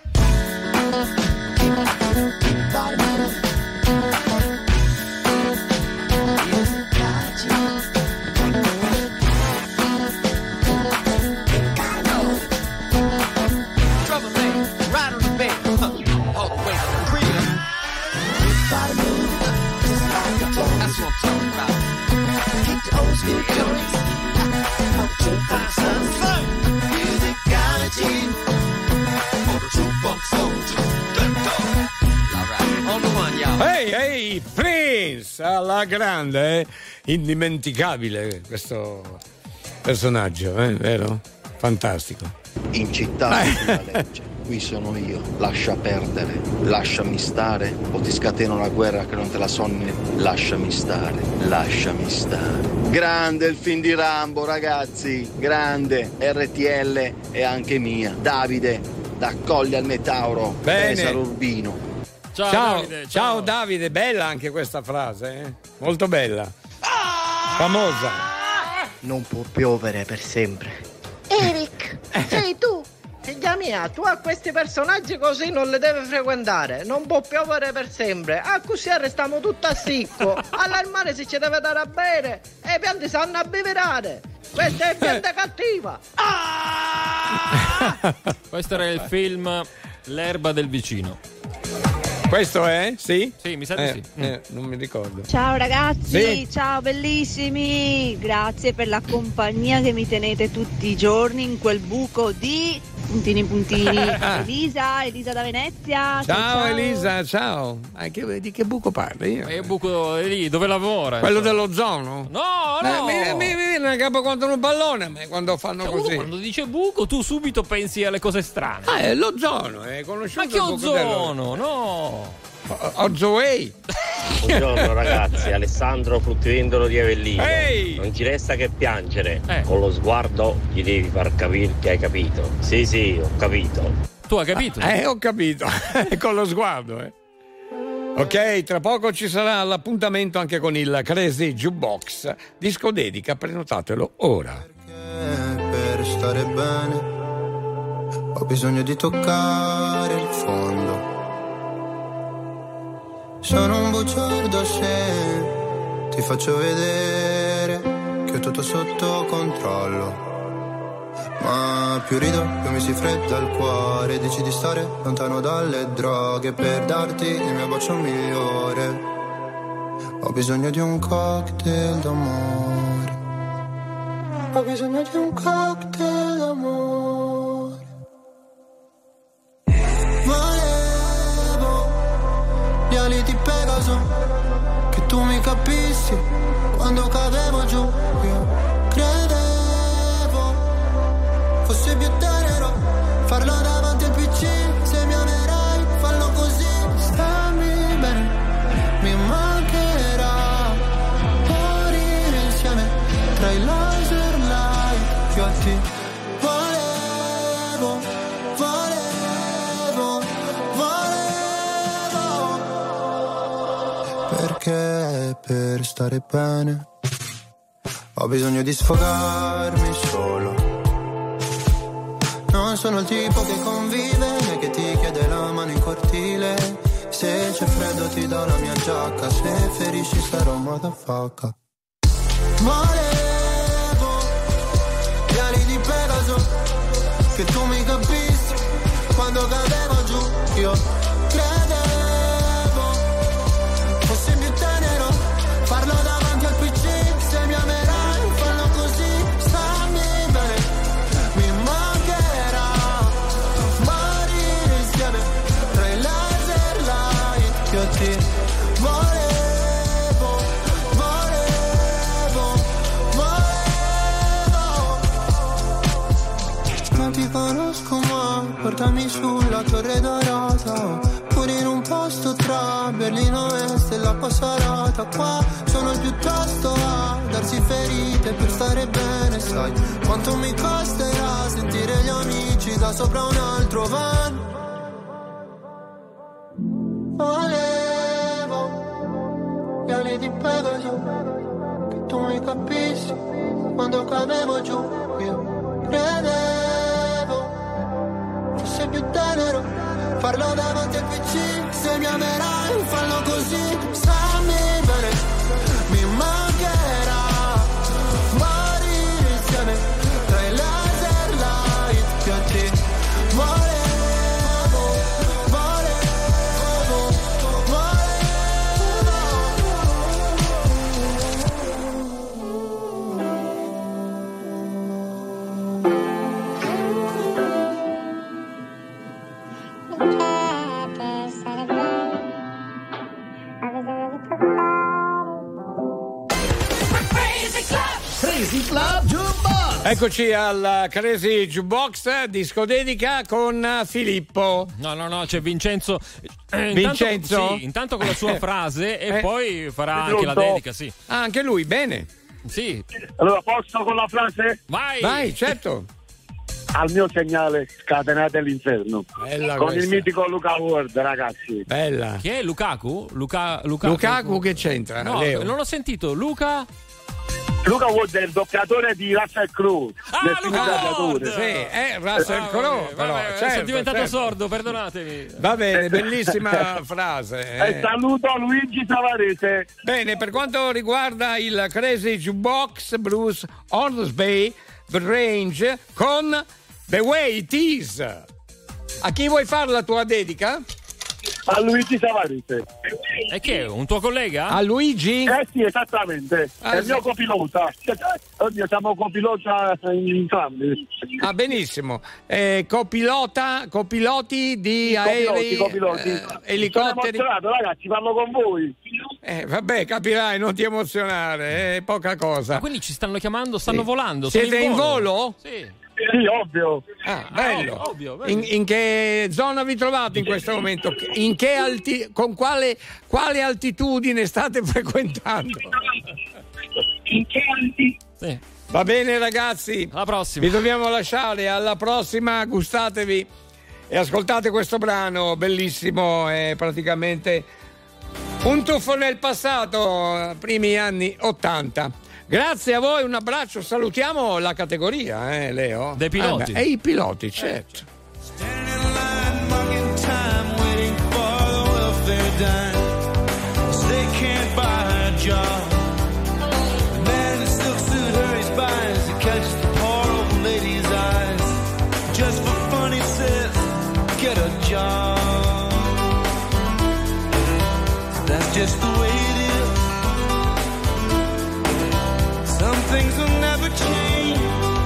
Ehi, ehi, Prince, alla grande, eh? Indimenticabile questo personaggio, eh? Vero? Fantastico. In città eh. la legge, qui sono io, lascia perdere, lasciami stare, o ti scateno una guerra che non te la sonni, lasciami stare, lasciami stare. Grande il film di Rambo, ragazzi, grande, R T L e anche mia. Davide, da Colli al Metauro, Bene. Pesaro Urbino. Ciao, ciao, Davide, ciao. ciao Davide, bella anche questa frase, eh? Molto bella, famosa. Non può piovere per sempre. Eric, sei tu? Figlia mia, tu a questi personaggi così non li devi frequentare. Non può piovere per sempre. A così restiamo tutti a sicco. All'armare si ci deve dare a bere e i pianti sanno a beverare. Questa è pianta cattiva. Ah! Questo era il film L'erba del vicino. Questo è? Sì? Sì, mi sa di Eh, sì. eh, non mi ricordo. Ciao ragazzi, Sì. ciao bellissimi, grazie per la compagnia che mi tenete tutti i giorni in quel buco di puntini puntini. Elisa, Elisa da Venezia. Ciao, Elisa, ciao. Eh, che- di che buco parli? E il buco è lì, dove lavora? Quello insomma. dell'ozono? No, Eh, no! mi, mi, mi viene a capo contro un pallone a me quando fanno Cioè, uno così. quando dice buco, tu subito pensi alle cose strane. Ah, è l'ozono, è conosciuto. Ma che il buco dello- ozono? No! O- Ozoei. Buongiorno ragazzi, Alessandro fruttivendolo di Avellino. Ehi! Non ci resta che piangere. Eh. Con lo sguardo gli devi far capire che hai capito. Sì, sì, ho capito. Tu hai capito? Eh, ho capito. Con lo sguardo, eh. Ok, tra poco ci sarà l'appuntamento anche con il Crazy Jukebox. Disco dedica, prenotatelo ora. Per stare bene ho bisogno di toccare il fondo. Sono un bugiardo se ti faccio vedere che ho tutto sotto controllo. Ma più rido, più mi si fredda il cuore. Dici di stare lontano dalle droghe per darti il mio bacio migliore. Ho bisogno di un cocktail d'amore. Ho bisogno di un cocktail d'amore. Volevo gli ali di Pegaso, che tu mi capissi quando cadevo giù. Io credevo fosse più tenero farlo davanti al P C. Se mi amerai, fallo così. Stammi bene, mi mancherà morire insieme tra i laser light. Io a te volevo, volevo, volevo. Perché per stare bene ho bisogno di sfogarmi solo. Non sono il tipo che convive né che ti chiede la mano in cortile. Se c'è freddo ti do la mia giacca, se ferisci sarò motherfucker. Volevo gli ali di Pegaso, che tu mi capissi quando cadevo giù. Io credevo fosse più tenero farlo davanti al P C. Se mi amerai, fallo così. Stammi bene, mi mancherà morire insieme tra i laser light. Io ti volevo, volevo, volevo. Non ti conosco ma portami sulla Torre Dorata, pure in un posto tra Berlino Est e la Passarata. Qua sono il più tosto a darsi ferite per stare bene. Sai quanto mi costerà sentire gli amici da sopra un altro van. Volevo gli ali di Pegaso, che tu mi capissi quando cadevo giù. Io credevo fosse più tenero farlo davanti al P C. Se mi amerai, fallo così. Stammi bene, mi mancherà morire insieme tra i laser light. Io ti volevo, volevo, Crazy Club Jukebox. Eccoci al Crazy Jukebox, disco dedica con Filippo. No, no, no, c'è Vincenzo. Eh, Vincenzo? Intanto, sì, intanto con la sua Eh. frase e Eh. poi farà È anche la pronto? dedica, sì. Ah, anche lui, bene. Sì. Allora, posso con la frase? Vai! Vai, certo. Al mio segnale scatenate all'inferno. Bella con questa. il mitico Luca Ward, ragazzi. Bella. Chi è Lukaku? Luca, Lukaku? Lukaku che c'entra? No, Leo? non l'ho sentito. Luca? Luca Ward è il doppiatore di Russell Crowe. del film Luca Gladiatore. Sì, è Russell Ah, Crowe, vabbè, però, vabbè, certo, sono diventato certo. sordo, perdonatemi. Va bene, bellissima frase. E eh. saluto Luigi Savarese. Bene, per quanto riguarda il Crazy Jukebox, Bruce Hornsby, The Range con The Way It Is. A chi vuoi fare la tua dedica? A Luigi Savarese. E che è? Un tuo collega? A Luigi? Eh sì, esattamente. Ah, è il mio sì. copilota. Oddio, siamo copilota entrambi. Ah, benissimo. Eh, copilota, copiloti di aerei, Copiloti, copiloti. eh, Sono elicotteri. emozionato, ragazzi, parlo con voi. Eh, vabbè, capirai, non ti emozionare, è poca cosa. Ma quindi ci stanno chiamando, stanno Sì. volando. sono Siete in volo? Sì. Sì, ovvio. Ah, bello. Ah, ovvio, bello. In, in che zona vi trovate in questo momento? In che alti, con quale, quale altitudine state frequentando? In che alti? Sì. Va bene ragazzi, alla prossima. Vi dobbiamo lasciare, alla prossima, gustatevi e ascoltate questo brano bellissimo, è praticamente un tuffo nel passato, primi anni ottanta. Grazie a voi, un abbraccio, salutiamo la categoria, eh, Leo? Dei piloti. Ah, beh, e i piloti, certo. Just the way it is. Some things will never change.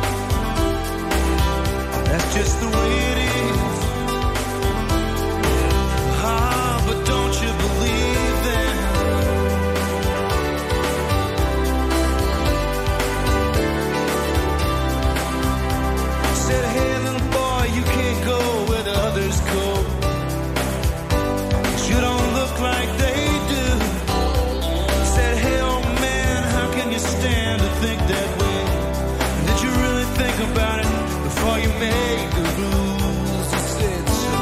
That's just the way it is. Ah, but don't you believe them? Said, hey little boy, you can't go where the others go. You don't look like they about it before you make the rules. You said so.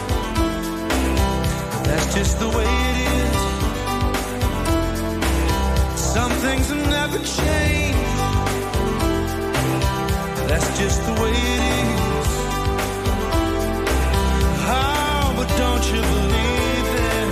That's just the way it is. Some things will never change. That's just the way it is. Oh, but don't you believe it?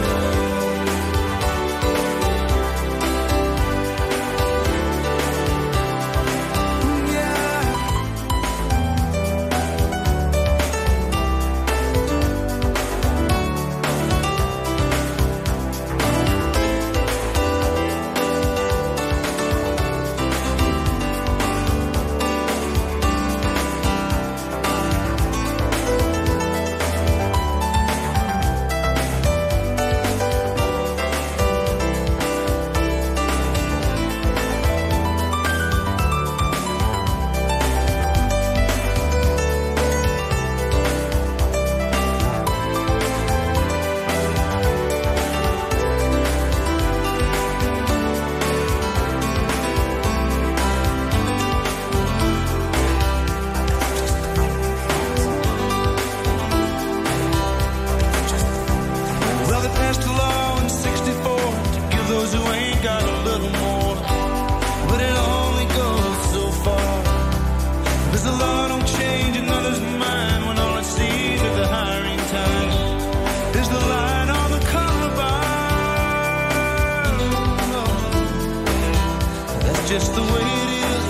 Just the way it is.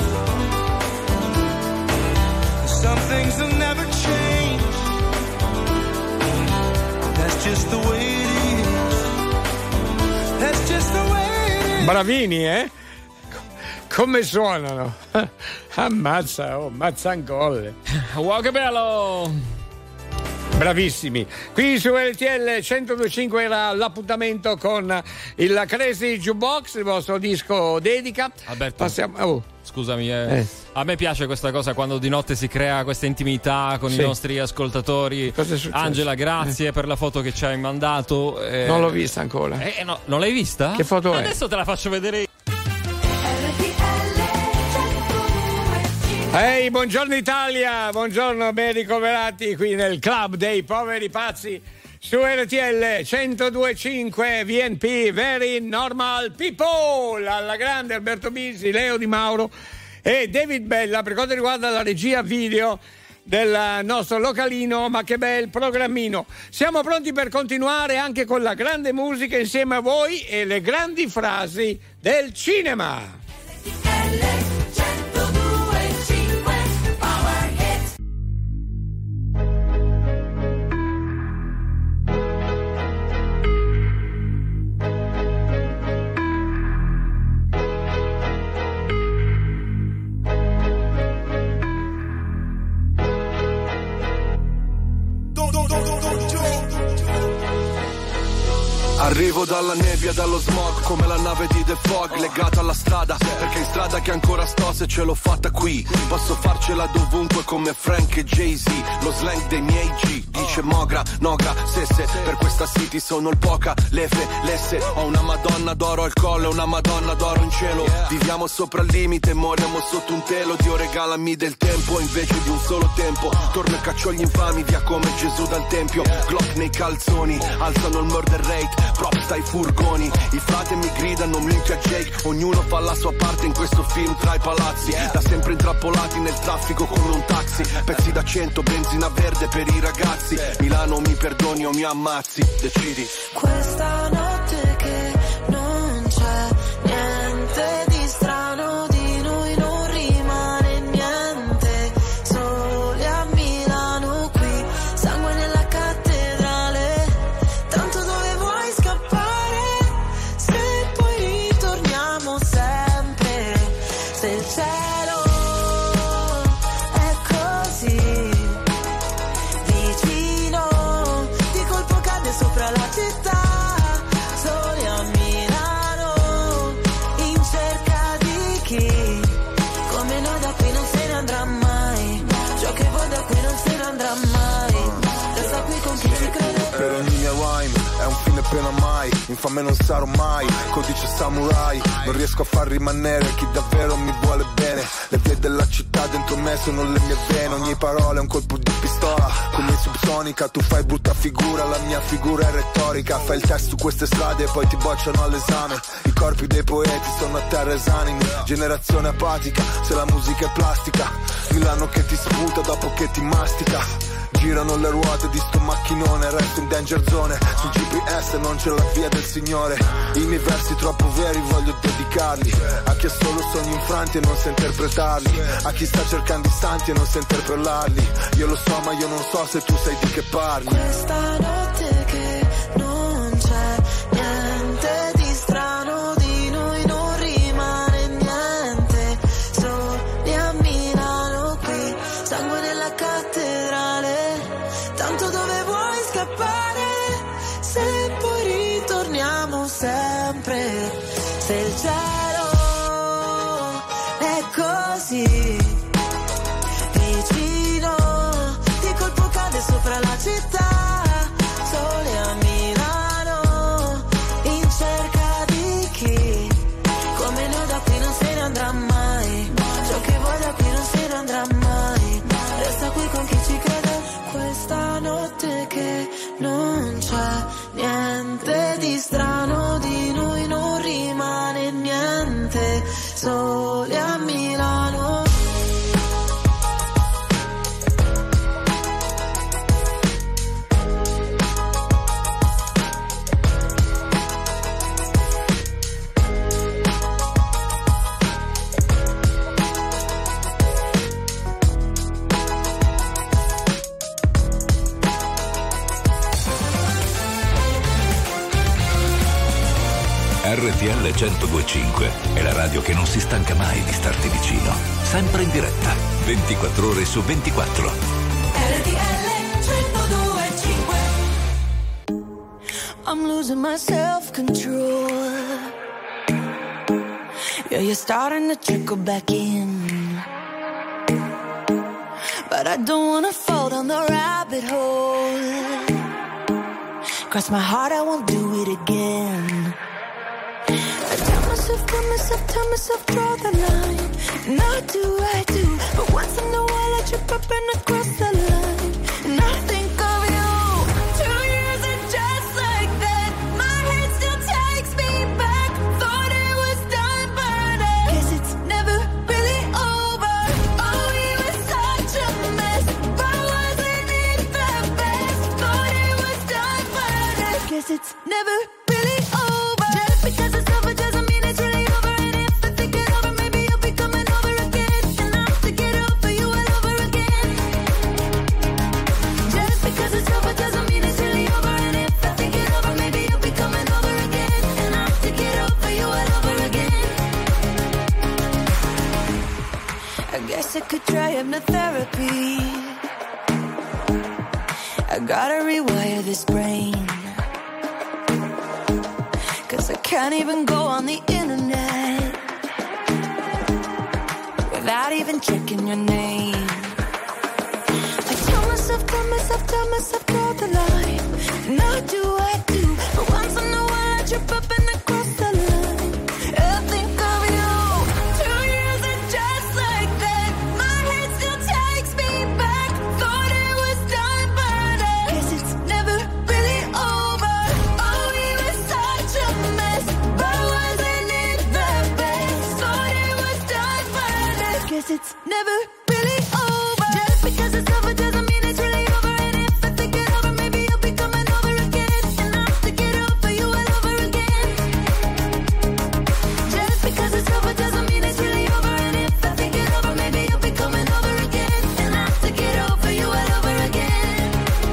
Some things will never change. That's just the way it is. That's just the way it is. Bravini, eh? Come suonano? Ammazza, oh, mazzancolle. Wow, che bello! Bravissimi. Qui su R T L centodue e cinque era l'appuntamento con il Crazy Jukebox, il vostro disco dedica. Alberto, passiamo. Oh. Scusami, eh. Eh. A me piace questa cosa quando di notte si crea questa intimità con Sì. i nostri ascoltatori. Cosa è successo? Angela, grazie Eh. per la foto che ci hai mandato. Eh, Non l'ho vista ancora. Eh, no, non l'hai vista? Che foto è? Adesso te la faccio vedere. Ehi, hey, buongiorno Italia, buongiorno ben ricoverati qui nel club dei poveri pazzi su R T L centodue e cinque V N P, Very Normal People, alla grande Alberto Bisi, Leo Di Mauro e David Bella per quanto riguarda la regia video del nostro localino. Ma che bel programmino. Siamo pronti per continuare anche con la grande musica insieme a voi e le grandi frasi del cinema. Vivo dalla nebbia, dallo smog, come la nave di The Fog, legata alla strada, perché in strada che ancora sto se ce l'ho fatta qui. Posso farcela dovunque come Frank e Jay-Z, lo slang dei miei G. Dice Mogra, Nogra, Sesse, per questa city sono il poca, lefe, lesse. Ho una madonna d'oro al collo e una madonna d'oro in cielo. Viviamo sopra il limite, moriamo sotto un telo. Dio regalami del tempo invece di un solo tempo. Torno e caccio gli infami via come Gesù dal tempio. Glock nei calzoni, alzano il murder rate, props dai furgoni. I frate mi gridano minchia Jake, ognuno fa la sua parte in questo film tra i palazzi. Da sempre intrappolati nel traffico come un taxi. Pezzi da cento, benzina verde per i ragazzi. Milano mi perdoni o mi ammazzi, decidi. Questa notte che non c'è niente di strano, di noi non rimane niente. Soli a Milano qui, sangue nella cattedrale. Tanto dove vuoi scappare, se poi ritorniamo sempre. Se il cielo è così vicino, di colpo cade sopra la città. Soli a Milano, in cerca di chi come noi da qui non se ne andrà mai. Ciò che vuoi da qui non se ne andrà mai. Resta qui con chi ci crede. Per ogni mia rhyme è un fine pena mai, infame non sarò mai, codice samurai. Non riesco a far rimanere chi davvero mi vuole bene. Le vie della città dentro me sono le mie vene. Ogni parola è un colpo di pistola, come subsonica. Tu fai brutta figura, la mia figura è retorica. Fai il test su queste strade e poi ti bocciano all'esame. I corpi dei poeti sono a terra esanimi. Generazione apatica, se la musica è plastica. Milano che ti sputa dopo che ti mastica. Girano le ruote di sto macchinone, resto in danger zone. Sul G P S non c'è la via del Signore. I miei versi troppo veri voglio dedicarli a chi ha solo sogni infranti e non sa interpretarli, a chi sta cercando istanti e non sa interpellarli. Io lo so ma io non so se tu sai di che parli. Questa notte che non c'è niente di strano, di noi non rimane niente. Soli a Milano qui, sangue nella cattedrale. Tanto dove vuoi scappare, se poi ritorniamo sempre. Se il cielo è così vicino, di colpo cade sopra la città. Sole a Milano, in cerca di chi come noi da qui non se ne andrà mai. Ciò che vuoi da qui non se ne andrà mai. Resta qui con chi ci crede. Questa notte che non c'è niente di strano, di noi non rimane niente. Soli a Milano. R T L centodue e cinque è la radio che non si stanca mai di starti vicino. Sempre in diretta, ventiquattro ore su ventiquattro. R T L centodue e cinque. I'm losing my self-control. Yeah, you're starting to trickle back in. But I don't wanna fall down the rabbit hole. Cross my heart, I won't do it again. I tell myself, tell myself, tell myself, draw the line. Not do I do, but once in a while I trip up and I cross the line. And I think of you. Two years and just like that, my head still takes me back. Thought it was done, but I guess it's never really over. Oh, we were such a mess, but wasn't it the best? Thought it was done, but I guess it's never really over. Just because it's over doesn't mean it's really over. And if I think it over, maybe you'll be coming over again. And I'll have to get over you all over again. Just because it's over doesn't mean it's really over. And if I think it over, maybe you'll be coming over again. And I'll have to get over you all over again. I guess I could try hypnotherapy. I gotta rewire this brain. can't even go on the internet without even checking your name. I tell myself, tell myself, tell myself, draw the line. Now do I do, but once in a while I trip up and I cross the line. I think of you, two years and just like that, my head still takes me back. Thought it was done, but I guess it's never really over. Oh, we were such a mess, but wasn't it the best? Thought it was done, but I guess it's never really over. Just because it's over doesn't mean it's really over. And if I think it over, maybe you'll be coming over again. And I'll have to get over you all over again. Just because it's over doesn't mean it's really over. And if I think it over, maybe you'll be coming over again. And I'll have to get over you all over again.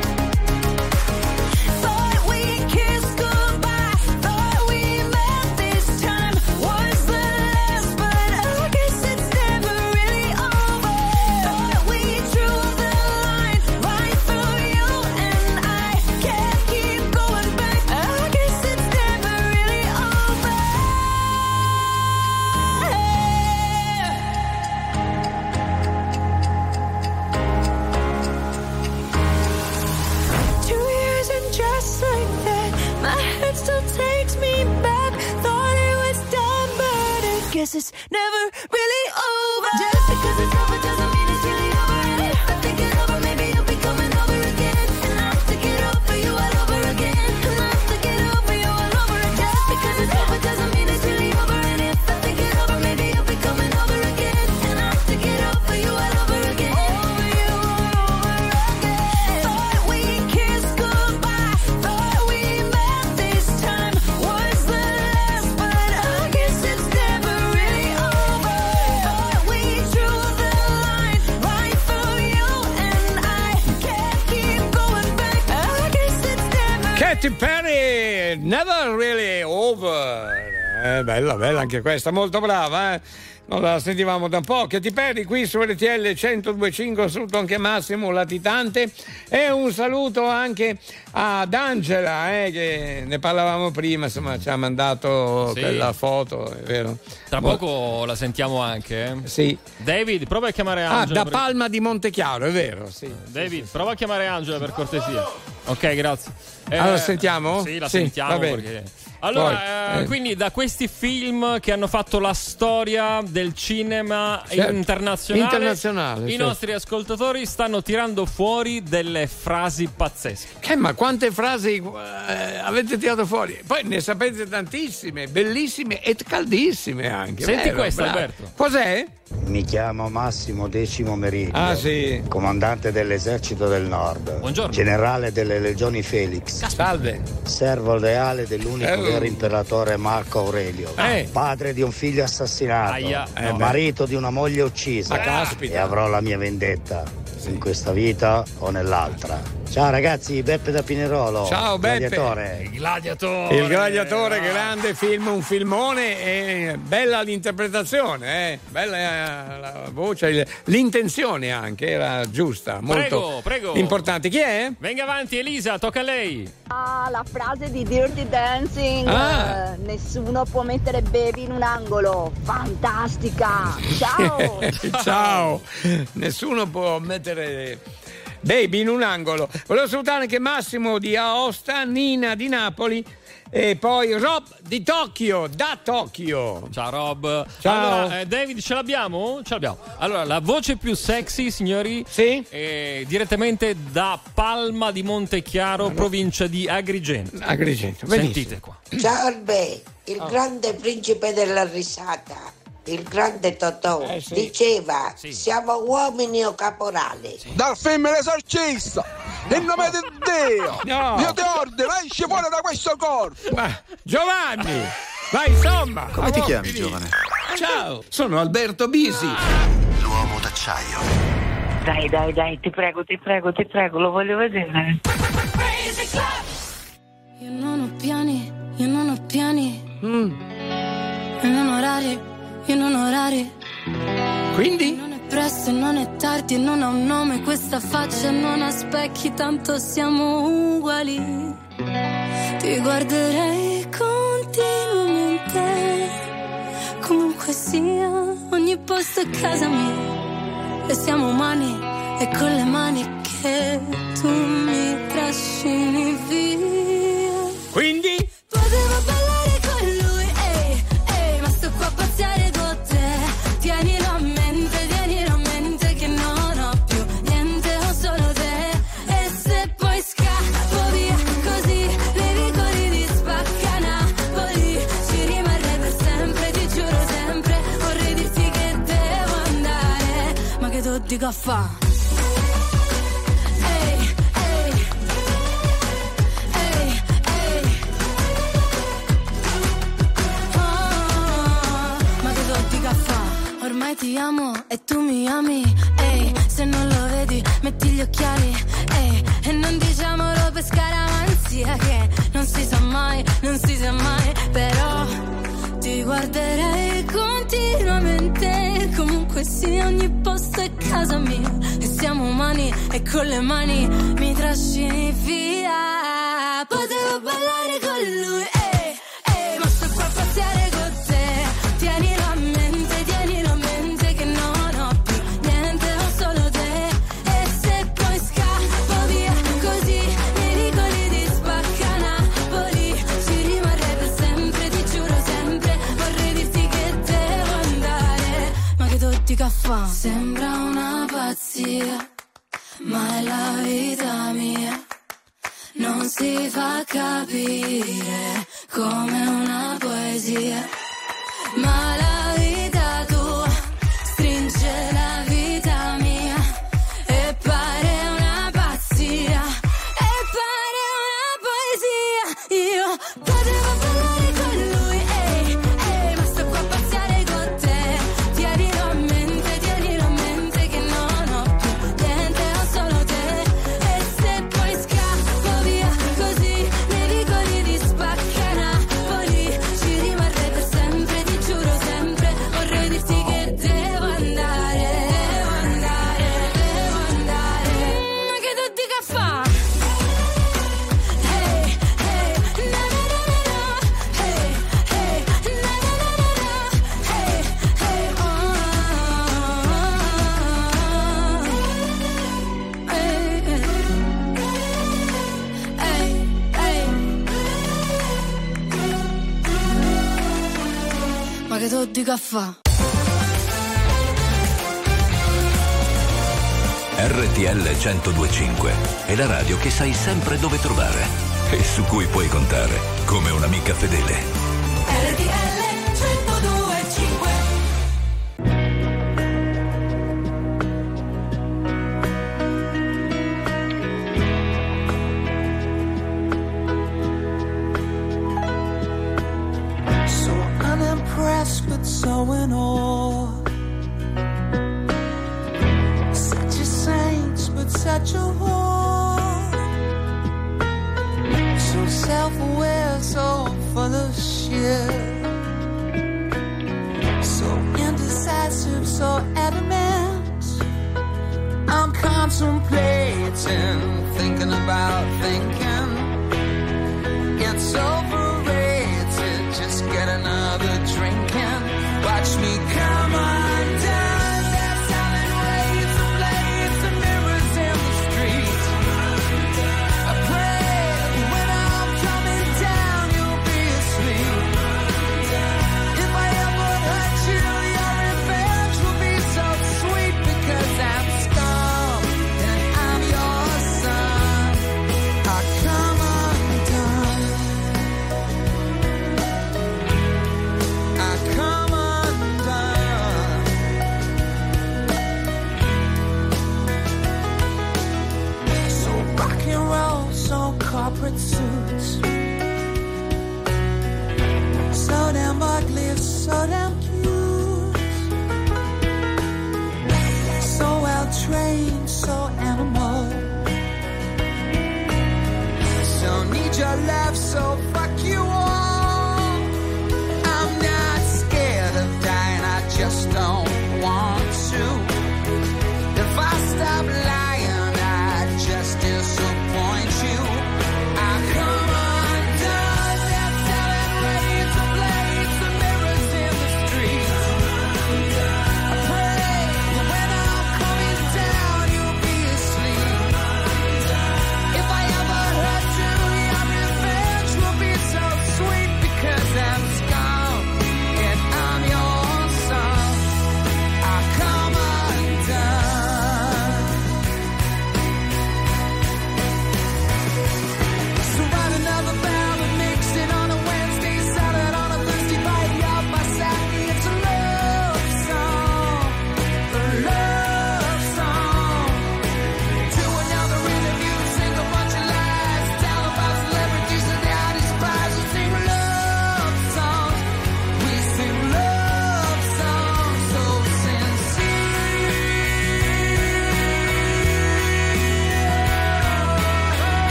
Thought we kissed goodbye, thought we met this time was the last, but I guess it's never really over. Thought we drew the line right through you and I can't keep going back. I guess it's never really over. Two years and just like that, my head still takes me back. Thought it was done, but I guess it's never really over. Just because it's over doesn't mean it's really over. And if I think it over, maybe you'll be coming over again. And I'll have to get over you all over again. And I'll have to get over you all over again. Just because it's over doesn't mean it's really over. And if I think it over, maybe you'll be coming over again. And I'll have to get over you all over again. Over you all over again. Thought we kissed goodbye, thought we met this time was the last, but I guess it's never really over. Thought we drew the line right through you and I can't keep going back. I guess it's never. Katy Perry, Never Really Over. Eh, bella, bella anche questa, molto brava, eh. Non la sentivamo da un po'. Katy Perry qui su R T L centodue e cinque. Un saluto anche a Massimo Latitante e un saluto anche ad Angela, eh, che ne parlavamo prima, insomma ci ha mandato Sì. quella foto, è vero. Tra Mo- poco la sentiamo anche. eh. Sì. David, prova a chiamare Ah, Angela. da per- Palma di Montechiaro, è vero, sì. David, prova a chiamare Angela per cortesia. Ok, grazie. Eh, Allora, sentiamo? Sì, la Sì, sentiamo va bene. perché. Allora, Poi, eh, eh. quindi da questi film che hanno fatto la storia del cinema Certo. internazionale, Internazionale, i certo. nostri ascoltatori stanno tirando fuori delle frasi pazzesche. Che, ma quante frasi eh, avete tirato fuori? Poi ne sapete tantissime, bellissime e caldissime anche. Senti vero? questa, Bravo. Alberto. Cos'è? Mi chiamo Massimo Decimo Meridio, Ah, sì. comandante dell'esercito del nord, Buongiorno. generale delle legioni Felix, Salve. servo leale dell'unico Eh, vero imperatore Marco Aurelio, Eh. padre di un figlio assassinato, Aia. Eh, beh. marito di una moglie uccisa, Ma caspita. e avrò la mia vendetta in questa vita o nell'altra. Ciao ragazzi, Beppe da Pinerolo. Ciao, Beppe. Gladiatore. Il gladiatore. Il gladiatore, grande film, un filmone e bella l'interpretazione, eh? Bella eh, la voce, il- l'intenzione anche era giusta, molto Prego, prego. importante. Chi è? Venga avanti, Elisa, tocca a lei. Ah, la frase di Dirty Dancing. Ah. eh, nessuno può mettere baby in un angolo. Fantastica. Ciao. Ciao. Nessuno può mettere baby in un angolo. Volevo salutare anche Massimo di Aosta, Nina di Napoli e poi Rob di Tokyo, da Tokyo. Ciao Rob. Ciao. Allora, eh, David, ce l'abbiamo? Ce l'abbiamo. Allora, la voce più sexy, signori, Sì? è direttamente da Palma di Montechiaro, provincia di Agrigento. Agrigento, benissimo. Sentite qua. Ciao Albe, il grande principe della risata, il grande Totò, Eh, sì. diceva Sì. siamo uomini o caporali. Dal film L'esorcista, in nome di Dio, No. io ti ordino, esci fuori da questo corpo. Ma Giovanni, ma insomma. Come ti oh, chiami, finito. giovane? Ciao, sono Alberto Bisi. L'uomo d'acciaio. Dai, dai, dai, ti prego, ti prego, ti prego, lo voglio vedere. Io non ho piani, io non ho piani. Mm. Io non ho orari, io non ho orari. Quindi? Non è presto e non è tardi e non ha un nome questa faccia, non ha specchi, tanto siamo uguali. Ti guarderei continuamente comunque sia, ogni posto è casa mia. E siamo umani, e con le mani che tu mi trascini via. Quindi? Potevo ballare con lui, ehi, ehi, ma sto qua a pazziare con te. Tienilo a mente, tienilo a mente che non ho più niente, ho solo te. E se poi scappo via così, nei vicoli di Spacca Napoli, ci rimarrei per sempre, ti giuro sempre. Vorrei dirti che devo andare, ma che tu dico a fa'? Ormai ti amo e tu mi ami, ehi, se non lo vedi metti gli occhiali, ehi, e non diciamolo per scaramanzia che non si sa mai, non si sa mai, però ti guarderei continuamente, comunque sia ogni posto è casa mia, e siamo umani e con le mani mi trascini via. Potevo ballare con lui, ehi, ehi, ma sto qua a pazziare con te, tienilo a mente. Sembra una pazzia, ma è la vita mia. Non si fa capire come una poesia, ma la vita tua stringe la vita mia e pare una pazzia, e pare una poesia. Io potevo ballare con lui, ehi, ehi, ma sto qua a pazziare con te. Tienilo a mente, tienilo a mente che non ho più niente, ho solo te. E se poi scappo via così, nei vicoli di Spacca Napoli, ci rimarrei per sempre, ti giuro sempre. Vorrei dirti che devo andare, devo andare, devo andare. Ma che tu dica fa? Hey, hey, na na na na na. Hey, hey, na na na na na. Hey, hey, oh. Hey, hey, hey. Ma che tu dica fa? R T L centodue e cinque è la radio che sai sempre dove trovare e su cui puoi contare come un'amica fedele. R T L centodue e cinque. So unimpressed but so in awe. Such a saint but such a whore. So self-aware, so full of shit. So indecisive, so adamant. I'm contemplating, thinking about thinking. It's overrated, just get another drink and watch me come undone. They're selling razor blades and mirrors in the street. I pray when I'm coming down you'll be asleep.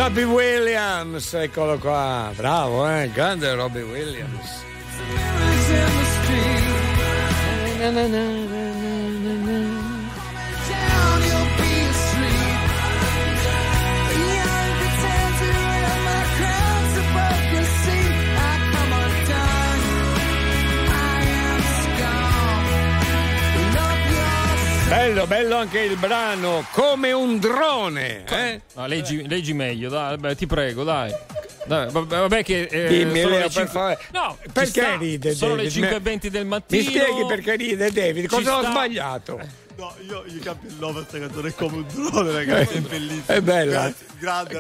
Robbie Williams, eccolo qua, bravo, eh, grande Robbie Williams. Na, na, na, na, na, na. Bello, bello anche il brano, come un drone. Eh? No, leggi, leggi meglio, dai, beh, ti prego, dai. Dai, vabbè, vabbè che eh, Dimmi, sono Leo, le per cinque... favore. No, perché sta. ride Sono David? le cinque e venti del mattino. Mi spieghi perché ride David? Cosa Ci ho sta. sbagliato? No, io, io capisco questa canzone è come un drone, ragazzi, è bellissimo. È bella. Grande,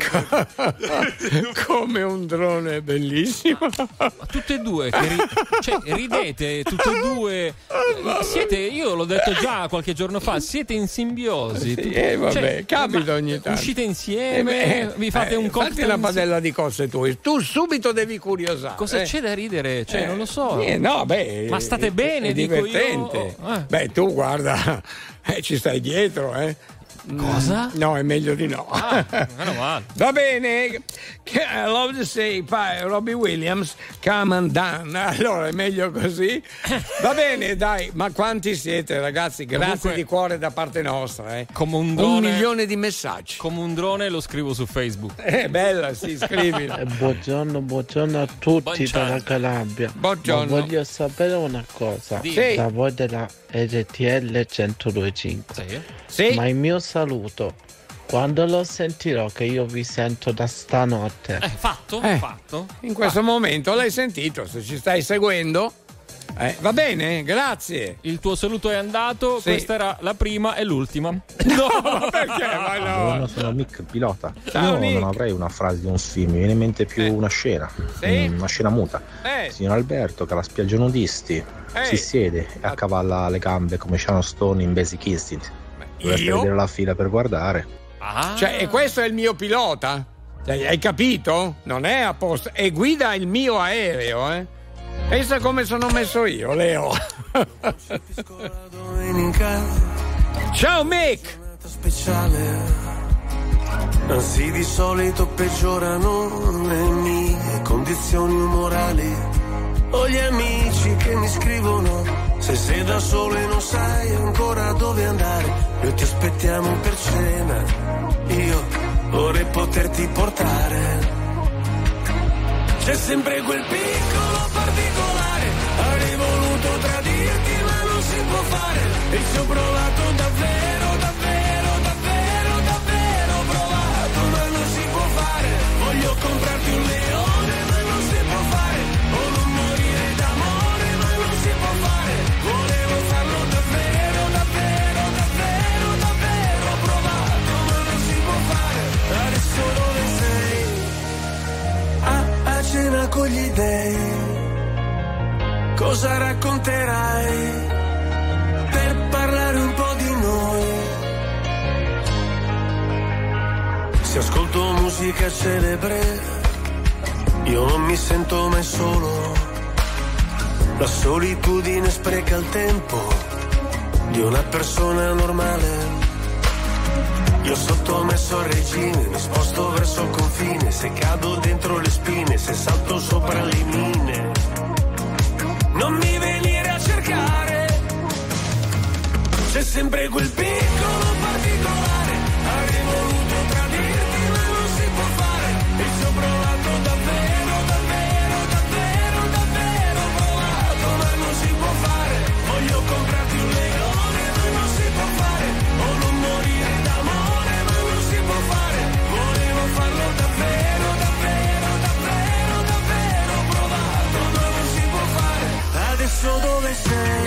come un drone, è bellissimo. Ma tutte e due, che ri... cioè, ridete, tutte e due. Siete, io l'ho detto già qualche giorno fa, siete in simbiosi. Sì, eh, vabbè, cioè, capita ogni tanto. Uscite insieme, Eh, beh, vi fate eh, un cocktail. Fatti una padella di cose tu. Tu subito devi curiosare. Cosa eh. c'è da ridere? Cioè, Eh, non lo so. eh, no, beh, Ma state è- bene, è dico divertente. io. Eh. Beh, tu guarda, eh, ci stai dietro, eh. Cosa? Mm, no, è meglio di no. Ah, meno male. Va bene. I love to say pa- Robbie Williams, come on down. Allora è meglio così. Va bene, dai, ma quanti siete, ragazzi? Grazie Comunque- di cuore da parte nostra, eh. Come un Un drone, milione di messaggi. come un drone lo scrivo su Facebook. È bella, sì, scrivilo. Eh, buongiorno, buongiorno a tutti Buongiorno. dalla Calabria. Buongiorno. Ma voglio sapere una cosa. Sì. Da voi della R T L centodue e cinque. Sì. Sì. Ma il mio saluto, quando lo sentirò che io vi sento da stanotte? Eh, fatto? Eh. Fatto? In questo momento l'hai sentito, se ci stai seguendo. Eh, va bene, grazie. Il tuo saluto è andato, Sì. questa era la prima e l'ultima. No, ma perché? Ma no. Buongiorno, sono Mick, pilota. Ciao, Io Mick. non avrei una frase di un film, mi viene in mente più una scena, Sì? mm, una scena muta. Eh. Signor Alberto che alla spiaggia nudisti Ehi. si siede e accavalla le gambe come Sharon Stone in Basic Instinct. Dovreste io? vedere la fila per guardare. Ah. Cioè, e questo è il mio pilota? Cioè, hai capito? Non è apposta. E guida il mio aereo, eh? Pensa come sono messo io, Leo. Ciao, Mick. Speciale. Anzi, di solito peggiorano le mie condizioni umorali. Ho gli amici che mi scrivono: se sei da solo e non sai ancora dove andare, noi ti aspettiamo per cena. Io vorrei poterti portare. C'è sempre quel piccolo particolare, avrei voluto tradirti ma non si può fare. E ci ho provato davvero, davvero, davvero, davvero provato, ma non si può fare. Voglio comprarti un leone ma non si può fare, o non morire d'amore ma non si può fare. Volevo farlo davvero, davvero, davvero, davvero provato, ma non si può fare. Adesso dove sei? A, a cena con gli dèi, cosa racconterai per parlare un po' di noi? Se ascolto musica celebre, io non mi sento mai solo. La solitudine spreca il tempo di una persona normale. Io sottomesso al regime, mi sposto verso il confine, se cado dentro le spine, se salto sopra le mine. Non mi venire a cercare, c'è sempre quel piccolo particolare, avrei voluto tradirti ma non si può fare. E ci ho provato davvero, davvero, davvero, davvero provato, ma non si può fare. Voglio comprarti un leone ma non si può fare, o non morire d'amore ma non si può fare. Volevo farlo davvero, davvero, davvero, davvero provato, ma non si può fare. Adesso dove sei?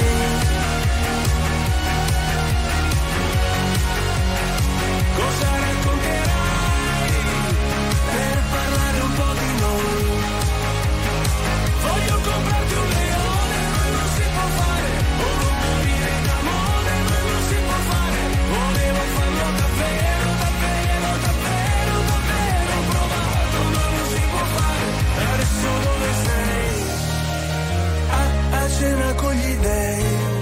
Cosa racconterai per parlare un po' di noi? Voglio comprarti un leone ma non si può fare, o non morire d'amore ma non si può fare. Volevo farlo davvero, davvero, davvero, davvero provato, ma non si può fare. Adesso dove sei? A, a cena con gli dèi,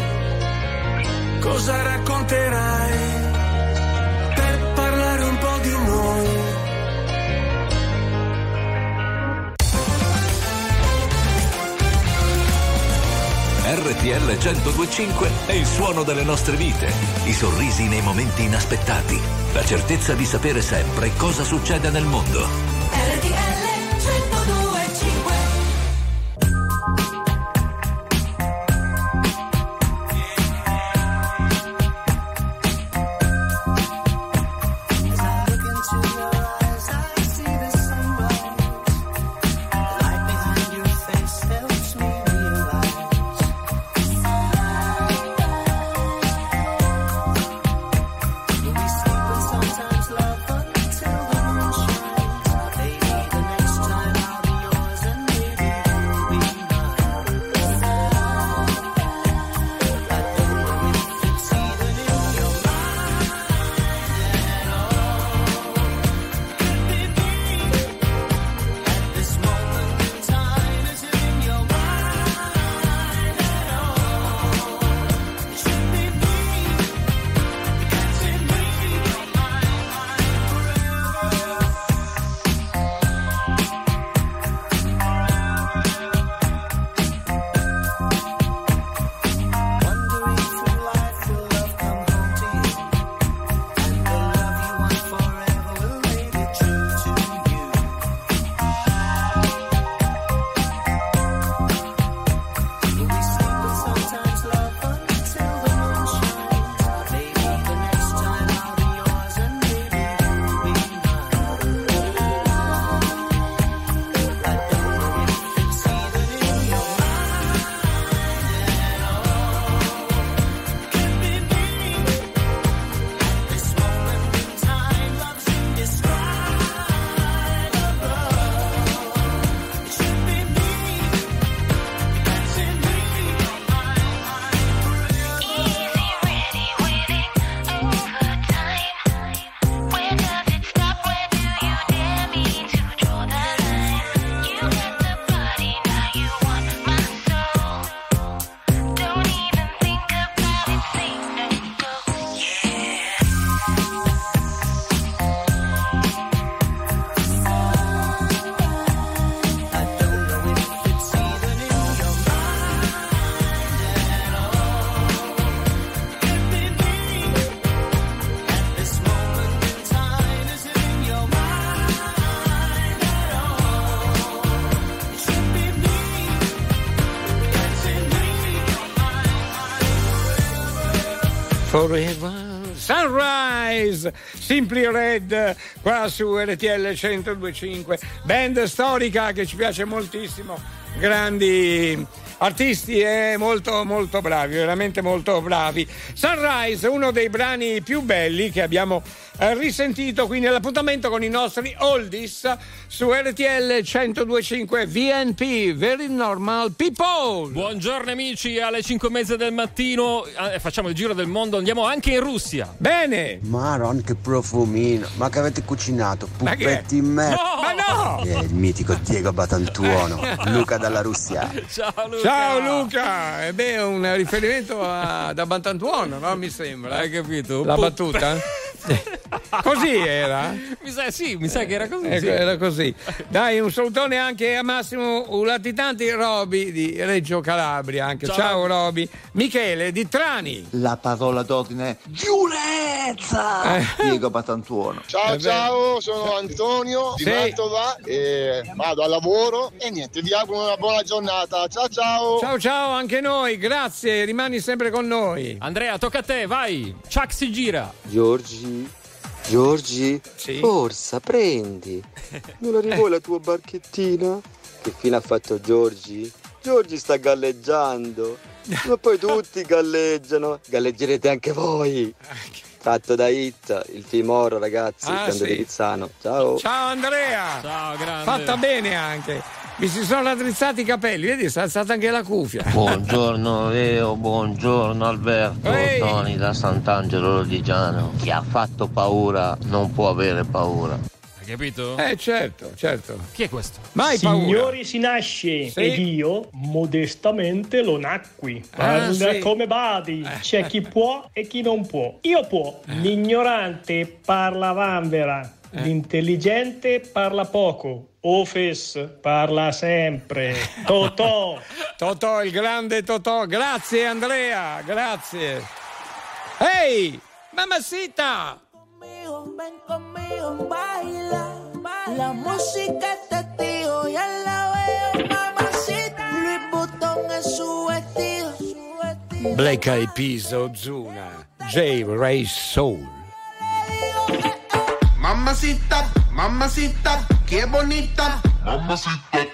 cosa racconterai per parlare un po' di noi? R T L centodue e cinque è il suono delle nostre vite, i sorrisi nei momenti inaspettati, la certezza di sapere sempre cosa succede nel mondo. R T L centodue e cinque. Forever Sunrise, Simply Red, qua su R T L centodue e cinque, band storica che ci piace moltissimo, grandi artisti e molto molto bravi, veramente molto bravi. Sunrise, uno dei brani più belli che abbiamo eh, risentito qui nell'appuntamento con i nostri oldies su R T L centodue e cinque V N P, Very Normal People. Buongiorno amici, alle cinque e mezza del mattino eh, facciamo il giro del mondo, andiamo anche in Russia. Bene. Maron, che profumino, ma che avete cucinato? Pupetti in me. No, ma no! È il mitico Diego Batantuono, Luca dalla Russia. Ciao Luca. Ciao Luca, e beh, un riferimento a, da Bantantuono, no? Mi sembra. Hai capito? La Pup- battuta? Così era? Mi sa, sì, mi sa che era così. Eh, sì. Era così. Dai, un salutone anche a Massimo Ulatitanti, Roby di Reggio Calabria. Anche. Ciao, Ciao Roby. Michele di Trani. La parola d'ordine è giurezza. Eh. Diego Batantuono. Ciao, ciao, sono Antonio di Sì. Mantova e vado al lavoro e niente, vi auguro una buona giornata. Ciao, ciao. Ciao, ciao, anche noi. Grazie, rimani sempre con noi. Andrea, tocca a te, vai. Chuck si gira. Giorgi, Giorgi, Sì? forza, prendi. Non arrivò la tua barchettina? Che fine ha fatto Giorgi? Giorgi sta galleggiando. Ma poi tutti galleggiano. Galleggerete anche voi. Tratto da Hit, il film horror, ragazzi, Ah, Grande sì. di Rizzano. Ciao. Ciao Andrea. Ciao, grande. Fatta bene anche. Mi si sono raddrizzati i capelli, vedi, si è alzata anche la cuffia. Buongiorno Leo, buongiorno Alberto, Ehi. Tony da Sant'Angelo Lodigiano. Chi ha fatto paura non può avere paura. Hai capito? Eh certo, certo. Chi è questo? Mai paura. Signori, si nasce Sì. ed io modestamente lo nacqui. Ah, Guarda sì. come badi, c'è chi può e chi non può. Io può, l'ignorante parla vanvera. L'intelligente parla poco, Ofes parla sempre. Totò. Totò, il grande Totò. Grazie Andrea, grazie. Ehi, mamacita! Ven conmigo, baila, baila. La música es testigo, ya la veo, mamacita. Louis Vuitton es su vestido, su vestido. Black Eyed Peas, Ozuna, J-Ray Soul. Mamacita, mamacita, qué bonita. Mamacita.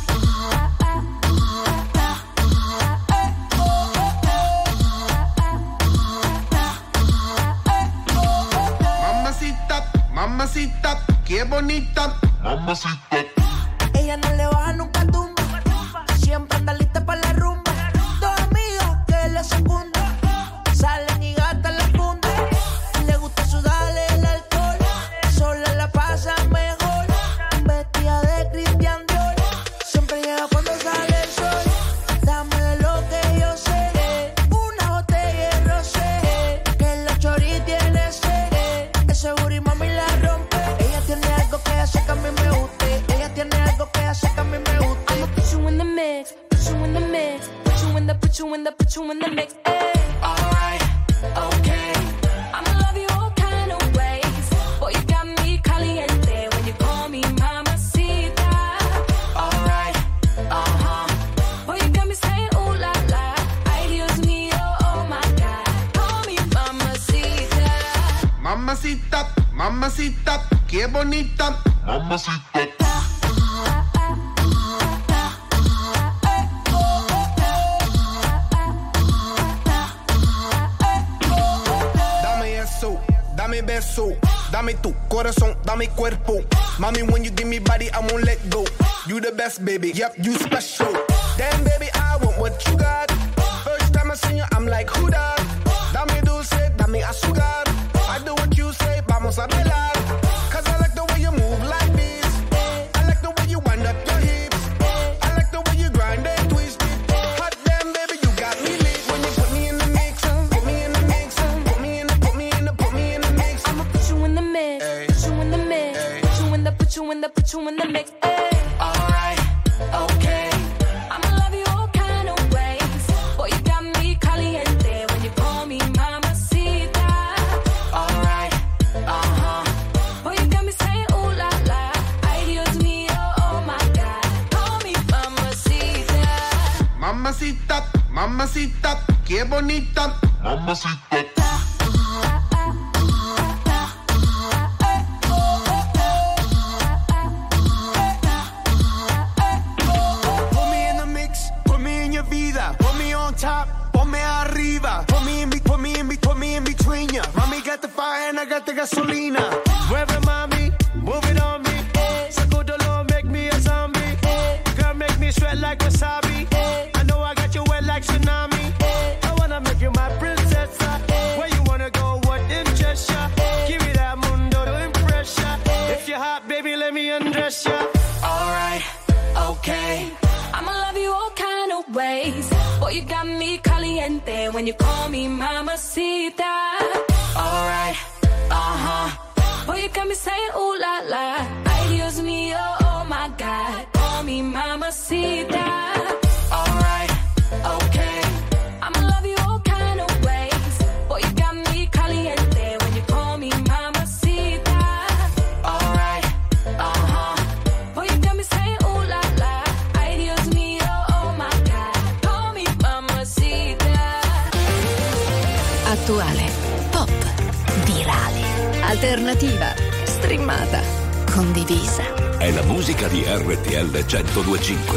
Mamacita, qué bonita. Mamacita. Ella no le baja nunca tumba, siempre anda lista para la rumba. Dos amigas que le secundan, salen y gastan la funda. Le gusta sudarle el alcohol, sola la pasa mejor. Vestida de Christian Dior, siempre llega cuando sale el sol. Dame de lo que yo sé, una botella de rosé, que la chori tiene sed. Ese booty mami la rompe. Ella tiene algo que hace que a mí me guste. Ella tiene algo que hace que a mí me guste. I'ma put you in the mix, put you in the mix, put you in the, put you in the, put you in the mix. Ay. Alright, okay. I'ma love you all kind of ways. Boy, you got me caliente when you call me mamacita. Alright, uh-huh. Boy, you got me saying ooh la la. Ay, Dios mío, oh my God. Call me mamacita. Mamacita, mamacita, qué bonita. Mamacita. Dame eso, dame beso, dame tu corazón, dame cuerpo. Mami, when you give me body, I won't let go. You the best, baby, yep, you special. Damn, baby, I want what you got. First time I seen you, I'm like, who that? Dame dulce, dame azúcar. I do what you say, vamos a bailar. Cause I like the way you move like this. I like the way you wind up your hips. I like the way you grind and twist it. Hot damn, baby, you got me lit. When you put me in the mix, put me in the mix, put me in the, put me in the, put me in the mix. I'ma put you in the mix, Ay. put you in the mix, Ay. put you in the, put you in the, put you in the mix. Ay. Alright, okay. I'ma love you all kind of ways. Boy, you got me caliente when you call me mamacita. Alright, Uh-huh. Boy, you got me saying ooh la la. Ay, Dios mío, oh my God. Call me mamacita. mamacita, mamacita, qué bonita. Mamacita. Put me in the mix, put me in your vida. Put me on top, ponme arriba. Put me in, be- put me in, be- put me in between ya. Mommy got the fire and I got the gasolina. Mueve mami, move it on me. Sacudolo, make me a zombie. Girl, make me sweat like wasabi. I know I got you wet like tsunami. I wanna make you my princess. Where you wanna go, what interests ya? Give me that mundo to impress ya. If you're hot, baby, let me undress ya. Alright, okay. I'ma love you all kind of ways. Boy, you got me caliente when you call me mamacita. Alright, Uh-huh. Boy, you got me saying ooh la la. Ay, Dios mío, oh my God. Call me mamacita. alright, Okay. I'ma love you all kind of ways. Boy, you got me caliente when you call me mamacita. alright. Uh-huh. Boy, you got me saying ooh la la. Ay, Dios mío, oh my God. Call me mamacita. Attuale, pop, virale, alternativa, streamata, condivisa. È la musica di R T L centodue e cinque.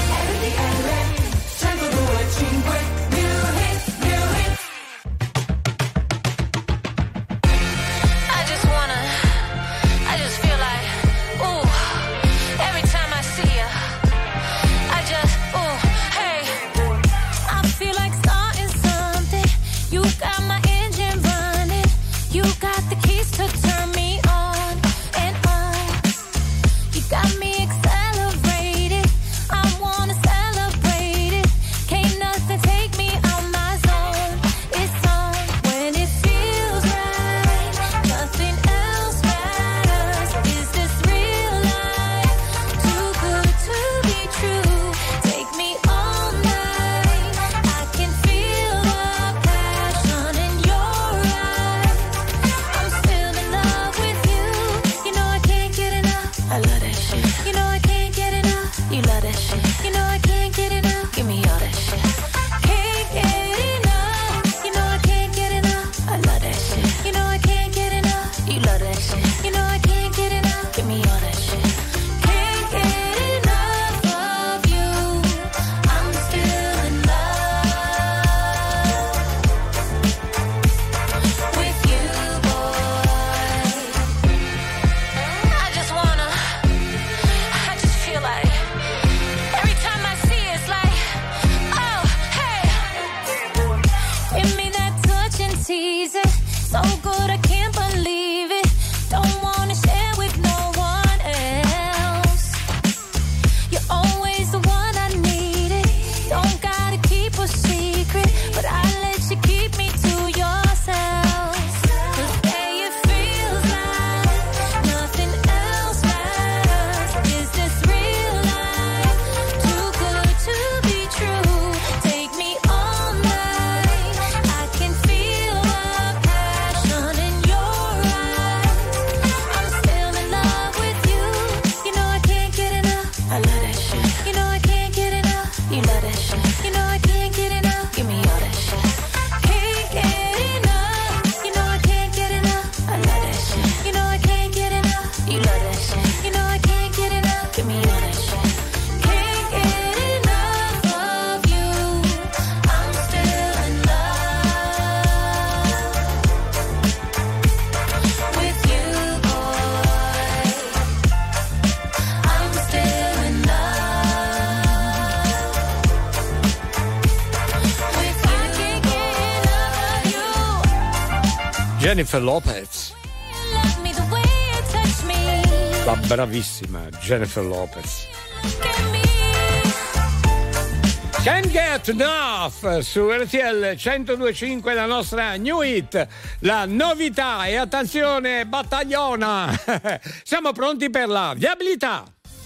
I just wanna, I just feel like, ooh, every time I see you, I just, ooh, hey, I feel like starting something. You got my engine running, you got the keys to turn me on and on. You got me accelerated, I want so good I can't believe it. Don't wanna share with no one else. You're always the one I needed. Don't gotta keep a secret, but I let you keep me to yourself. 'Cause babe, it feels like nothing else matters. Is this real life? Too good to be true. Take me all night. I can feel the passion in your eyes. I'm still in love with you. You know I can't get enough. I love that shit. You know I can't get enough. You love that shit. You know I can't get enough. Give me all that shit. Can't get enough. You know I can't get enough. I love that shit. You know I can't get enough. You love that shit. You know I can't get enough. Give me all that shit. Can't get enough of you. I'm still in love with you, boy. I'm still in love with you. I can't get enough of you. Jennifer Lopez, Love me the way you touch me. la bravissima Jennifer Lopez. Can't Get Enough su R T L centodue e cinque, la nostra new hit, la novità. E attenzione, battagliona, siamo pronti per la viabilità.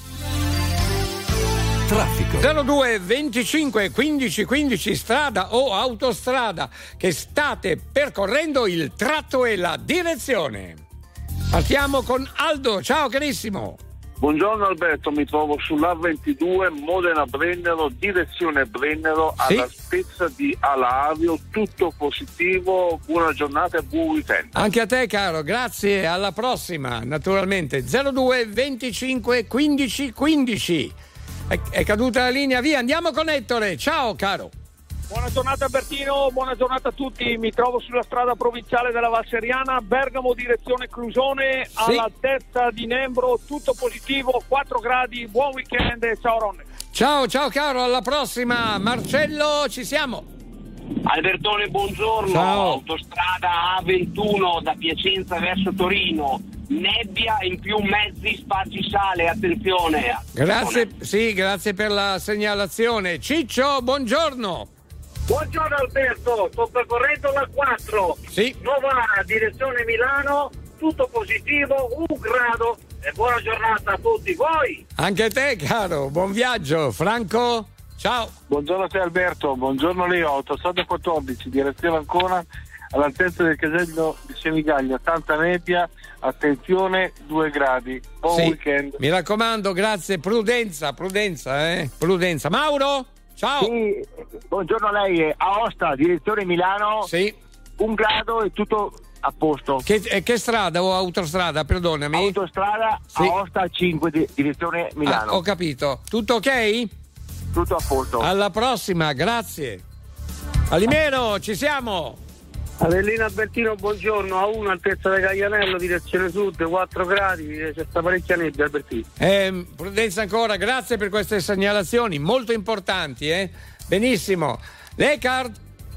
Traffico. zero due venticinque quindici quindici, strada o autostrada che state percorrendo il tratto e la direzione. Partiamo con Aldo. Ciao carissimo. Buongiorno Alberto, mi trovo sull'A ventidue Modena-Brennero, direzione Brennero, alla Sì. spezza di Alario, tutto positivo, buona giornata e buon weekend. Anche a te caro, grazie, alla prossima. Naturalmente zero due venticinque quindici quindici. È, è caduta la linea, via, andiamo con Ettore. Ciao caro. Buona giornata Bertino, buona giornata a tutti. Mi trovo sulla strada provinciale della Valseriana, Bergamo direzione Clusone, Sì. all'altezza di Nembro, tutto positivo, quattro gradi, buon weekend e ciao Ronne. Ciao, ciao caro, alla prossima. Marcello, ci siamo. Albertone, buongiorno. Ciao. Autostrada A ventuno da Piacenza verso Torino, nebbia in più mezzi spargisale, attenzione. Grazie, sì, grazie per la segnalazione. Ciccio, buongiorno. Buongiorno Alberto, sto percorrendo la quattro, sì. Nuova direzione Milano, tutto positivo, un grado e buona giornata a tutti voi. Anche a te caro, buon viaggio. Franco, ciao. Buongiorno a te Alberto, buongiorno Leo, autostrada quattordici, direzione Ancona, all'altezza del casello di Senigallia, tanta nebbia, attenzione, due gradi, buon Sì. weekend. Mi raccomando, grazie, prudenza, prudenza, eh, prudenza. Mauro, ciao. Sì, buongiorno a lei, Aosta, direzione Milano. Sì. Un grado e tutto a posto. Che, eh, che strada o autostrada, perdonami? Autostrada Sì. Aosta cinque, di- direzione Milano. Ah, ho capito. Tutto ok? Tutto a posto. Alla prossima, grazie. Alimero, ci siamo. Avellino Albertino, buongiorno, a uno altezza di Caglianello, direzione sud, quattro gradi, c'è sta parecchia nebbia Albertino. Eh, prudenza ancora, grazie per queste segnalazioni molto importanti, eh? Benissimo. Lecard,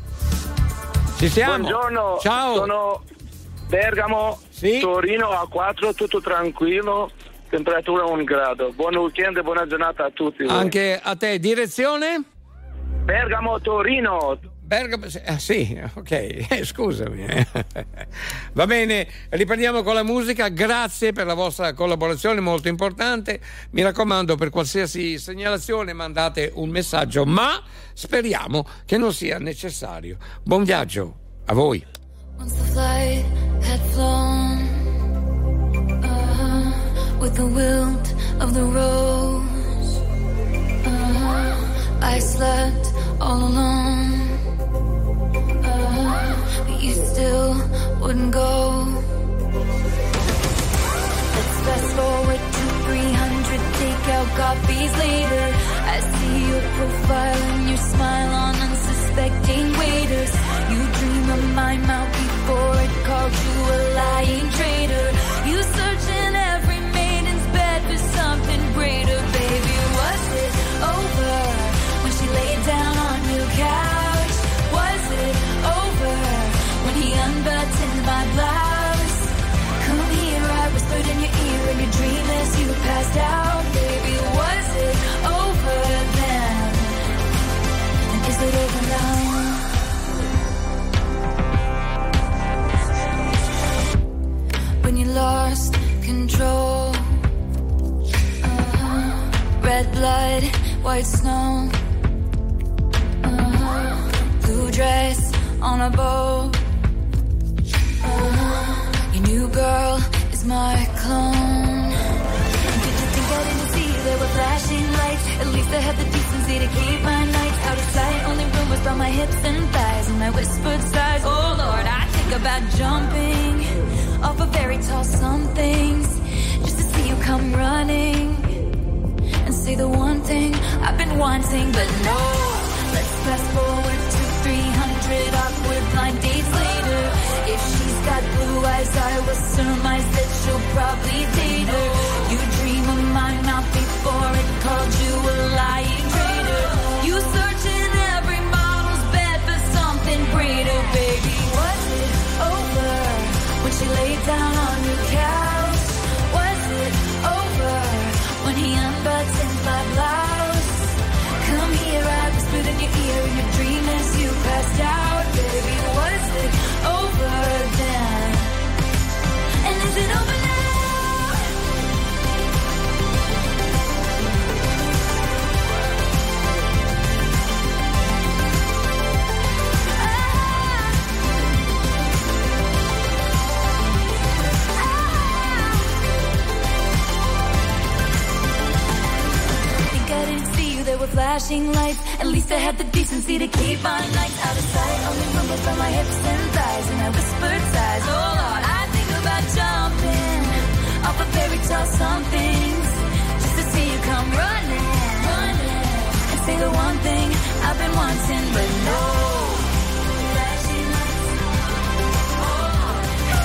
ci siamo. Buongiorno, Ciao. sono Bergamo, Sì. Torino A quattro, tutto tranquillo, temperatura un grado. Buon weekend e buona giornata a tutti. Anche a te, direzione? Bergamo, Torino. Bergamo, eh, sì, ok, eh, scusami. eh. Va bene, riprendiamo con la musica. Grazie per la vostra collaborazione, molto importante. Mi raccomando, per qualsiasi segnalazione mandate un messaggio, ma speriamo che non sia necessario. Buon viaggio a voi. Once the flight had flown, uh-huh, with the wilt of the rose, uh-huh, I slept all alone, uh-huh, but you still wouldn't go. Let's fast forward to three hundred takeout coffees later. I see your profile and your smile on unsuspecting waiters. You dream of my mouth before it called you a lying traitor. You search in every maiden's bed for something greater. Baby, was it over when she laid down on your couch? Was it over when he unbuttoned my on a boat. Uh, your new girl is my clone. Did you think I didn't see there were flashing lights? At least I had the decency to keep my nights out of sight. Only rumors about my hips and thighs and my whispered sighs. Oh Lord, I think about jumping off a very tall somethings just to see you come running and say the one thing I've been wanting. But no, let's fast forward to three hundred awkward blind dates later. If she's got blue eyes, I will surmise that she'll probably date her. You dream of my mouth before it called you a lying traitor. You search in every model's bed for something greater, baby. Was it over when she laid down on your couch? Was it over when he unbuttoned my blouse? Come here, I whispered in your ear in your dream as you passed out, baby. Was it over then? And is it over now? I didn't see you, there were flashing lights. At least I had the decency to keep my nights out of sight. Only rumbles from my hips and thighs and I whispered sighs. Oh Lord, I think about jumping off a fairy tale somethings just to see you come running, running and say the one thing I've been wanting, but no. Flashing lights. Oh.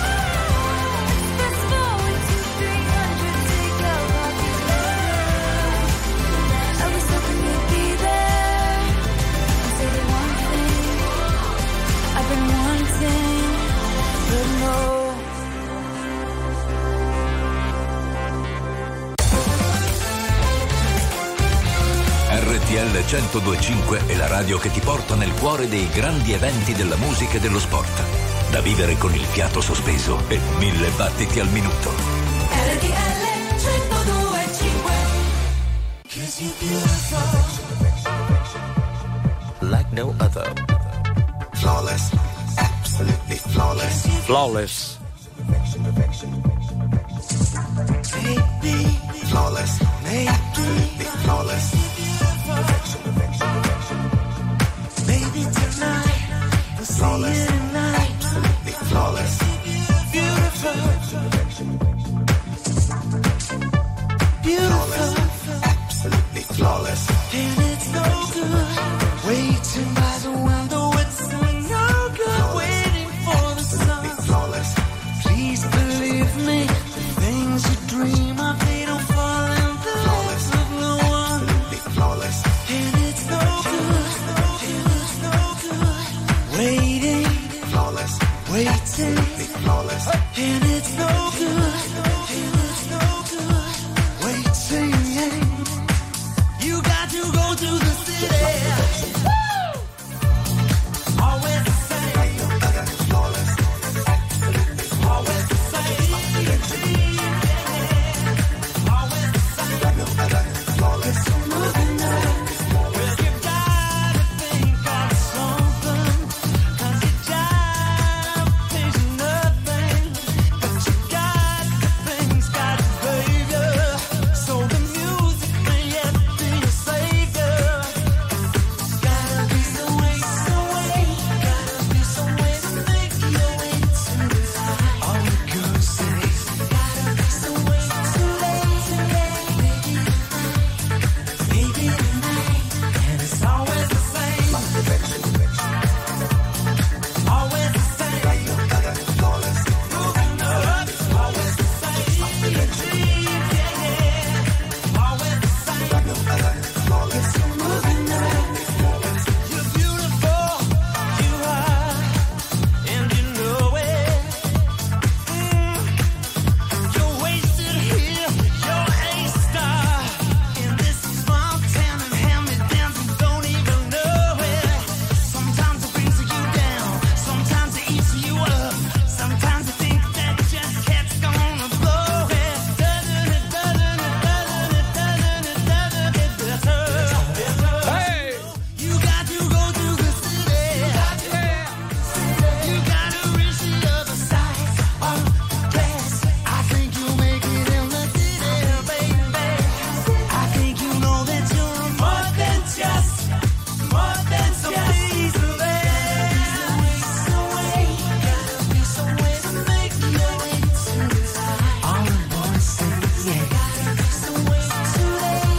Fast forward to three hundred, take out all these letters. I was hoping you'd be there and say the one thing I've been wanting, but no. R T L centodue e cinque è la radio che ti porta nel cuore dei grandi eventi della musica e dello sport. Da vivere con il fiato sospeso e mille battiti al minuto. R T L centodue e cinque. 'Cause you're beautiful. Like no other. Flawless. Absolutely flawless. Flawless. Baby. Flawless. Absolutely flawless. Baby, tonight we'll see you tonight. Absolutely flawless. Beautiful. Beautiful. Absolutely flawless. And it's no good waiting by the window. It's no good waiting for the sun. Flawless. Please believe me, the things you dream of, they don't fall in the hands of no one. Absolutely flawless. And it's no good, and it's no good waiting. Flawless. Waiting. Absolutely flawless. And it's no good, and it's no good waiting. You got to go to the city. Woo! Always the same. Flawless. Absolutely always the same. Always the same. Flawless. Moving on. Well, you gotta think of something. 'Cause your job pays nothing. But you got the things, got behavior. So the music may yet be your savior.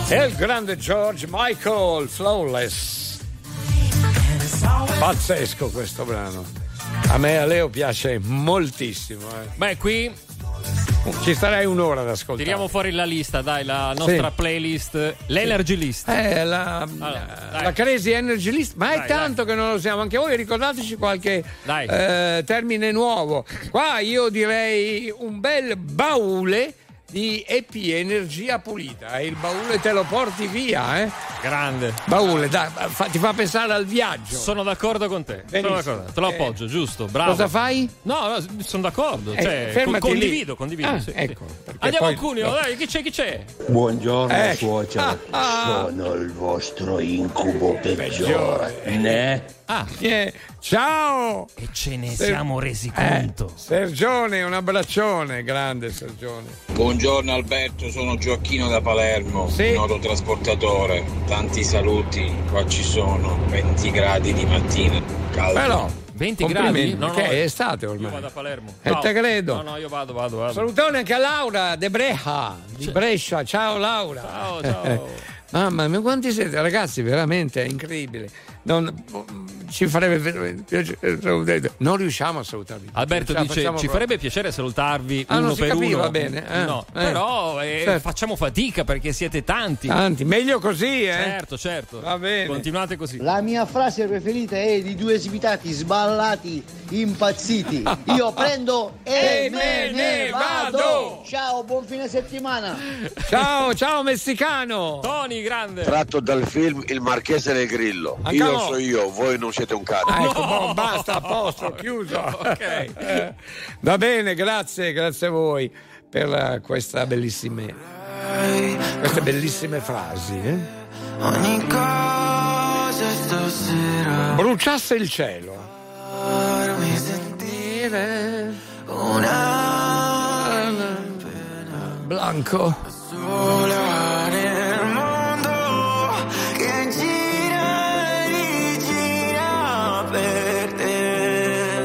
E il grande George Michael, Flawless. Pazzesco questo brano. A me a Leo piace moltissimo. Eh. Beh, qui ci starei un'ora ad ascoltare. tiriamo fuori la lista, dai, la nostra Sì. playlist, l'Energy List. Eh, la, Allora, la Crazy Energy List, ma è Dai, tanto che non lo usiamo. Anche voi ricordateci qualche Dai. eh, termine nuovo. Qua io direi un bel baule di E P Energia Pulita. E il baule te lo porti via, eh? Grande. Baule, dai, fa- ti fa pensare al viaggio. Sono d'accordo con te. Sono Benissimo. d'accordo. Te lo appoggio, giusto, bravo. Cosa fai? No, no, sono d'accordo. Eh, Cioè, fermati con- lì. condivido, condivido. Ah, sì, ecco, sì. perché Andiamo poi- al Cuneo, no. dai, chi c'è, chi c'è? Buongiorno Eh. suocero, Ah, ah. sono il vostro incubo peggiore, né? Ah, eh, ciao! e ce ne Ser- siamo resi Eh, conto. Sergione, un abbraccione, grande Sergione. Buongiorno Alberto, sono Gioacchino da Palermo, Sì. noto trasportatore. Tanti saluti, qua ci sono venti gradi di mattina, caldo. Però, venti complimenti, gradi? No, no, che è io estate ormai. vado a Palermo. E te credo. No, no, io vado, vado, vado. Salutone anche a Laura De Breja di Brescia. Ciao Laura. Ciao, ciao. Mamma mia, quanti siete ragazzi, veramente è incredibile. Non, ci farebbe ver- piacere. Non riusciamo a salutarvi. Alberto Cioè, dice: facciamo ci pro- farebbe piacere salutarvi Ah, uno non si per capiva uno. bene, eh, no, eh. però eh, Certo. facciamo fatica perché siete tanti. Tanti, meglio così, eh. Certo, certo. Va bene. Continuate così. La mia frase preferita è di due svitati, sballati, impazziti. Io prendo e me ne vado. Ciao, buon fine settimana. Ciao, ciao messicano. Tony, grande. Tratto dal film Il Marchese del Grillo. Anche Io no. so io, voi non siete un cazzo. Ah, ecco, boh, basta, a posto, chiuso. Ok. Eh, va bene, grazie, grazie a voi per eh, questa bellissime, queste bellissime frasi. eh. Ogni cosa stasera Bruciasse il cielo. farmi sentire una Blanco. sola nel mondo che gira e rigira per te,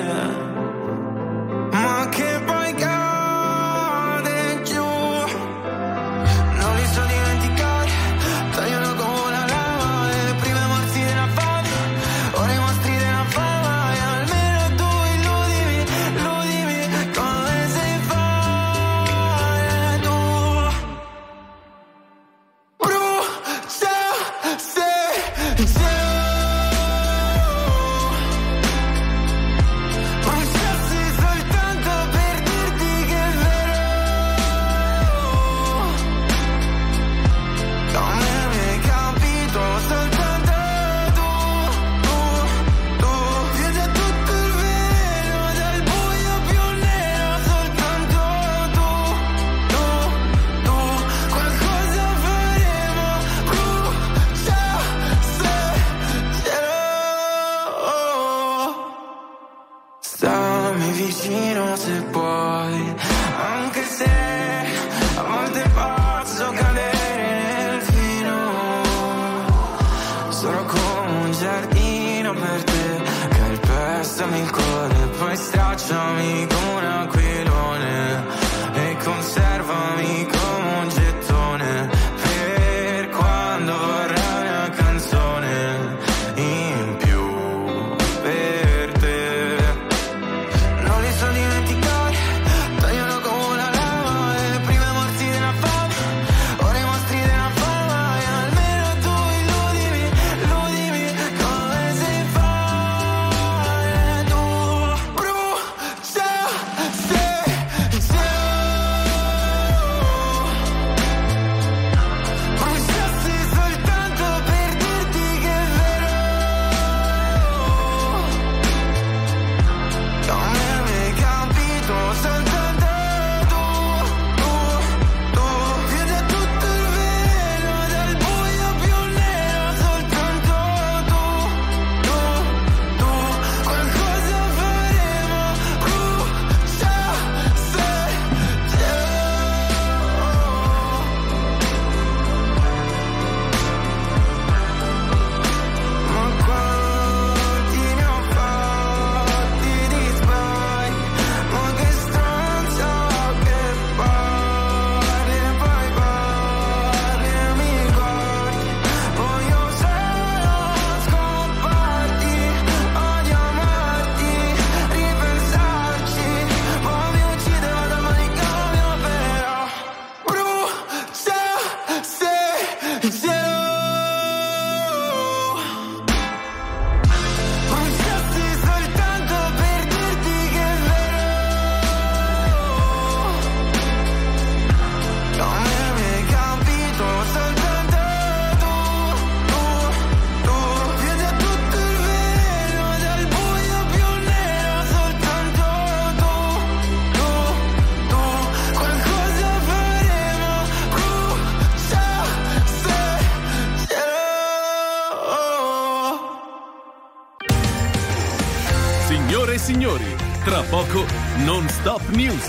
ma che poi cade giù. Non li so dimenticare, tagliano come la lava, le prime morsi della fame, ora i mostri della fama, e almeno tu illudimi, illudimi come sei fare tu. Bruciasse giù, bruciassi soltanto per dirti che è vero. Come mi hai capito soltanto tu, tu, tu. Viene tutto il vero dal buio più nero, soltanto tu, tu, tu. Qualcosa faremo, bruciasse cielo. Stammi vicino se puoi, anche se a volte posso cadere nel fino. Sono come un giardino per te, calpestami il cuore, poi stracciami come un aquilone e conservami come un gettone per quando vorrai una canzone in più per te. Non li so dimenticare, tagliano come una lava, e le prime morsi della fame, ora i mostri della fama, e almeno tu illudimi, illudimi come sei fare tu. Bruciasse Signore e signori, tra poco Non Stop News.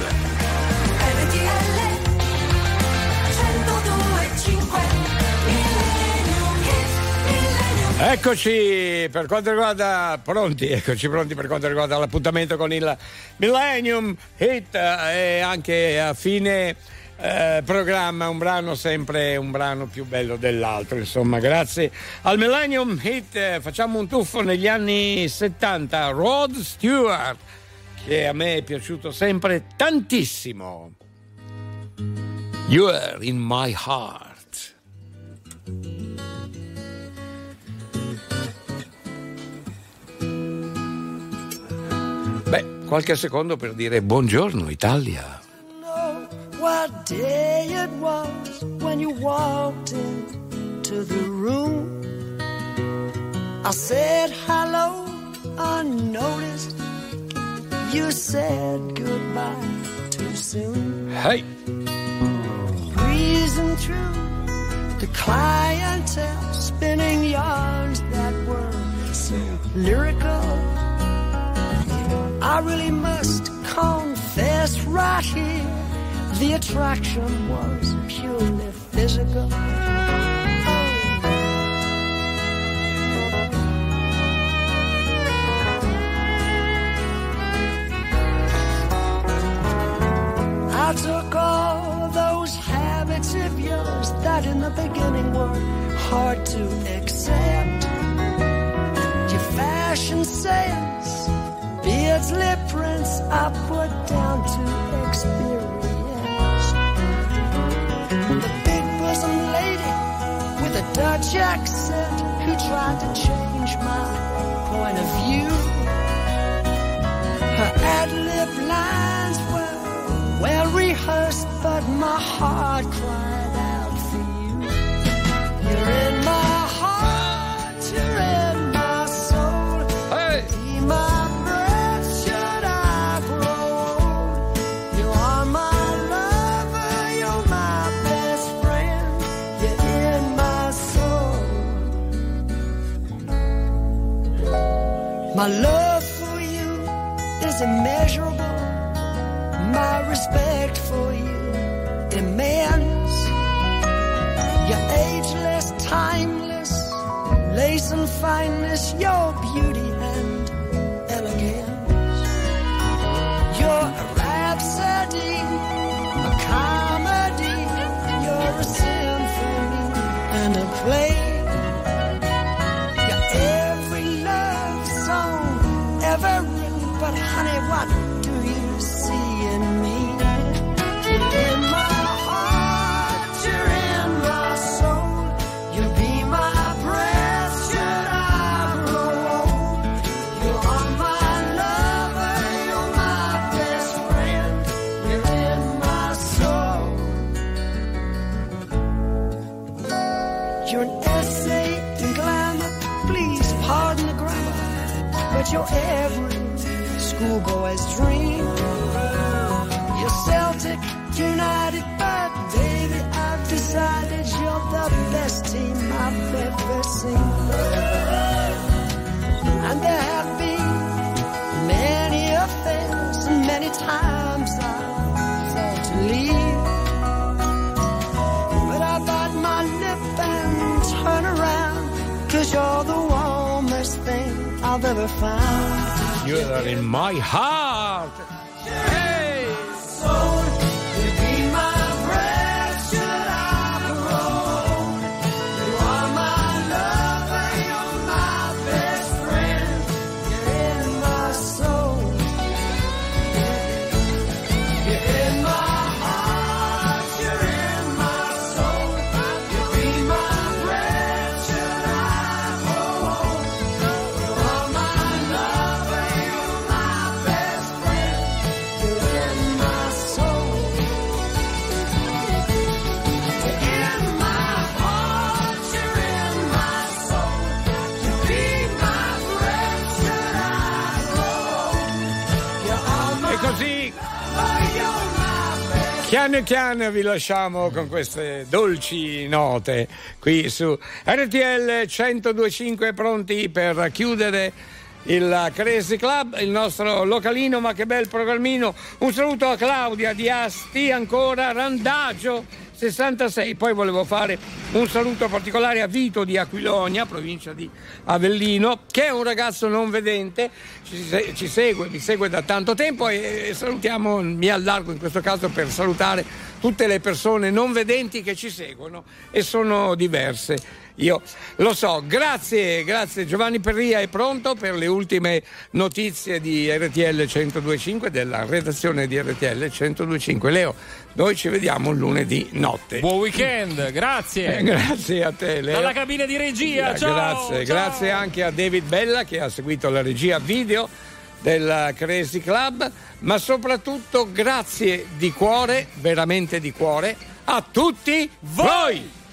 Eccoci per quanto riguarda pronti, eccoci pronti per quanto riguarda l'appuntamento con il Millennium Hit e anche a fine eh, programma un brano sempre un brano più bello dell'altro, insomma, grazie al Millennium Hit eh, facciamo un tuffo negli anni settanta. Rod Stewart, che a me è piaciuto sempre tantissimo. You Are in My Heart. Beh, qualche secondo per dire buongiorno Italia. What day it was when you walked into the room. I said hello unnoticed. You said goodbye too soon. Hey. Breezing through the clientele, spinning yarns that were so lyrical. I really must confess right here, the attraction was purely physical. I took all those habits of yours that in the beginning were hard to accept. Your fashion sense, beards, lip prints, I put down to experience. The big bosom lady with a Dutch accent who tried to change my point of view. Her ad-lib lines were well rehearsed, but my heart cried out for you. You're in my heart, you're in my soul. Hey. Be my breath, should I grow old. You are my lover, you're my best friend. You're in my soul. My love for you is immeasurable. My respect for you immense. You're ageless, timeless, lace and fineness, your beauty and elegance. You're a rhapsody, a comedy, you're a symphony and a play. You're every love song ever written, but honey, what do you see in me? You're in my heart, you're in my soul. You'll be my breath, should I grow old. You are my lover, you're my best friend. You're in my soul. You're an essay in glamour, please pardon the grammar, but you're every schoolboy's dream. You're Celtic, United, but baby, I've decided you're the best team I've ever seen. And there have been many affairs, and many times I thought to leave. But I bite my lip and turn around, 'cause you're the warmest thing I've ever found. You Are in My Heart. Hey. Soul, you'll be my breath, should I grow old. You are my lover, you're my best friend. You're in my soul. You're in my heart, you're in my soul. You'll be my breath, should I grow old. You are my lover, you're my best friend. You're in my soul. You're in my heart, you're in my soul. You'll be my breath, should I grow old. You are my E così lover, you're my best. piano piano vi lasciamo con queste dolci note qui su R T L centodue e cinque, pronti per chiudere il Crazy Club, il nostro localino, ma che bel programmino. Un saluto a Claudia di Asti, ancora Randagio sessantasei. Poi volevo fare un saluto particolare a Vito di Aquilonia, provincia di Avellino, che è un ragazzo non vedente, ci, ci segue, mi segue da tanto tempo, e, e salutiamo, mi allargo in questo caso per salutare tutte le persone non vedenti che ci seguono, e sono diverse. Io lo so. Grazie, grazie. Giovanni Perria è pronto per le ultime notizie di R T L centodue e cinque, della redazione di R T L centodue e cinque. Leo, noi ci vediamo lunedì notte. Buon weekend, grazie. Eh, grazie a te, Leo. Dalla cabina di regia, Eh, ciao. Grazie, ciao. grazie anche a David Bella che ha seguito la regia video del Crazy Club, ma soprattutto grazie di cuore, veramente di cuore, a tutti voi.